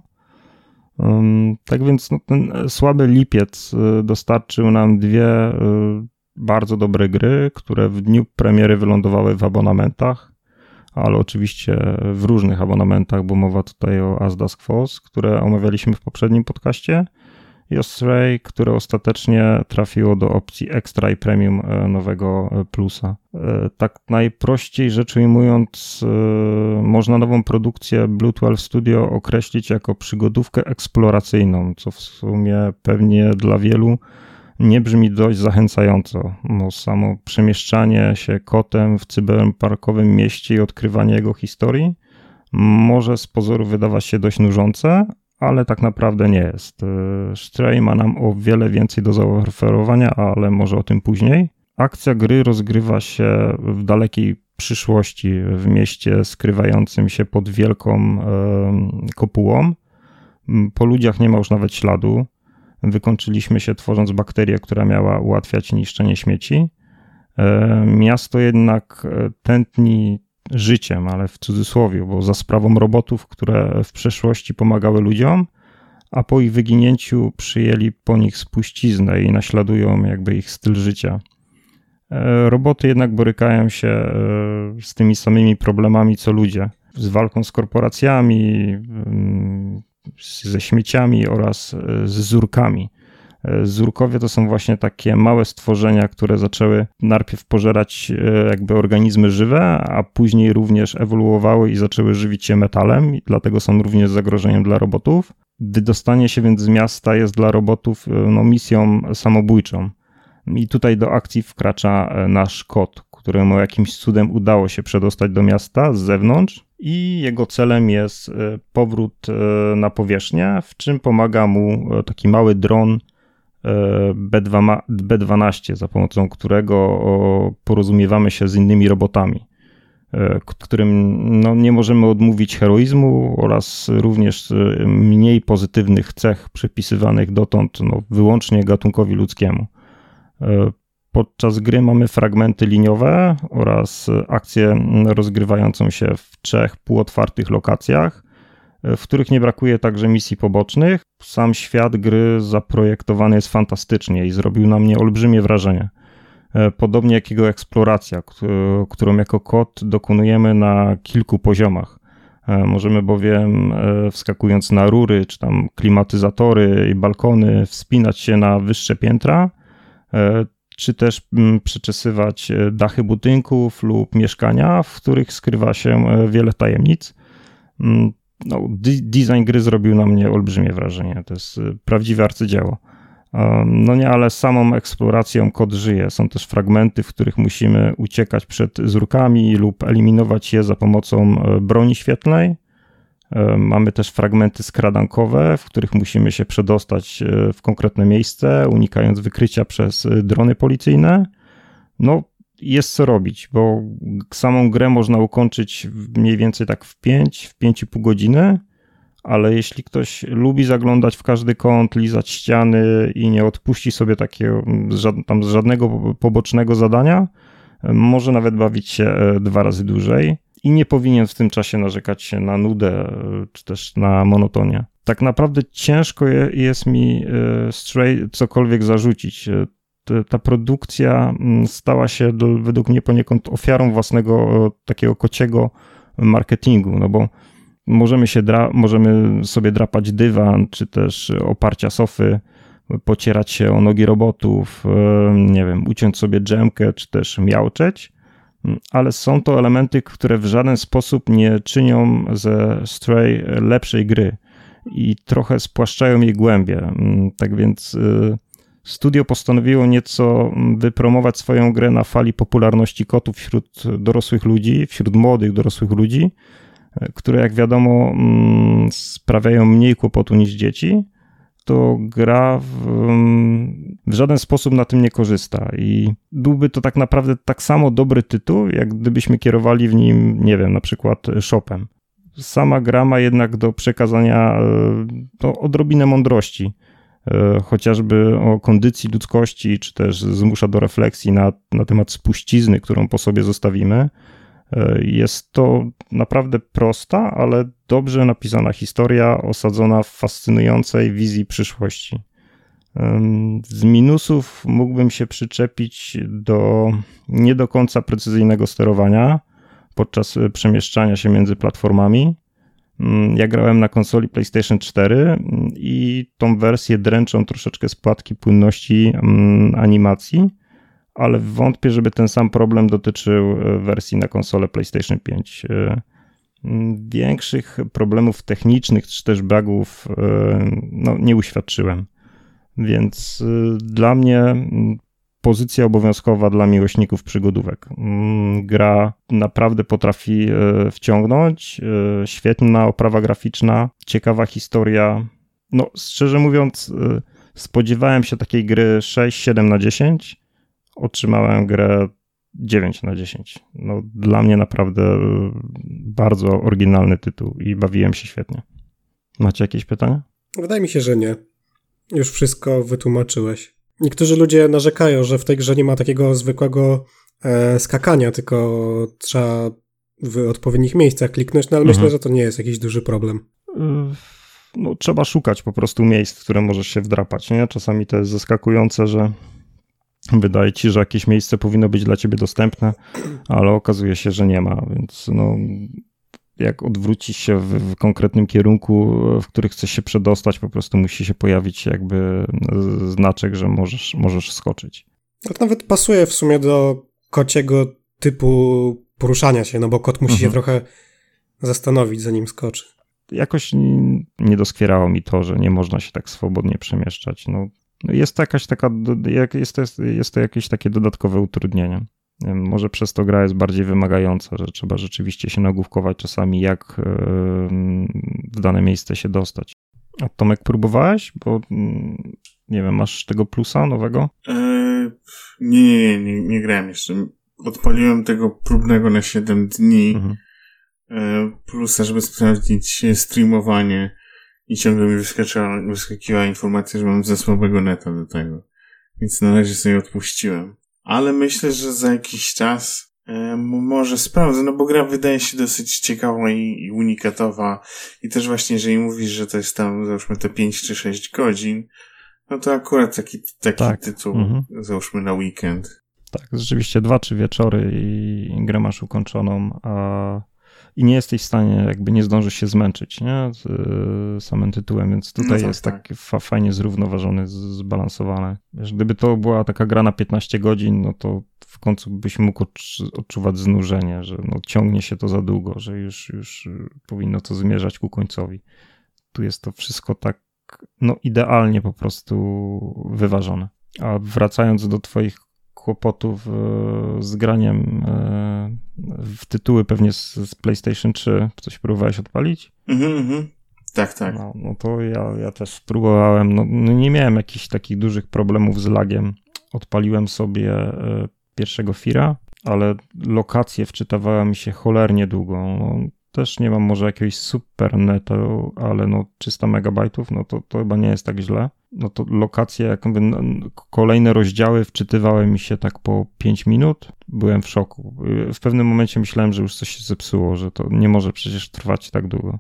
Tak więc ten słaby lipiec dostarczył nam dwie bardzo dobre gry, które w dniu premiery wylądowały w abonamentach, ale oczywiście w różnych abonamentach, bo mowa tutaj o As Dusk Falls, które omawialiśmy w poprzednim podcaście, i o Stray, które ostatecznie trafiło do opcji Extra i Premium nowego Plusa. Tak najprościej rzecz ujmując, można nową produkcję Blue 12 Studio określić jako przygodówkę eksploracyjną, co w sumie pewnie dla wielu nie brzmi dość zachęcająco, bo samo przemieszczanie się kotem w cyberparkowym mieście i odkrywanie jego historii może z pozoru wydawać się dość nużące, ale tak naprawdę nie jest. Stray ma nam o wiele więcej do zaoferowania, ale może o tym później. Akcja gry rozgrywa się w dalekiej przyszłości, w mieście skrywającym się pod wielką kopułą. Po ludziach nie ma już nawet śladu. Wykończyliśmy się tworząc bakterię, która miała ułatwiać niszczenie śmieci. Miasto jednak tętni życiem, ale w cudzysłowie, bo za sprawą robotów, które w przeszłości pomagały ludziom, a po ich wyginięciu przyjęli po nich spuściznę i naśladują jakby ich styl życia. Roboty jednak borykają się z tymi samymi problemami co ludzie. Z walką z korporacjami, ze śmieciami oraz z zurkami. Zurkowie to są właśnie takie małe stworzenia, które zaczęły najpierw pożerać jakby organizmy żywe, a później również ewoluowały i zaczęły żywić się metalem i dlatego są również zagrożeniem dla robotów. Wydostanie się więc z miasta jest dla robotów misją samobójczą. I tutaj do akcji wkracza nasz kot, któremu jakimś cudem udało się przedostać do miasta z zewnątrz i jego celem jest powrót na powierzchnię, w czym pomaga mu taki mały dron B12, za pomocą którego porozumiewamy się z innymi robotami, którym nie możemy odmówić heroizmu oraz również mniej pozytywnych cech przypisywanych dotąd wyłącznie gatunkowi ludzkiemu. Podczas gry mamy fragmenty liniowe oraz akcję rozgrywającą się w 3 półotwartych lokacjach, w których nie brakuje także misji pobocznych. Sam świat gry zaprojektowany jest fantastycznie i zrobił na mnie olbrzymie wrażenie. Podobnie jak jego eksploracja, którą jako kot dokonujemy na kilku poziomach. Możemy bowiem, wskakując na rury, czy tam klimatyzatory i balkony, wspinać się na wyższe piętra, czy też przeczesywać dachy budynków lub mieszkania, w których skrywa się wiele tajemnic. Design gry zrobił na mnie olbrzymie wrażenie. To jest prawdziwe arcydzieło. Ale samą eksploracją kot żyje. Są też fragmenty, w których musimy uciekać przed zurkami lub eliminować je za pomocą broni świetlnej. Mamy też fragmenty skradankowe, w których musimy się przedostać w konkretne miejsce, unikając wykrycia przez drony policyjne. Jest co robić, bo samą grę można ukończyć mniej więcej tak w 5,5 godziny, ale jeśli ktoś lubi zaglądać w każdy kąt, lizać ściany i nie odpuści sobie takiego żadnego pobocznego zadania, może nawet bawić się 2 razy dłużej i nie powinien w tym czasie narzekać się na nudę czy też na monotonię. tak naprawdę ciężko jest mi Stray cokolwiek zarzucić. Ta produkcja stała się według mnie poniekąd ofiarą własnego takiego kociego marketingu, no bo możemy sobie drapać dywan, czy też oparcia sofy, pocierać się o nogi robotów, nie wiem, uciąć sobie dżemkę, czy też miauczeć, ale są to elementy, które w żaden sposób nie czynią ze Stray lepszej gry i trochę spłaszczają jej głębię. Tak więc studio postanowiło nieco wypromować swoją grę na fali popularności kotów wśród dorosłych ludzi, wśród młodych dorosłych ludzi, które jak wiadomo sprawiają mniej kłopotu niż dzieci, to gra w żaden sposób na tym nie korzysta i byłby to tak naprawdę tak samo dobry tytuł, jak gdybyśmy kierowali w nim, nie wiem, na przykład shopem. Sama gra ma jednak do przekazania odrobinę mądrości, chociażby o kondycji ludzkości, czy też zmusza do refleksji na temat spuścizny, którą po sobie zostawimy. Jest to naprawdę prosta, ale dobrze napisana historia osadzona w fascynującej wizji przyszłości. Z minusów mógłbym się przyczepić do nie do końca precyzyjnego sterowania podczas przemieszczania się między platformami. Ja grałem na konsoli PlayStation 4 i tą wersję dręczą troszeczkę spłatki płynności animacji, ale wątpię, żeby ten sam problem dotyczył wersji na konsolę PlayStation 5. Większych problemów technicznych czy też bugów nie uświadczyłem, więc dla mnie pozycja obowiązkowa dla miłośników przygodówek. Gra naprawdę potrafi wciągnąć, świetna oprawa graficzna, ciekawa historia. No, szczerze mówiąc, spodziewałem się takiej gry 6-7/10, otrzymałem grę 9/10. No, dla mnie naprawdę bardzo oryginalny tytuł i bawiłem się świetnie. Macie jakieś pytania? Wydaje mi się, że nie. Już wszystko wytłumaczyłeś. Niektórzy ludzie narzekają, że w tej grze nie ma takiego zwykłego skakania, tylko trzeba w odpowiednich miejscach kliknąć, no ale myślę, że to nie jest jakiś duży problem. No, trzeba szukać po prostu miejsc, w które możesz się wdrapać, nie? Czasami to jest zaskakujące, że wydaje ci, że jakieś miejsce powinno być dla ciebie dostępne, ale okazuje się, że nie ma, więc no, jak odwrócisz się w konkretnym kierunku, w który chcesz się przedostać, po prostu musi się pojawić jakby znaczek, że możesz skoczyć. To nawet pasuje w sumie do kociego typu poruszania się, no bo kot musi się trochę zastanowić, zanim skoczy. Jakoś nie doskwierało mi to, że nie można się tak swobodnie przemieszczać. No, jest to jest to jakieś takie dodatkowe utrudnienie. Może przez to gra jest bardziej wymagająca, że trzeba rzeczywiście się nagłówkować czasami, jak w dane miejsce się dostać. A Tomek, próbowałeś? Bo nie wiem, masz tego plusa nowego? Nie grałem jeszcze. Odpaliłem tego próbnego na 7 dni. Plusa, żeby sprawdzić streamowanie i ciągle mi wyskakiwała informacja, że mam za słabego neta do tego. Więc na razie sobie odpuściłem. Ale myślę, że za jakiś czas może sprawdzę, no bo gra wydaje się dosyć ciekawa i unikatowa. I też właśnie, jeżeli mówisz, że to jest tam załóżmy te 5 czy 6 godzin, no to akurat taki tytuł załóżmy na weekend. Tak, rzeczywiście 2-3 wieczory i grę masz ukończoną, i nie jesteś w stanie, jakby nie zdążysz się zmęczyć, nie? Z samym tytułem, więc tutaj jest tak fajnie zrównoważony, zbalansowany. Wiesz, gdyby to była taka gra na 15 godzin, no to w końcu byś mógł odczuwać znużenie, że no, ciągnie się to za długo, że już powinno to zmierzać ku końcowi. Tu jest to wszystko tak idealnie po prostu wyważone. A wracając do twoich kłopotów z graniem w tytuły pewnie z PlayStation 3. Coś próbowałeś odpalić? Tak. No to ja też spróbowałem. No nie miałem jakichś takich dużych problemów z lagiem. Odpaliłem sobie pierwszego Fira, ale lokacje wczytywała mi się cholernie długo. No, też nie mam może jakiegoś super netu, ale 300 megabajtów, no to chyba nie jest tak źle. No to lokacje, jakby kolejne rozdziały wczytywały mi się tak po 5 minut. Byłem w szoku. W pewnym momencie myślałem, że już coś się zepsuło, że to nie może przecież trwać tak długo.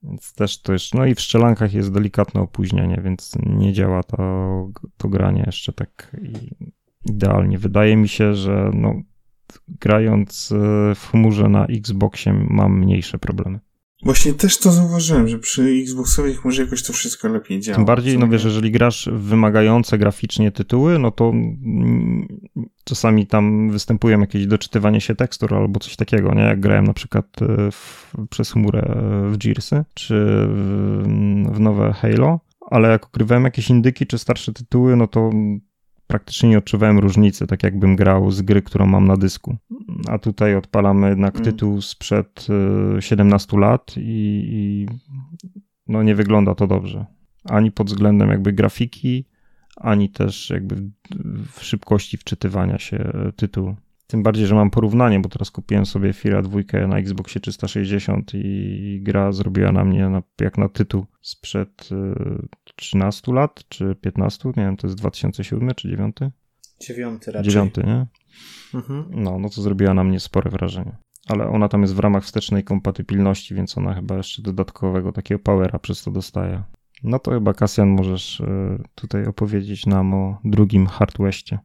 Więc też to jest, no i w strzelankach jest delikatne opóźnienie, więc nie działa to granie jeszcze tak idealnie. Wydaje mi się, że no, grając w chmurze na Xboxie mam mniejsze problemy. Właśnie też to zauważyłem, że przy Xboxowych może jakoś to wszystko lepiej działa. Tym bardziej, no wiesz, jeżeli grasz w wymagające graficznie tytuły, no to czasami tam występują jakieś doczytywanie się tekstur albo coś takiego, nie? Jak grałem na przykład przez chmurę w Gearsy, czy w nowe Halo, ale jak ogrywałem jakieś indyki czy starsze tytuły, no to praktycznie nie odczuwałem różnicy, tak jakbym grał z gry, którą mam na dysku. A tutaj odpalamy jednak tytuł sprzed 17 lat i no nie wygląda to dobrze. Ani pod względem jakby grafiki, ani też jakby w szybkości wczytywania się tytułu. Tym bardziej, że mam porównanie, bo teraz kupiłem sobie Fira 2 na Xboxie 360 i gra zrobiła na mnie jak na tytuł sprzed 13 lat, czy 15, nie wiem, to jest 2007 czy 9? 9 raczej. 9, nie? Mhm. No to zrobiła na mnie spore wrażenie. Ale ona tam jest w ramach wstecznej kompatybilności, więc ona chyba jeszcze dodatkowego takiego powera przez to dostaje. No to chyba, Kasjan, możesz tutaj opowiedzieć nam o drugim Hard Westie.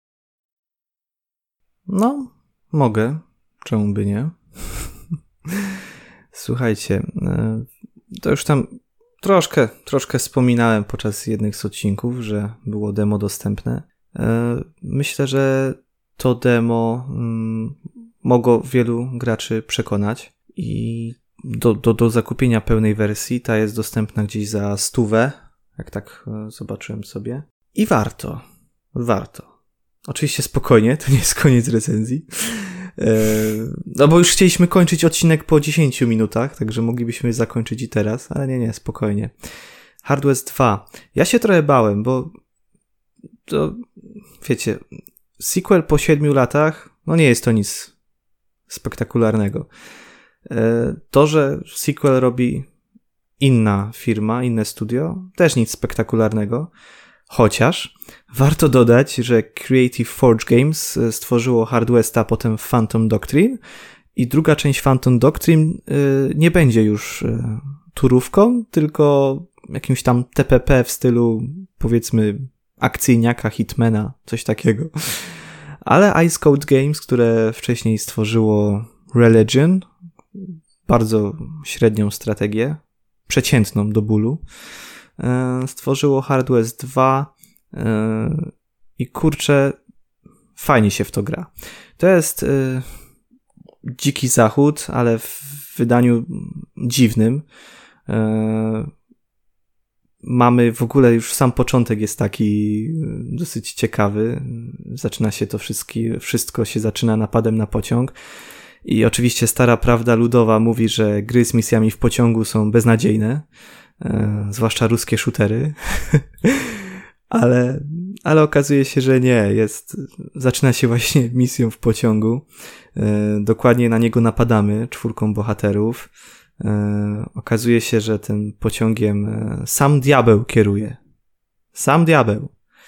No, mogę. Czemu by nie? Słuchajcie, to już tam troszkę wspominałem podczas jednych z odcinków, że było demo dostępne. Myślę, że to demo mogło wielu graczy przekonać i do zakupienia pełnej wersji ta jest dostępna gdzieś za 100, jak tak zobaczyłem sobie. I warto. Oczywiście spokojnie, to nie jest koniec recenzji. No bo już chcieliśmy kończyć odcinek po 10 minutach, także moglibyśmy zakończyć i teraz, ale nie, spokojnie. Hard West 2. Ja się trochę bałem, bo to, wiecie, sequel po 7 latach, no nie jest to nic spektakularnego. To, że sequel robi inna firma, inne studio, też nic spektakularnego. Chociaż warto dodać, że Creative Forge Games stworzyło Hard Westa, potem Phantom Doctrine i druga część Phantom Doctrine nie będzie już turówką, tylko jakimś tam TPP w stylu, powiedzmy, akcyjniaka, Hitmana, coś takiego. Ale Ice Code Games, które wcześniej stworzyło Religion, bardzo średnią strategię, przeciętną do bólu, stworzyło Hard West 2 i kurczę, fajnie się w to gra. To jest dziki zachód, ale w wydaniu dziwnym. Mamy w ogóle już sam początek jest taki dosyć ciekawy. Zaczyna się to wszystko się zaczyna napadem na pociąg. I oczywiście stara prawda ludowa mówi, że gry z misjami w pociągu są beznadziejne. Zwłaszcza ruskie shootery. ale okazuje się, że nie. Zaczyna się właśnie misją w pociągu. Dokładnie na niego napadamy 4 bohaterów. Okazuje się, że tym pociągiem sam diabeł kieruje. Sam diabeł.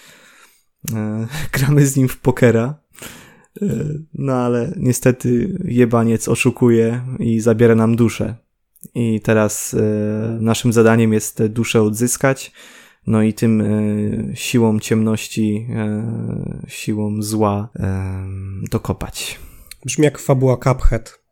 Gramy z nim w pokera. No ale niestety jebaniec oszukuje i zabiera nam duszę. I teraz naszym zadaniem jest tę duszę odzyskać, no i tym siłą ciemności, siłą zła dokopać. Brzmi jak fabuła Cuphead.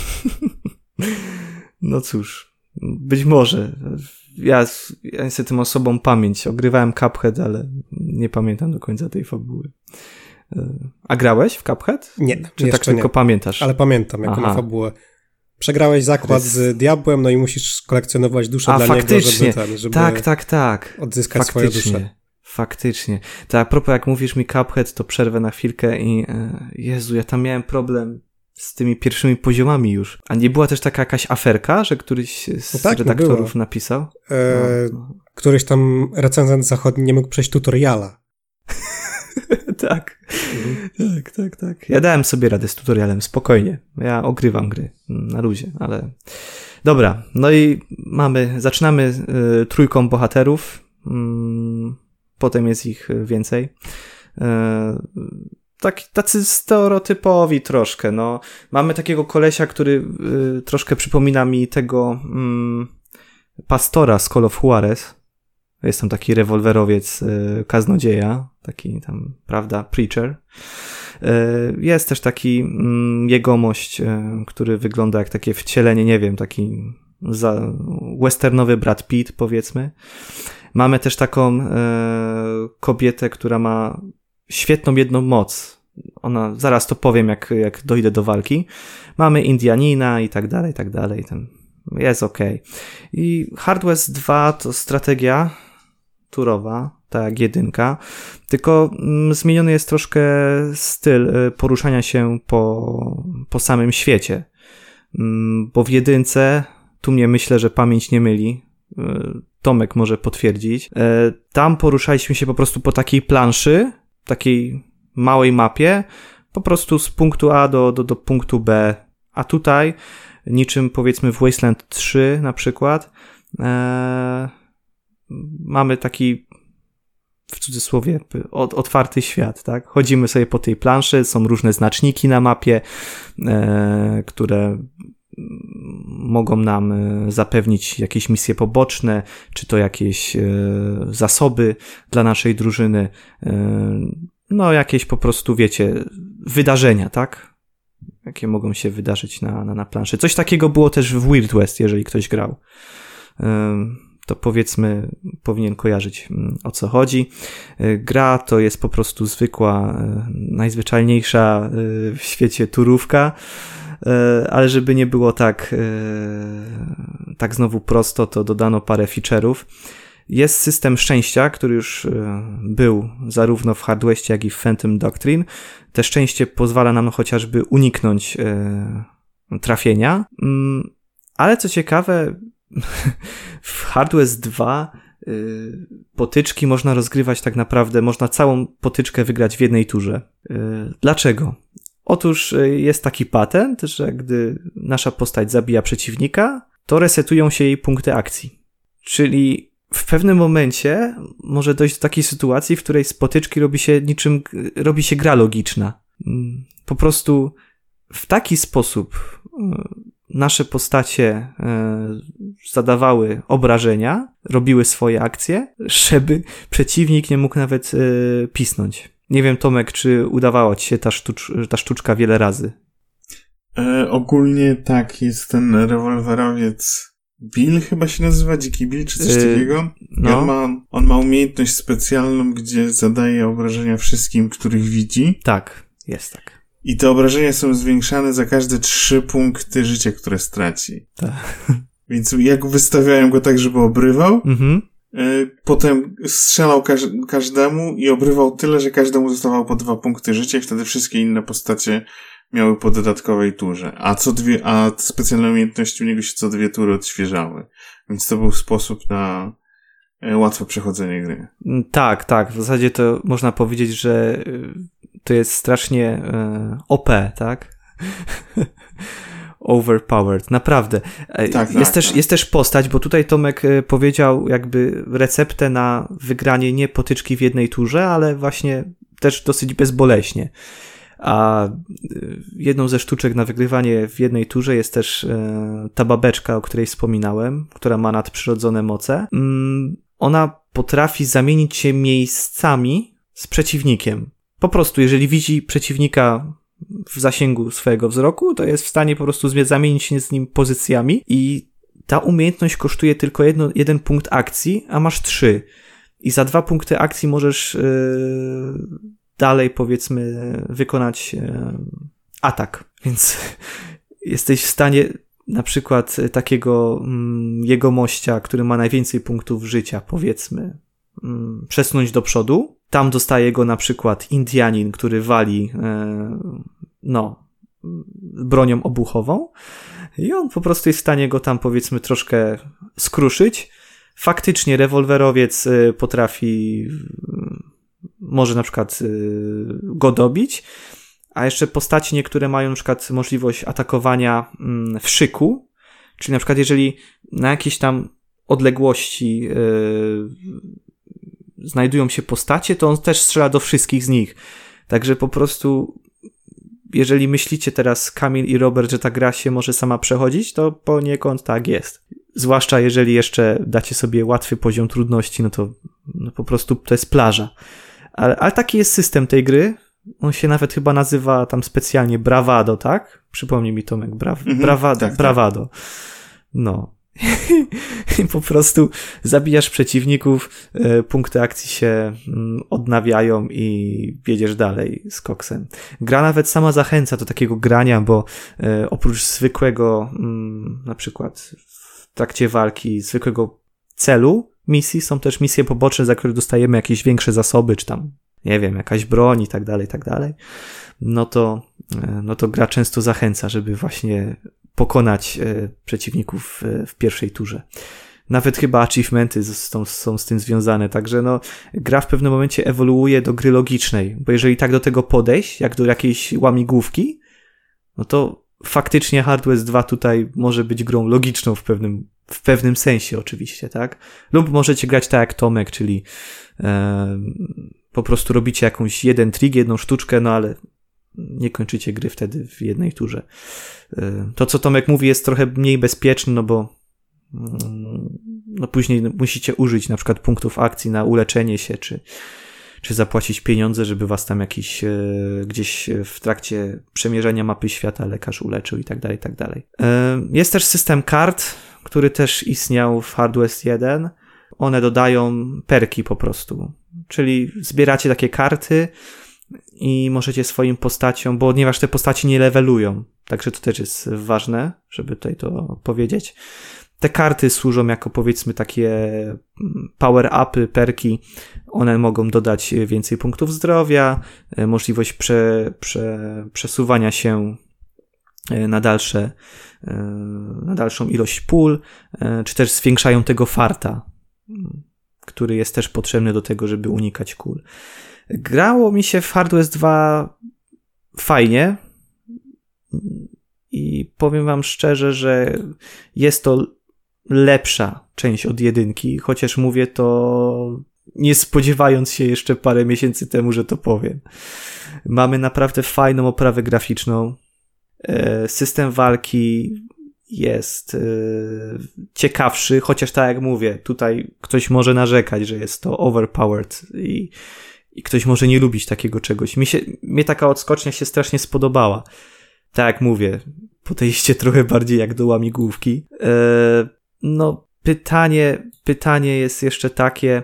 No cóż, być może. Ja niestety tym osobą pamięć. Ogrywałem Cuphead, ale nie pamiętam do końca tej fabuły. A grałeś w Cuphead? Nie, czy tak tylko pamiętasz? Ale pamiętam jaką fabułę. Przegrałeś zakład z diabłem, no i musisz kolekcjonować duszę dla niego, żeby tak. odzyskać swoją duszę. Faktycznie. To a propos, jak mówisz mi Cuphead, to przerwę na chwilkę i Jezu, ja tam miałem problem z tymi pierwszymi poziomami już. A nie była też taka jakaś aferka, że któryś z redaktorów napisał? Któryś tam recenzent zachodni nie mógł przejść tutoriala. Tak. Ja dałem sobie radę z tutorialem, spokojnie. Ja ogrywam gry na luzie, ale... Dobra, no i zaczynamy 3 bohaterów, potem jest ich więcej. Tacy stereotypowi troszkę, no. Mamy takiego kolesia, który troszkę przypomina mi tego pastora z Call of Juarez. Jest tam taki rewolwerowiec, kaznodzieja, taki tam, prawda, preacher. Jest też taki jegomość, który wygląda jak takie wcielenie, nie wiem, taki westernowy Brad Pitt, powiedzmy. Mamy też taką kobietę, która ma świetną jedną moc. Ona, zaraz to powiem, jak dojdę do walki. Mamy Indianina i tak dalej. Jest okej. I Hard West 2 to strategia turowa, tak jak 1, tylko zmieniony jest troszkę styl poruszania się po samym świecie. Bo w 1, tu mnie myślę, że pamięć nie myli, Tomek może potwierdzić, tam poruszaliśmy się po prostu po takiej planszy, takiej małej mapie, po prostu z punktu A do punktu B, a tutaj niczym powiedzmy w Wasteland 3 na przykład mamy taki w cudzysłowie otwarty świat, tak? Chodzimy sobie po tej planszy, są różne znaczniki na mapie, które mogą nam zapewnić jakieś misje poboczne, czy to jakieś zasoby dla naszej drużyny, no jakieś po prostu, wiecie, wydarzenia, tak? Jakie mogą się wydarzyć na planszy. Coś takiego było też w Weird West, jeżeli ktoś grał. To powiedzmy powinien kojarzyć, o co chodzi. Gra to jest po prostu zwykła, najzwyczajniejsza w świecie turówka, ale żeby nie było tak znowu prosto, to dodano parę feature'ów. Jest system szczęścia, który już był zarówno w Hard Westie, jak i w Phantom Doctrine. Te szczęście pozwala nam chociażby uniknąć trafienia, ale co ciekawe, w Hard West 2 potyczki można rozgrywać tak naprawdę, można całą potyczkę wygrać w jednej turze. Dlaczego? Otóż jest taki patent, że gdy nasza postać zabija przeciwnika, to resetują się jej punkty akcji. Czyli w pewnym momencie może dojść do takiej sytuacji, w której z potyczki robi się gra logiczna. Po prostu w taki sposób nasze postacie zadawały obrażenia, robiły swoje akcje, żeby przeciwnik nie mógł nawet pisnąć. Nie wiem, Tomek, czy udawała ci się ta sztuczka wiele razy? Ogólnie tak, jest ten rewolwerowiec Bill chyba się nazywa, Dziki Bill, czy coś takiego. No. On ma umiejętność specjalną, gdzie zadaje obrażenia wszystkim, których widzi. Tak, jest tak. I te obrażenia są zwiększane za każde 3 punkty życia, które straci. Tak. Więc jak wystawiałem go tak, żeby obrywał, potem strzelał każdemu i obrywał tyle, że każdemu zostawało po 2 punkty życia i wtedy wszystkie inne postacie miały po dodatkowej turze. A specjalne umiejętności u niego się co 2 tury odświeżały. Więc to był sposób na łatwe przechodzenie gry. Tak. W zasadzie to można powiedzieć, że to jest strasznie OP, tak? Overpowered, naprawdę. Jest też postać, bo tutaj Tomek powiedział jakby receptę na wygranie nie potyczki w jednej turze, ale właśnie też dosyć bezboleśnie. A jedną ze sztuczek na wygrywanie w jednej turze jest też ta babeczka, o której wspominałem, która ma nadprzyrodzone moce. Ona potrafi zamienić się miejscami z przeciwnikiem. Po prostu, jeżeli widzi przeciwnika w zasięgu swojego wzroku, to jest w stanie po prostu zamienić się z nim pozycjami i ta umiejętność kosztuje tylko jeden punkt akcji, a masz 3. I za 2 punkty akcji możesz dalej, powiedzmy, wykonać atak. Więc jesteś w stanie na przykład takiego jegomościa, który ma najwięcej punktów życia, powiedzmy, przesunąć do przodu. Tam dostaje go na przykład Indianin, który wali bronią obuchową i on po prostu jest w stanie go tam, powiedzmy, troszkę skruszyć. Faktycznie rewolwerowiec może na przykład go dobić, a jeszcze postaci niektóre mają na przykład możliwość atakowania w szyku, czyli na przykład jeżeli na jakiejś tam odległości znajdują się postacie, to on też strzela do wszystkich z nich. Także po prostu jeżeli myślicie teraz, Kamil i Robert, że ta gra się może sama przechodzić, to poniekąd tak jest. zwłaszcza jeżeli jeszcze dacie sobie łatwy poziom trudności, no to po prostu to jest plaża. Ale taki jest system tej gry. On się nawet chyba nazywa tam specjalnie Bravado, tak? Przypomnij mi, Tomek, Bravado. No. I po prostu zabijasz przeciwników, punkty akcji się odnawiają i jedziesz dalej z koksem. Gra nawet sama zachęca do takiego grania, bo oprócz zwykłego, na przykład w trakcie walki, zwykłego celu misji, są też misje poboczne, za które dostajemy jakieś większe zasoby, czy tam, nie wiem, jakaś broń i tak dalej, no to gra często zachęca, żeby właśnie pokonać przeciwników w pierwszej turze. Nawet chyba achievementy są z tym związane, także no, gra w pewnym momencie ewoluuje do gry logicznej, bo jeżeli tak do tego podejść, jak do jakiejś łamigłówki, no to faktycznie Hard West 2 tutaj może być grą logiczną w pewnym sensie oczywiście, tak? Lub możecie grać tak jak Tomek, czyli po prostu robicie jeden trik, jedną sztuczkę, no ale nie kończycie gry wtedy w jednej turze. To, co Tomek mówi, jest trochę mniej bezpieczne, no bo później musicie użyć na przykład punktów akcji na uleczenie się, czy zapłacić pieniądze, żeby was tam jakiś gdzieś w trakcie przemierzania mapy świata lekarz uleczył i tak dalej. Jest też system kart, który też istniał w Hard West 1. One dodają perki po prostu. Czyli zbieracie takie karty i możecie swoim postaciom, bo ponieważ te postaci nie levelują, także to też jest ważne, żeby tutaj to powiedzieć. Te karty służą jako, powiedzmy, takie power-upy, perki. One mogą dodać więcej punktów zdrowia, możliwość przesuwania się na dalszą ilość pól, czy też zwiększają tego farta, który jest też potrzebny do tego, żeby unikać kul. Grało mi się w Hard West 2 fajnie i powiem wam szczerze, że jest to lepsza część od jedynki, chociaż mówię to nie spodziewając się jeszcze parę miesięcy temu, że to powiem. Mamy naprawdę fajną oprawę graficzną. System walki jest ciekawszy, chociaż tak jak mówię, tutaj ktoś może narzekać, że jest to overpowered i ktoś może nie lubić takiego czegoś. Mnie taka odskocznia się strasznie spodobała. Tak jak mówię, podejście trochę bardziej jak do łamigłówki. No, pytanie jest jeszcze takie,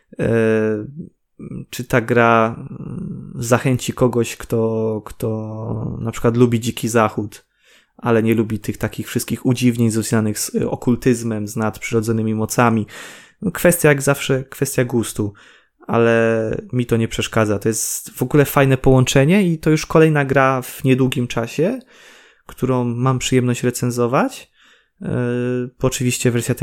czy ta gra zachęci kogoś, kto na przykład lubi Dziki Zachód, ale nie lubi tych takich wszystkich udziwnień związanych z okultyzmem, z nadprzyrodzonymi mocami. No, kwestia jak zawsze, kwestia gustu, ale mi to nie przeszkadza. To jest w ogóle fajne połączenie i to już kolejna gra w niedługim czasie, którą mam przyjemność recenzować. Bo oczywiście wersja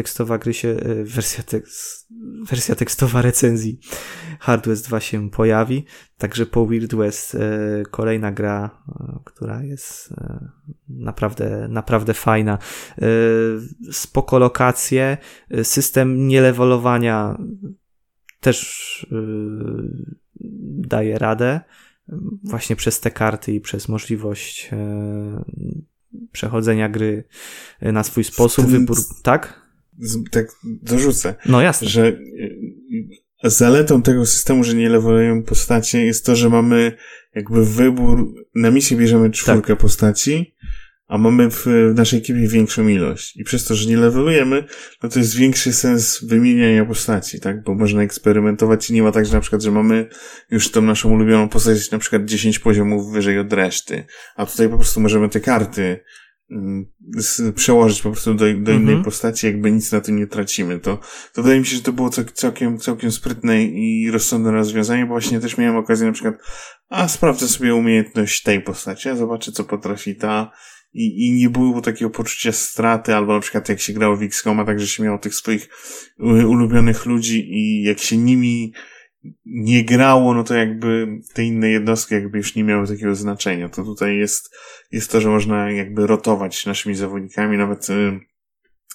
tekstowa recenzji Hard West 2 się pojawi, także po Weird West kolejna gra, która jest naprawdę fajna. Spoko lokacje, system nielewelowania też daje radę właśnie przez te karty i przez możliwość przechodzenia gry na swój sposób, wybór, tak? Tak dorzucę. No jasne. Że zaletą tego systemu, że nie levelują postacie, jest to, że mamy jakby wybór, na misję bierzemy 4 postaci, a mamy w naszej ekipie większą ilość. I przez to, że nie levelujemy, no to jest większy sens wymieniania postaci, tak? Bo można eksperymentować i nie ma tak, że na przykład, że mamy już tą naszą ulubioną postać na przykład 10 poziomów wyżej od reszty. A tutaj po prostu możemy te karty przełożyć po prostu do innej postaci, jakby nic na tym nie tracimy. To wydaje mi się, że to było całkiem sprytne i rozsądne rozwiązanie, bo właśnie też miałem okazję na przykład, sprawdzę sobie umiejętność tej postaci, zobaczę, co potrafi ta. I nie było takiego poczucia straty, albo na przykład jak się grało w XCOM-a, tak, że się miało tych swoich ulubionych ludzi i jak się nimi nie grało, no to jakby te inne jednostki jakby już nie miały takiego znaczenia. To tutaj jest to, że można jakby rotować naszymi zawodnikami, nawet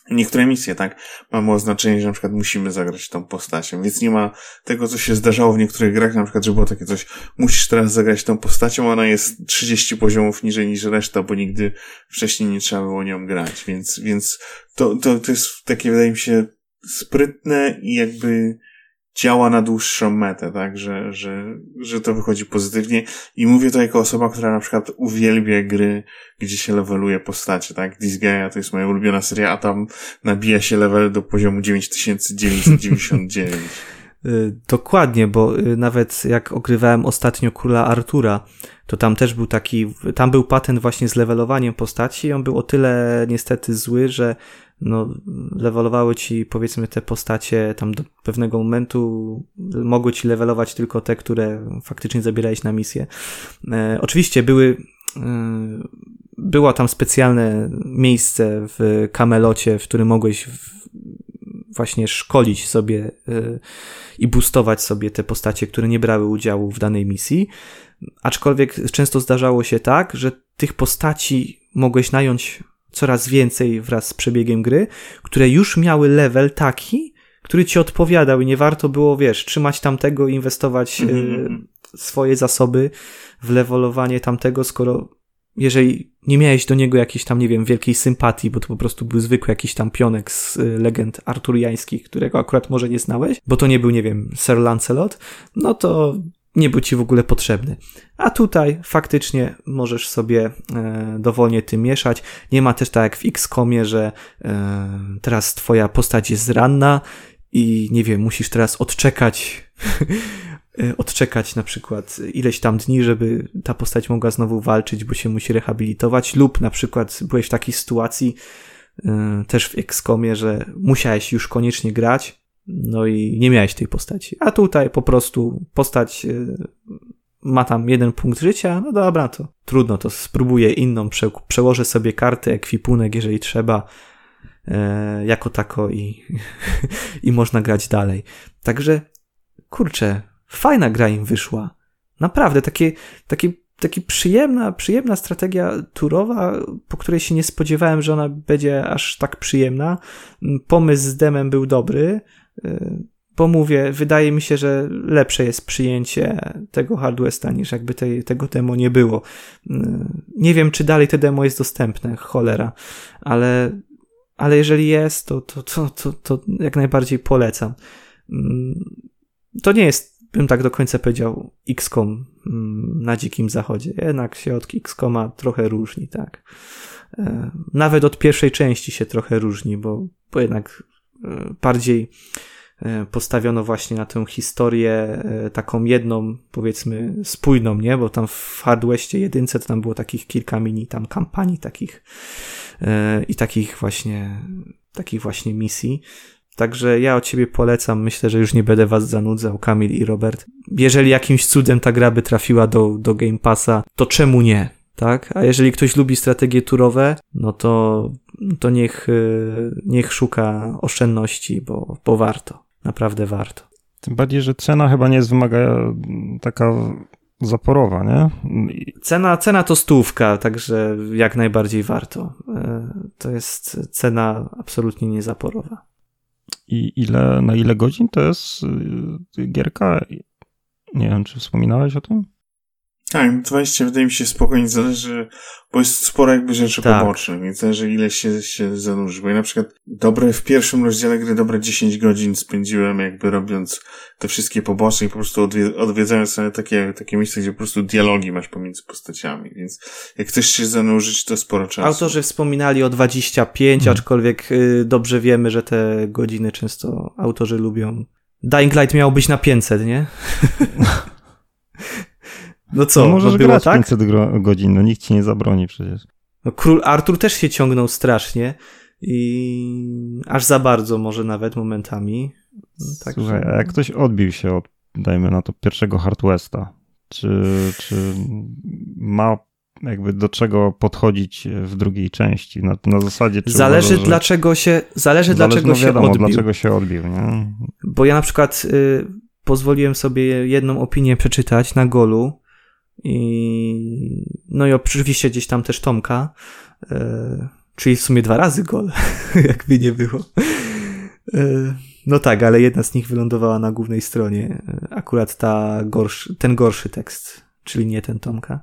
niektóre misje, tak, mamy oznaczenie, że na przykład musimy zagrać tą postacią, więc nie ma tego, co się zdarzało w niektórych grach, na przykład, że było takie coś, musisz teraz zagrać tą postacią, ona jest 30 poziomów niżej niż reszta, bo nigdy wcześniej nie trzeba było nią grać, więc to jest takie, wydaje mi się, sprytne i jakby działa na dłuższą metę, tak, że to wychodzi pozytywnie i mówię to jako osoba, która na przykład uwielbia gry, gdzie się leveluje postacie, tak, Disgaea to jest moja ulubiona seria, a tam nabija się level do poziomu 9999. Dokładnie, bo nawet jak ogrywałem ostatnio Króla Artura, to tam też był tam był patent właśnie z levelowaniem postaci i on był o tyle niestety zły, że levelowały ci, powiedzmy, te postacie tam do pewnego momentu, mogły ci levelować tylko te, które faktycznie zabierałeś na misję. Oczywiście było tam specjalne miejsce w Camelocie, w którym mogłeś właśnie szkolić sobie i boostować sobie te postacie, które nie brały udziału w danej misji, aczkolwiek często zdarzało się tak, że tych postaci mogłeś nająć coraz więcej wraz z przebiegiem gry, które już miały level taki, który ci odpowiadał i nie warto było, trzymać tamtego i inwestować swoje zasoby w levelowanie tamtego, skoro jeżeli nie miałeś do niego jakiejś tam, nie wiem, wielkiej sympatii, bo to po prostu był zwykły jakiś tam pionek z legend arturiańskich, którego akurat może nie znałeś, bo to nie był, nie wiem, Sir Lancelot, no to nie był ci w ogóle potrzebny. A tutaj faktycznie możesz sobie dowolnie tym mieszać. Nie ma też tak jak w XCOMie, że teraz twoja postać jest ranna i nie wiem, musisz teraz odczekać na przykład ileś tam dni, żeby ta postać mogła znowu walczyć, bo się musi rehabilitować, lub na przykład byłeś w takiej sytuacji też w XCOMie, że musiałeś już koniecznie grać, no i nie miałeś tej postaci. A tutaj po prostu postać ma tam 1 punkt życia, no dobra, to trudno, to spróbuję inną, przełożę sobie karty, ekwipunek, jeżeli trzeba, jako tako i można grać dalej. Także, kurczę, fajna gra im wyszła. Naprawdę, taki przyjemna strategia turowa, po której się nie spodziewałem, że ona będzie aż tak przyjemna. Pomysł z demem był dobry, bo mówię, wydaje mi się, że lepsze jest przyjęcie tego Hard Westa niż jakby tego demo nie było. Nie wiem, czy dalej te demo jest dostępne, cholera, ale jeżeli jest, to jak najbardziej polecam. To nie jest, bym tak do końca powiedział, XCOM na Dzikim Zachodzie. Jednak się od XCOMa trochę różni, tak. Nawet od pierwszej części się trochę różni, bo jednak bardziej postawiono właśnie na tę historię taką jedną, powiedzmy, spójną, nie? Bo tam w Hard Westie 1 to tam było takich kilka mini tam kampanii takich i takich właśnie misji. Także ja od ciebie polecam, myślę, że już nie będę was zanudzał, Kamil i Robert. Jeżeli jakimś cudem ta gra by trafiła do Game Passa, to czemu nie, tak? A jeżeli ktoś lubi strategie turowe, no to niech szuka oszczędności, bo warto, naprawdę warto. Tym bardziej, że cena chyba nie jest taka zaporowa, nie? Cena to 100, także jak najbardziej warto. To jest cena absolutnie niezaporowa. I na ile godzin to jest gierka? Nie wiem, czy wspominałeś o tym? Tak, 20 wydaje mi się spokojnie zależy, bo jest sporo jakby rzeczy pobocznych, więc zależy ile się zanurzy. Bo ja na przykład w pierwszym rozdziale gry dobre 10 godzin spędziłem jakby robiąc te wszystkie poboczne i po prostu odwiedzając sobie takie miejsca, gdzie po prostu dialogi masz pomiędzy postaciami, więc jak chcesz się zanurzyć, to sporo czasu. Autorzy wspominali o 25, aczkolwiek dobrze wiemy, że te godziny często autorzy lubią. Dying Light miał być na 500, nie? No co, możesz było grać tak? 500 godzin, nikt ci nie zabroni przecież. No, Król Artur też się ciągnął strasznie i aż za bardzo może nawet momentami. Tak, słuchaj, a jak ktoś odbił się od, dajmy na to, pierwszego Hard Westa, czy ma jakby do czego podchodzić w drugiej części? Na zasadzie... Zależy dlaczego się odbił. Dlaczego się odbił, nie? Bo ja na przykład pozwoliłem sobie jedną opinię przeczytać na Golu i oczywiście gdzieś tam też Tomka, Czyli w sumie 2 razy gol, jakby nie było. No tak, ale jedna z nich wylądowała na głównej stronie. Akurat ten gorszy tekst, czyli nie ten Tomka.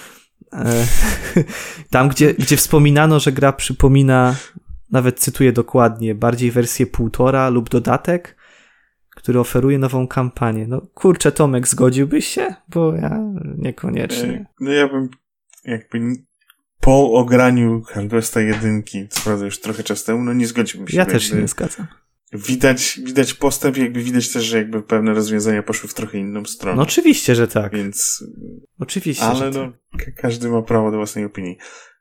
Tam, gdzie wspominano, że gra przypomina, nawet cytuję dokładnie, bardziej wersję 1.5 lub dodatek, który oferuje nową kampanię. No kurczę, Tomek, zgodziłbyś się? Bo ja niekoniecznie. No ja bym jakby po ograniu Hardwesta 1, co prawda już trochę czas temu, no nie zgodziłbym się. Ja też się nie zgadzam. Widać postęp, jakby widać też, że jakby pewne rozwiązania poszły w trochę inną stronę. No oczywiście, że tak. Więc... Oczywiście, ale że no, tak. Każdy ma prawo do własnej opinii.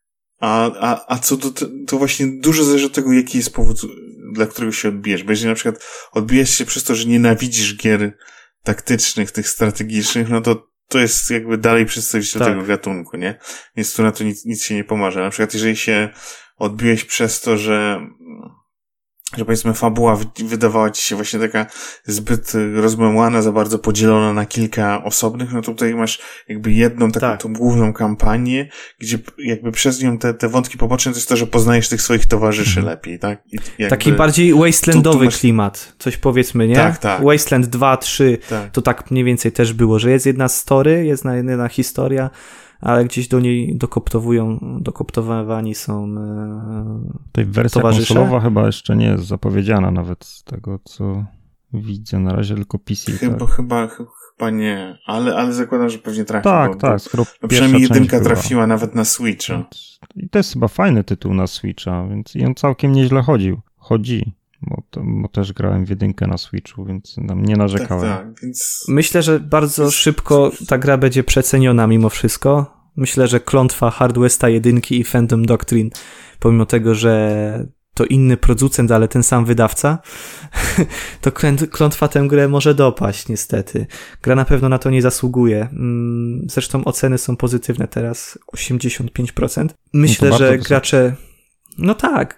A co do to właśnie dużo zależy od tego, jaki jest powód, dla którego się odbijesz. Bo jeżeli na przykład odbijesz się przez to, że nienawidzisz gier taktycznych, tych strategicznych, no to jest jakby dalej przedstawiciel tego gatunku, nie? Więc tu na to nic się nie pomoże. Na przykład jeżeli się odbiłeś przez to, że powiedzmy fabuła wydawała ci się właśnie taka zbyt rozmemłana, za bardzo podzielona na kilka osobnych, no to tutaj masz jakby jedną taką tą główną kampanię, gdzie jakby przez nią te wątki poboczne to jest to, że poznajesz tych swoich towarzyszy lepiej, tak? Taki bardziej wastelandowy klimat, coś powiedzmy, nie? Tak. Wasteland 2, 3, to tak mniej więcej też było, że jest jedna story, jest jedna historia, ale gdzieś do niej dokoptowywani są tej wersja konsolowa chyba jeszcze nie jest zapowiedziana nawet z tego, co widzę. Na razie tylko PC. Chyba nie, ale zakładam, że pewnie trafi. Tak. No przynajmniej 1 trafiła nawet na Switcha. I to jest chyba fajny tytuł na Switcha, więc i on całkiem nieźle chodzi. Bo też grałem w 1 na Switchu, więc nie narzekałem. Tak, więc... Myślę, że bardzo szybko ta gra będzie przeceniona mimo wszystko. Myślę, że klątwa Hardwesta 1 i Phantom Doctrine, pomimo tego, że to inny producent, ale ten sam wydawca, to klątwa tę grę może dopaść, niestety. Gra na pewno na to nie zasługuje. Zresztą oceny są pozytywne teraz, 85%. Myślę, że gracze... No tak,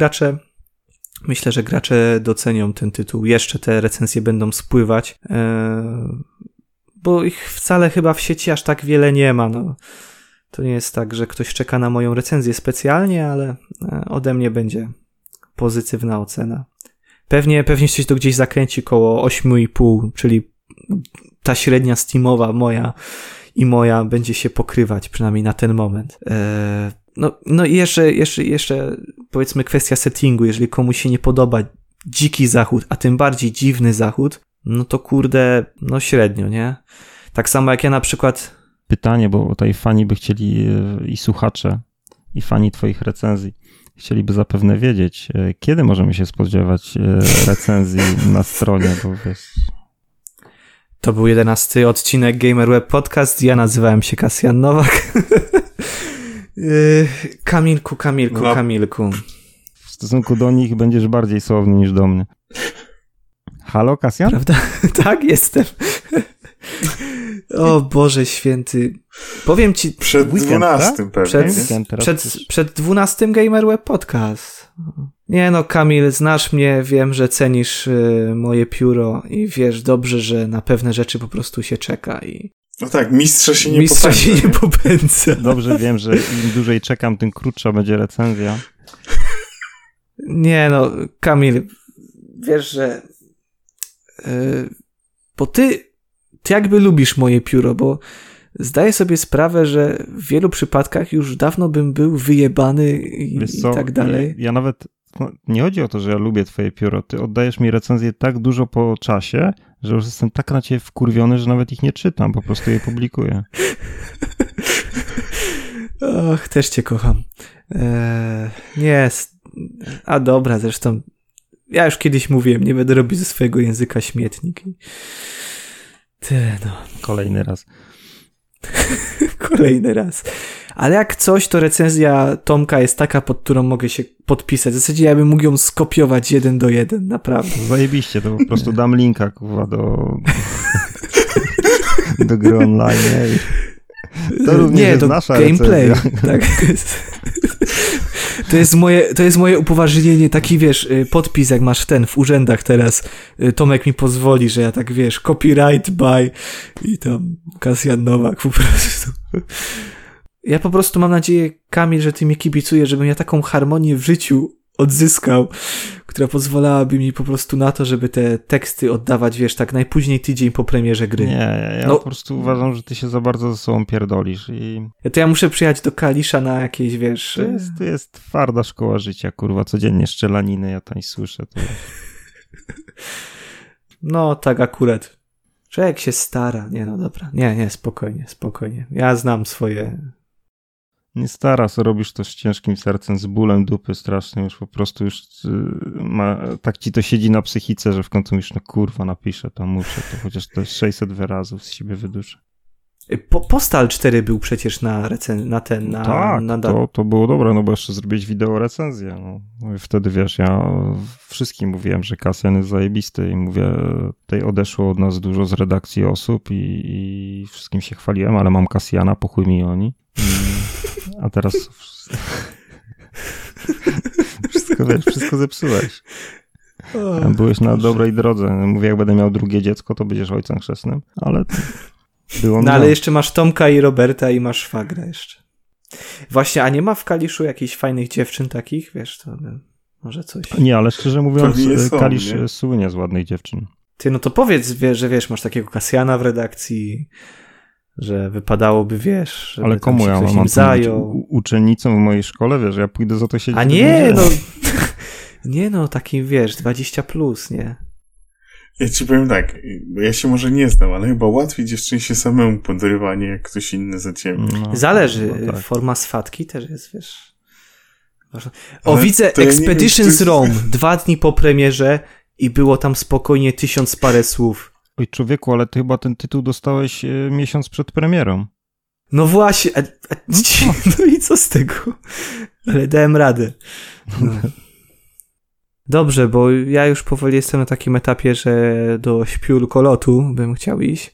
myślę, że gracze docenią ten tytuł. Jeszcze te recenzje będą spływać, bo ich wcale chyba w sieci aż tak wiele nie ma. No. To nie jest tak, że ktoś czeka na moją recenzję specjalnie, ale ode mnie będzie pozytywna ocena. Pewnie się to gdzieś zakręci koło 8,5, czyli ta średnia Steamowa moja będzie się pokrywać, przynajmniej na ten moment. No i jeszcze powiedzmy kwestia settingu. Jeżeli komuś się nie podoba dziki zachód, a tym bardziej dziwny zachód, no to kurde, no średnio, nie? Tak samo jak ja na przykład... Pytanie, bo tutaj fani by chcieli i słuchacze, i fani twoich recenzji chcieliby zapewne wiedzieć, kiedy możemy się spodziewać recenzji na stronie, bo wiesz... To był 11 odcinek Gamer Web Podcast. Ja nazywałem się Kasjan Nowak. Kamilku. W stosunku do nich będziesz bardziej słowny niż do mnie. Halo, Kasjan? Prawda? Tak, jestem. O Boże święty. Powiem ci... Przed weekend, 12 tak? pewnie. Przed 12 Gamer Web Podcast. Nie no, Kamil, znasz mnie, wiem, że cenisz moje pióro i wiesz dobrze, że na pewne rzeczy po prostu się czeka i... No tak, mistrza się nie popędza. Dobrze wiem, że im dłużej czekam, tym krótsza będzie recenzja. Nie no, Kamil, wiesz, że bo ty jakby lubisz moje pióro, bo zdaję sobie sprawę, że w wielu przypadkach już dawno bym był wyjebany i tak dalej. Ja nawet, nie chodzi o to, że ja lubię twoje pióro, ty oddajesz mi recenzję tak dużo po czasie, że już jestem tak na ciebie wkurwiony, że nawet ich nie czytam, po prostu je publikuję. Och, też cię kocham. Nie, a dobra, zresztą ja już kiedyś mówiłem, nie będę robić ze swojego języka śmietnik. Tyle, no. Kolejny raz. Kolejny raz. Ale jak coś, to recenzja Tomka jest taka, pod którą mogę się podpisać. W zasadzie ja bym mógł ją skopiować 1:1, naprawdę. Zajebiście, to po prostu dam linka, kurwa, do gry online. To również jest do nasza gameplay. recenzja. Tak. To jest moje upoważnienie, taki wiesz, podpis jak masz w urzędach teraz. Tomek mi pozwoli, że ja tak wiesz, copyright by i tam Kasjan Nowak po prostu. Ja po prostu mam nadzieję, Kamil, że ty mnie kibicujesz, żebym ja taką harmonię w życiu odzyskał, która pozwalałaby mi po prostu na to, żeby te teksty oddawać, wiesz, tak najpóźniej tydzień po premierze gry. Nie, ja po prostu uważam, że ty się za bardzo ze sobą pierdolisz i... Ja muszę przyjechać do Kalisza na jakieś, wiesz... To jest twarda szkoła życia, kurwa, codziennie strzelaniny, ja tam słyszę. To... No, tak akurat. Człowiek się stara. Nie, no dobra. Nie, spokojnie. Ja znam swoje... Nie stara się, robisz to z ciężkim sercem, z bólem dupy strasznym, już po prostu tak ci to siedzi na psychice, że w końcu już no kurwa napiszę, tam muszę, to chociaż to 600 wyrazów z siebie wyduszę. Postal 4 był przecież na to było dobre, no bo jeszcze zrobić wideo recenzję. No. Wtedy wiesz, ja wszystkim mówiłem, że Kasjan jest zajebisty i mówię, tutaj odeszło od nas dużo z redakcji osób i wszystkim się chwaliłem, ale mam Kasjana, po chuj mi oni. A teraz wszystko zepsułeś. Byłeś na dobrej drodze. Mówię, jak będę miał drugie dziecko, to będziesz ojcem chrzestnym, ale było no ale jeszcze masz Tomka i Roberta i masz szwagra jeszcze. Właśnie, a nie ma w Kaliszu jakichś fajnych dziewczyn takich? Wiesz, to może coś... Nie, ale szczerze mówiąc, Kalisz słynie z ładnych dziewczyn. Ty, no to powiedz, że wiesz, masz takiego Kasjana w redakcji, że wypadałoby, wiesz, żeby ale komu ja mam zajął. Uczennicą w mojej szkole, wiesz, ja pójdę za to siedzieć. A nie, no... Nie no, takim, wiesz, 20+, nie? Ja ci powiem tak, bo ja się może nie znam, ale chyba łatwiej dziewczynie się samemu podrywa, nie jak ktoś inny za ciebie. No, zależy, no tak. Forma swatki też jest, wiesz... O, widzę Expeditions Rome, 2 dni po premierze i było tam spokojnie 1000 parę słów. Oj, człowieku, ale ty chyba ten tytuł dostałeś miesiąc przed premierą. No właśnie, no i co z tego? Ale dałem radę. No. Dobrze, bo ja już powoli jestem na takim etapie, że do śpiulkolotu bym chciał iść.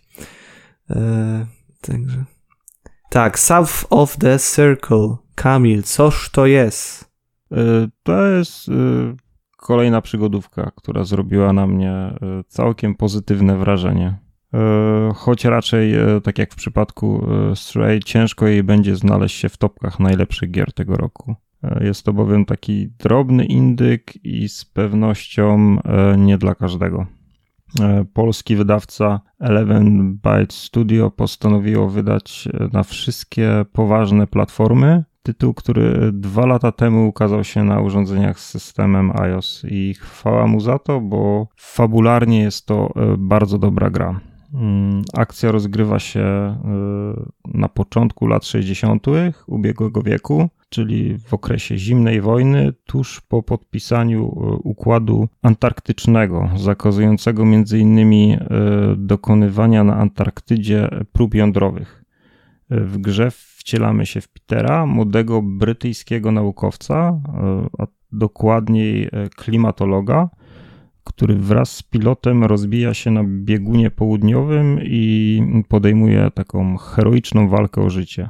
Także. Tak, South of the Circle. Kamil, coż to jest? To jest kolejna przygodówka, która zrobiła na mnie całkiem pozytywne wrażenie. Choć raczej, tak jak w przypadku Stray, ciężko jej będzie znaleźć się w topkach najlepszych gier tego roku. Jest to bowiem taki drobny indyk i z pewnością nie dla każdego. Polski wydawca 11byte Studio postanowiło wydać na wszystkie poważne platformy tytuł, który 2 lata temu ukazał się na urządzeniach z systemem iOS i chwała mu za to, bo fabularnie jest to bardzo dobra gra. Akcja rozgrywa się na początku lat 60. ubiegłego wieku, czyli w okresie zimnej wojny, tuż po podpisaniu układu antarktycznego, zakazującego m.in. dokonywania na Antarktydzie prób jądrowych. W grze wcielamy się w Petera, młodego brytyjskiego naukowca, a dokładniej klimatologa, który wraz z pilotem rozbija się na biegunie południowym i podejmuje taką heroiczną walkę o życie,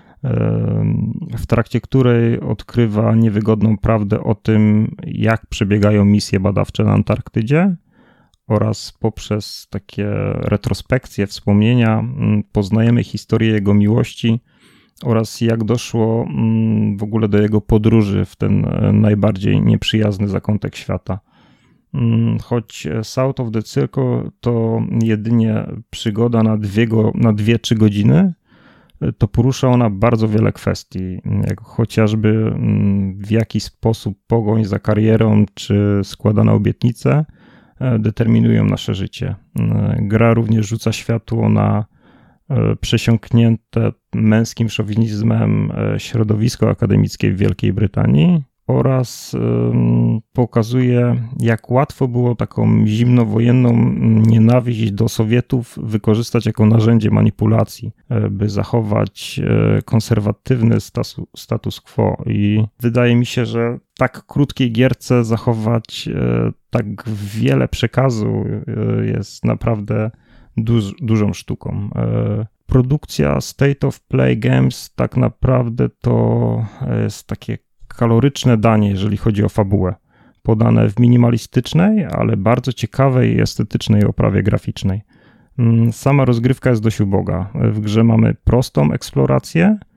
w trakcie której odkrywa niewygodną prawdę o tym, jak przebiegają misje badawcze na Antarktydzie oraz poprzez takie retrospekcje, wspomnienia poznajemy historię jego miłości oraz jak doszło w ogóle do jego podróży w ten najbardziej nieprzyjazny zakątek świata. Choć South of the Circle to jedynie przygoda na 2-3 godziny, to porusza ona bardzo wiele kwestii, jak chociażby w jaki sposób pogoń za karierą czy składane obietnice determinują nasze życie. Gra również rzuca światło na przesiąknięte męskim szowinizmem środowisko akademickie w Wielkiej Brytanii oraz pokazuje, jak łatwo było taką zimnowojenną nienawiść do Sowietów wykorzystać jako narzędzie manipulacji, by zachować konserwatywny status quo. I wydaje mi się, że tak krótkiej gierce zachować tak wiele przekazu jest naprawdę dużą sztuką. Produkcja State of Play Games tak naprawdę to jest takie kaloryczne danie, jeżeli chodzi o fabułę, podane w minimalistycznej, ale bardzo ciekawej i estetycznej oprawie graficznej. Sama rozgrywka jest dość uboga. W grze mamy prostą eksplorację,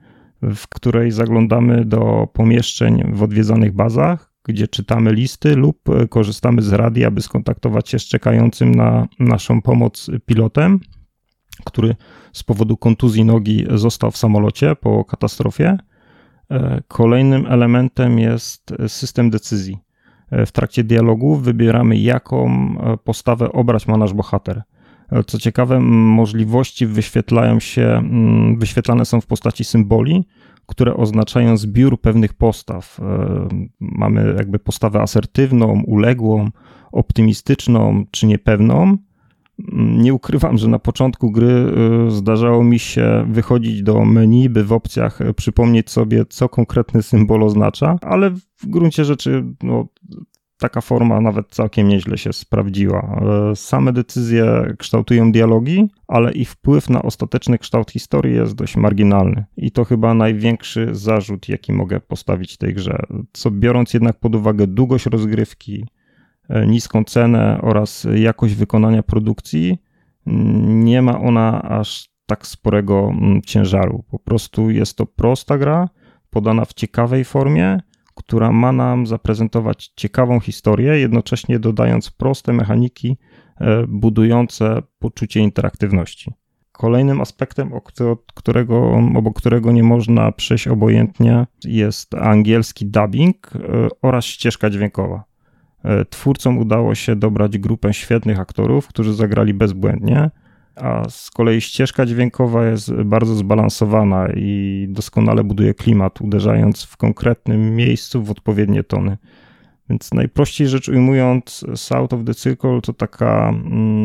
w której zaglądamy do pomieszczeń w odwiedzanych bazach, gdzie czytamy listy lub korzystamy z radia, aby skontaktować się z czekającym na naszą pomoc pilotem, który z powodu kontuzji nogi został w samolocie po katastrofie. Kolejnym elementem jest system decyzji. W trakcie dialogu wybieramy, jaką postawę obrać ma nasz bohater. Co ciekawe, możliwości wyświetlane są w postaci symboli, które oznaczają zbiór pewnych postaw. Mamy jakby postawę asertywną, uległą, optymistyczną czy niepewną. Nie ukrywam, że na początku gry zdarzało mi się wychodzić do menu, by w opcjach przypomnieć sobie, co konkretny symbol oznacza, ale w gruncie rzeczy taka forma nawet całkiem nieźle się sprawdziła. Same decyzje kształtują dialogi, ale ich wpływ na ostateczny kształt historii jest dość marginalny. I to chyba największy zarzut, jaki mogę postawić tej grze. Co biorąc jednak pod uwagę długość rozgrywki, niską cenę oraz jakość wykonania produkcji, nie ma ona aż tak sporego ciężaru. Po prostu jest to prosta gra, podana w ciekawej formie, która ma nam zaprezentować ciekawą historię, jednocześnie dodając proste mechaniki budujące poczucie interaktywności. Kolejnym aspektem, obok którego nie można przejść obojętnie, jest angielski dubbing oraz ścieżka dźwiękowa. Twórcom udało się dobrać grupę świetnych aktorów, którzy zagrali bezbłędnie, a z kolei ścieżka dźwiękowa jest bardzo zbalansowana i doskonale buduje klimat, uderzając w konkretnym miejscu w odpowiednie tony. Więc najprościej rzecz ujmując, South of the Circle to taka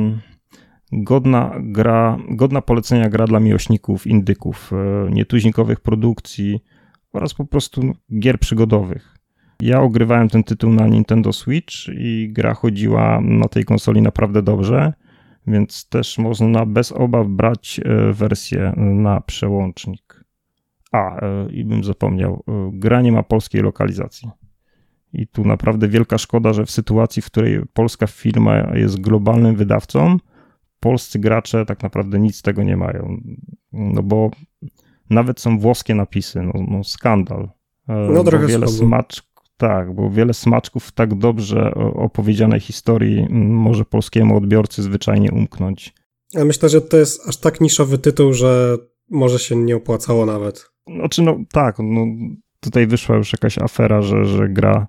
godna polecenia gra dla miłośników indyków, nietuzinkowych produkcji oraz po prostu gier przygodowych. Ja ogrywałem ten tytuł na Nintendo Switch i gra chodziła na tej konsoli naprawdę dobrze, więc też można bez obaw brać wersję na przełącznik. I bym zapomniał, gra nie ma polskiej lokalizacji. I tu naprawdę wielka szkoda, że w sytuacji, w której polska firma jest globalnym wydawcą, polscy gracze tak naprawdę nic z tego nie mają. No bo nawet są włoskie napisy, skandal. Trochę bo wiele smaczków w tak dobrze opowiedzianej historii może polskiemu odbiorcy zwyczajnie umknąć. Ja myślę, że to jest aż tak niszowy tytuł, że może się nie opłacało nawet. Tutaj wyszła już jakaś afera, że gra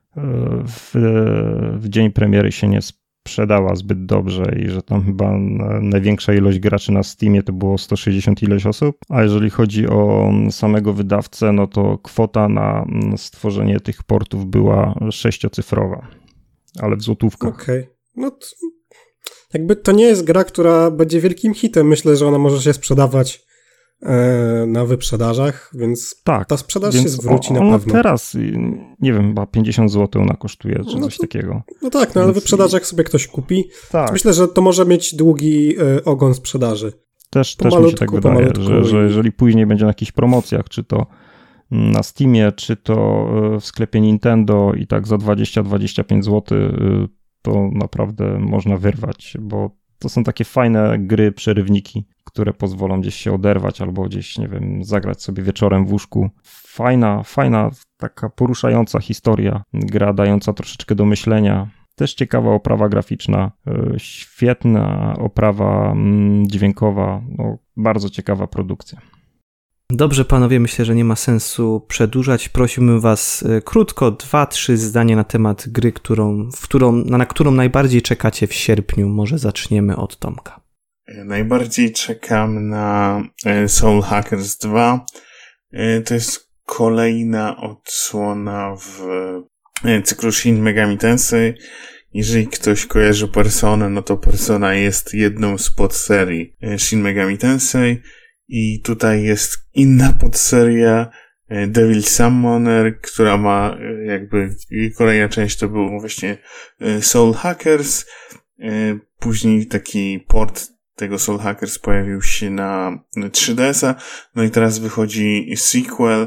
w dzień premiery się nie sprzedała zbyt dobrze i że tam chyba największa ilość graczy na Steamie to było 160 ileś osób, a jeżeli chodzi o samego wydawcę, no to kwota na stworzenie tych portów była 6-cyfrowa, ale w złotówkach. Okej. Jakby to nie jest gra, która będzie wielkim hitem. Myślę, że ona może się sprzedawać na wyprzedażach, więc ta sprzedaż się zwróci na pewno. Teraz, nie wiem, chyba 50 zł ona kosztuje, czy coś takiego. Ale wyprzedażach sobie ktoś kupi. Tak. Myślę, że to może mieć długi ogon sprzedaży. Też mi się tak wydaje, że jeżeli później będzie na jakichś promocjach, czy to na Steamie, czy to w sklepie Nintendo i tak za 20-25 zł, to naprawdę można wyrwać, bo to są takie fajne gry, przerywniki, które pozwolą gdzieś się oderwać albo gdzieś, nie wiem, zagrać sobie wieczorem w łóżku. Fajna, taka poruszająca historia, gra dająca troszeczkę do myślenia. Też ciekawa oprawa graficzna, świetna oprawa dźwiękowa, bardzo ciekawa produkcja. Dobrze, panowie, myślę, że nie ma sensu przedłużać. Prosiłbym was krótko, 2-3 zdania na temat gry, na którą najbardziej czekacie w sierpniu. Może zaczniemy od Tomka. Najbardziej czekam na Soul Hackers 2. To jest kolejna odsłona w cyklu Shin Megami Tensei. Jeżeli ktoś kojarzy Personę, no to Persona jest jedną z podserii Shin Megami Tensei. I tutaj jest inna podseria Devil Summoner, która ma jakby kolejna część to był właśnie Soul Hackers. Później taki port tego Soul Hackers pojawił się na 3DS-a. No i teraz wychodzi sequel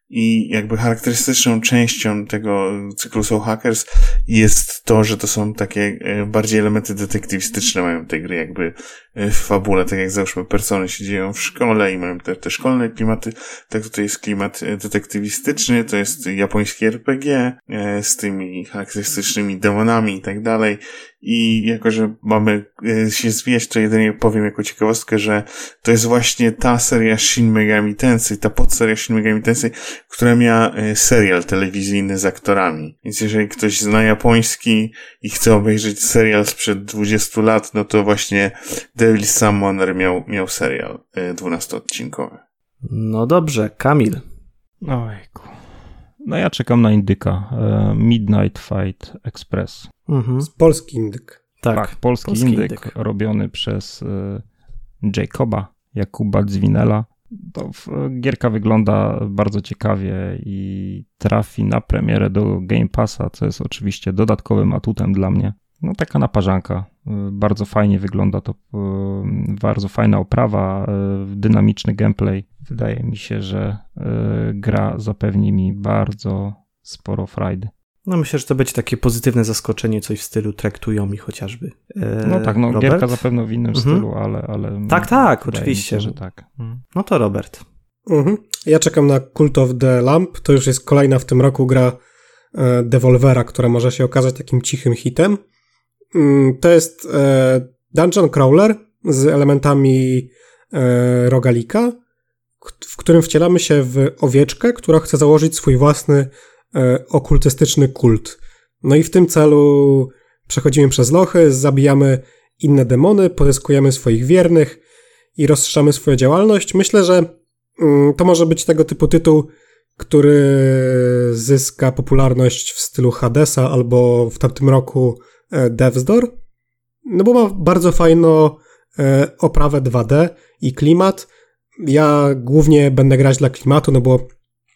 I jakby charakterystyczną częścią tego cyklu Soul Hackers jest to, że to są takie bardziej elementy detektywistyczne mają te gry jakby w fabule, tak jak załóżmy Persony się dzieją w szkole i mają te szkolne klimaty, tak tutaj jest klimat detektywistyczny, to jest japońskie RPG z tymi charakterystycznymi demonami i tak dalej. I jako, że mamy się zwijać, to jedynie powiem jako ciekawostkę, że to jest właśnie ta seria Shin Megami Tensei, ta podseria Shin Megami Tensei, która miała serial telewizyjny z aktorami. Więc jeżeli ktoś zna japoński i chce obejrzeć serial sprzed 20 lat, no to właśnie Devil Summoner miał serial 12-odcinkowy. No dobrze, Kamil. Ojku. No ja czekam na indyka. Midnight Fight Express. Polski indyk. Tak, polski indyk robiony przez Jacoba Jakuba Dzwinela. To gierka wygląda bardzo ciekawie i trafi na premierę do Game Passa, co jest oczywiście dodatkowym atutem dla mnie. No taka naparzanka. Bardzo fajnie wygląda to, bardzo fajna oprawa, dynamiczny gameplay. Wydaje mi się, że gra zapewni mi bardzo sporo frajdy. No myślę, że to będzie takie pozytywne zaskoczenie, coś w stylu Traktują mi chociażby. No tak, no Robert? Gierka zapewne w innym stylu, ale Tak, oczywiście. Mi się, że tak. No to Robert. Ja czekam na Cult of the Lamp. To już jest kolejna w tym roku gra Devolvera, która może się okazać takim cichym hitem. To jest dungeon crawler z elementami rogalika, w którym wcielamy się w owieczkę, która chce założyć swój własny okultystyczny kult. No i w tym celu przechodzimy przez lochy, zabijamy inne demony, pozyskujemy swoich wiernych i rozszerzamy swoją działalność. Myślę, że to może być tego typu tytuł, który zyska popularność w stylu Hadesa albo w tamtym roku Death's Door, no bo ma bardzo fajną oprawę 2D i klimat. Ja głównie będę grać dla klimatu, no bo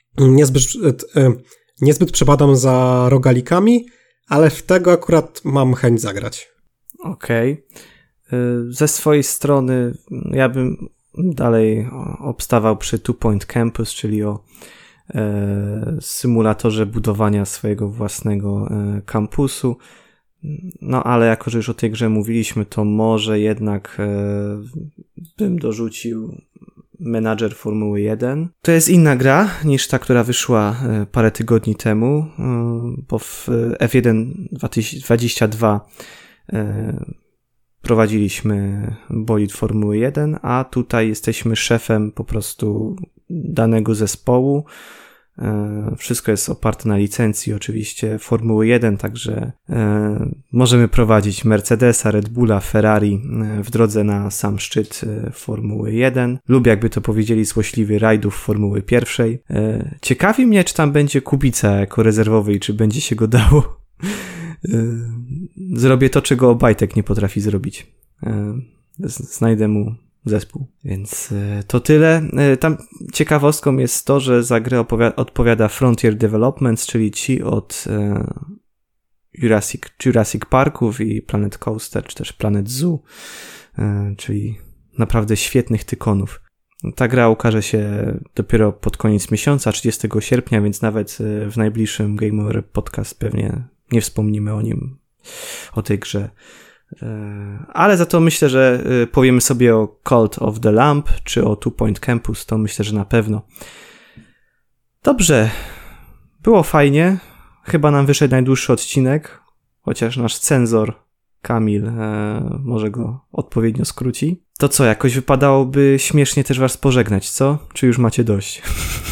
niezbyt przepadam za rogalikami, ale w tego akurat mam chęć zagrać. Okej. Ze swojej strony ja bym dalej obstawał przy Two Point Campus, czyli o symulatorze budowania swojego własnego kampusu. No ale jako, że już o tej grze mówiliśmy, to może jednak bym dorzucił Menadżer Formuły 1. To jest inna gra niż ta, która wyszła parę tygodni temu, bo w F1 2022 prowadziliśmy bolid Formuły 1, a tutaj jesteśmy szefem po prostu danego zespołu. Wszystko jest oparte na licencji oczywiście Formuły 1, także możemy prowadzić Mercedesa, Red Bulla, Ferrari w drodze na sam szczyt Formuły 1 lub jakby to powiedzieli złośliwi rajdów Formuły 1. Ciekawi mnie, czy tam będzie Kubica jako rezerwowy i czy będzie się go dało. Zrobię to, czego Obajtek nie potrafi zrobić. Znajdę mu zespół. Więc to tyle. Tam ciekawostką jest to, że za grę odpowiada Frontier Developments, czyli ci od Jurassic Parków i Planet Coaster, czy też Planet Zoo, czyli naprawdę świetnych tykonów. Ta gra ukaże się dopiero pod koniec miesiąca, 30 sierpnia, więc nawet w najbliższym Game Over Podcast pewnie nie wspomnimy o tej grze. Ale za to myślę, że powiemy sobie o Cult of the Lamp, czy o Two Point Campus, to myślę, że na pewno. Dobrze, było fajnie. Chyba nam wyszedł najdłuższy odcinek, chociaż nasz cenzor Kamil może go odpowiednio skróci. To co, jakoś wypadałoby śmiesznie też was pożegnać, co? Czy już macie dość?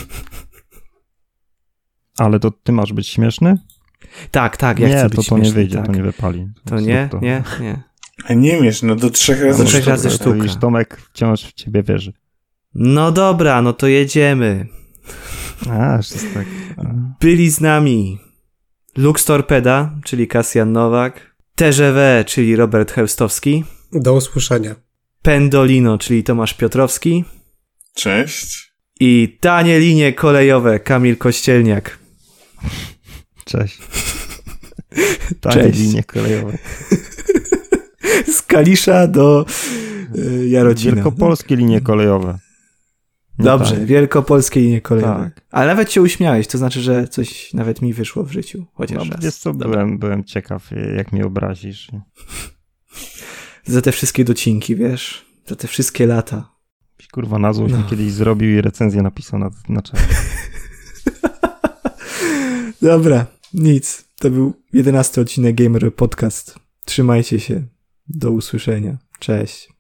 Ale to ty masz być śmieszny? Tak, ja chcę być śmieszny. Nie, to nie wyjdzie, tak. To nie wypali. To nie. A nie wiesz, no do 3 razy do 3 razy sztuka. Widzisz, Tomek wciąż w ciebie wierzy. No dobra, no to jedziemy. Jest tak. Byli z nami Lux Torpeda, czyli Kasjan Nowak, TGW, czyli Robert Chełstowski. Do usłyszenia. Pendolino, czyli Tomasz Piotrowski. Cześć. I tanie linie kolejowe, Kamil Kościelniak. Cześć. Tanie linie kolejowe. Z Kalisza do Jarocina. Wielkopolskie linie kolejowe. Dobrze, tak. wielkopolskie i niekoleżne. Tak. Ale nawet się uśmiałeś, to znaczy, że coś nawet mi wyszło w życiu. Chociaż raz. Wiesz co, byłem ciekaw, jak mnie obrazisz. Za te wszystkie docinki, wiesz? Za te wszystkie lata. Kurwa, na złość mi kiedyś zrobił i recenzję napisał na czele. Dobra, nic. To był 11 odcinek Gamer Podcast. Trzymajcie się. Do usłyszenia. Cześć.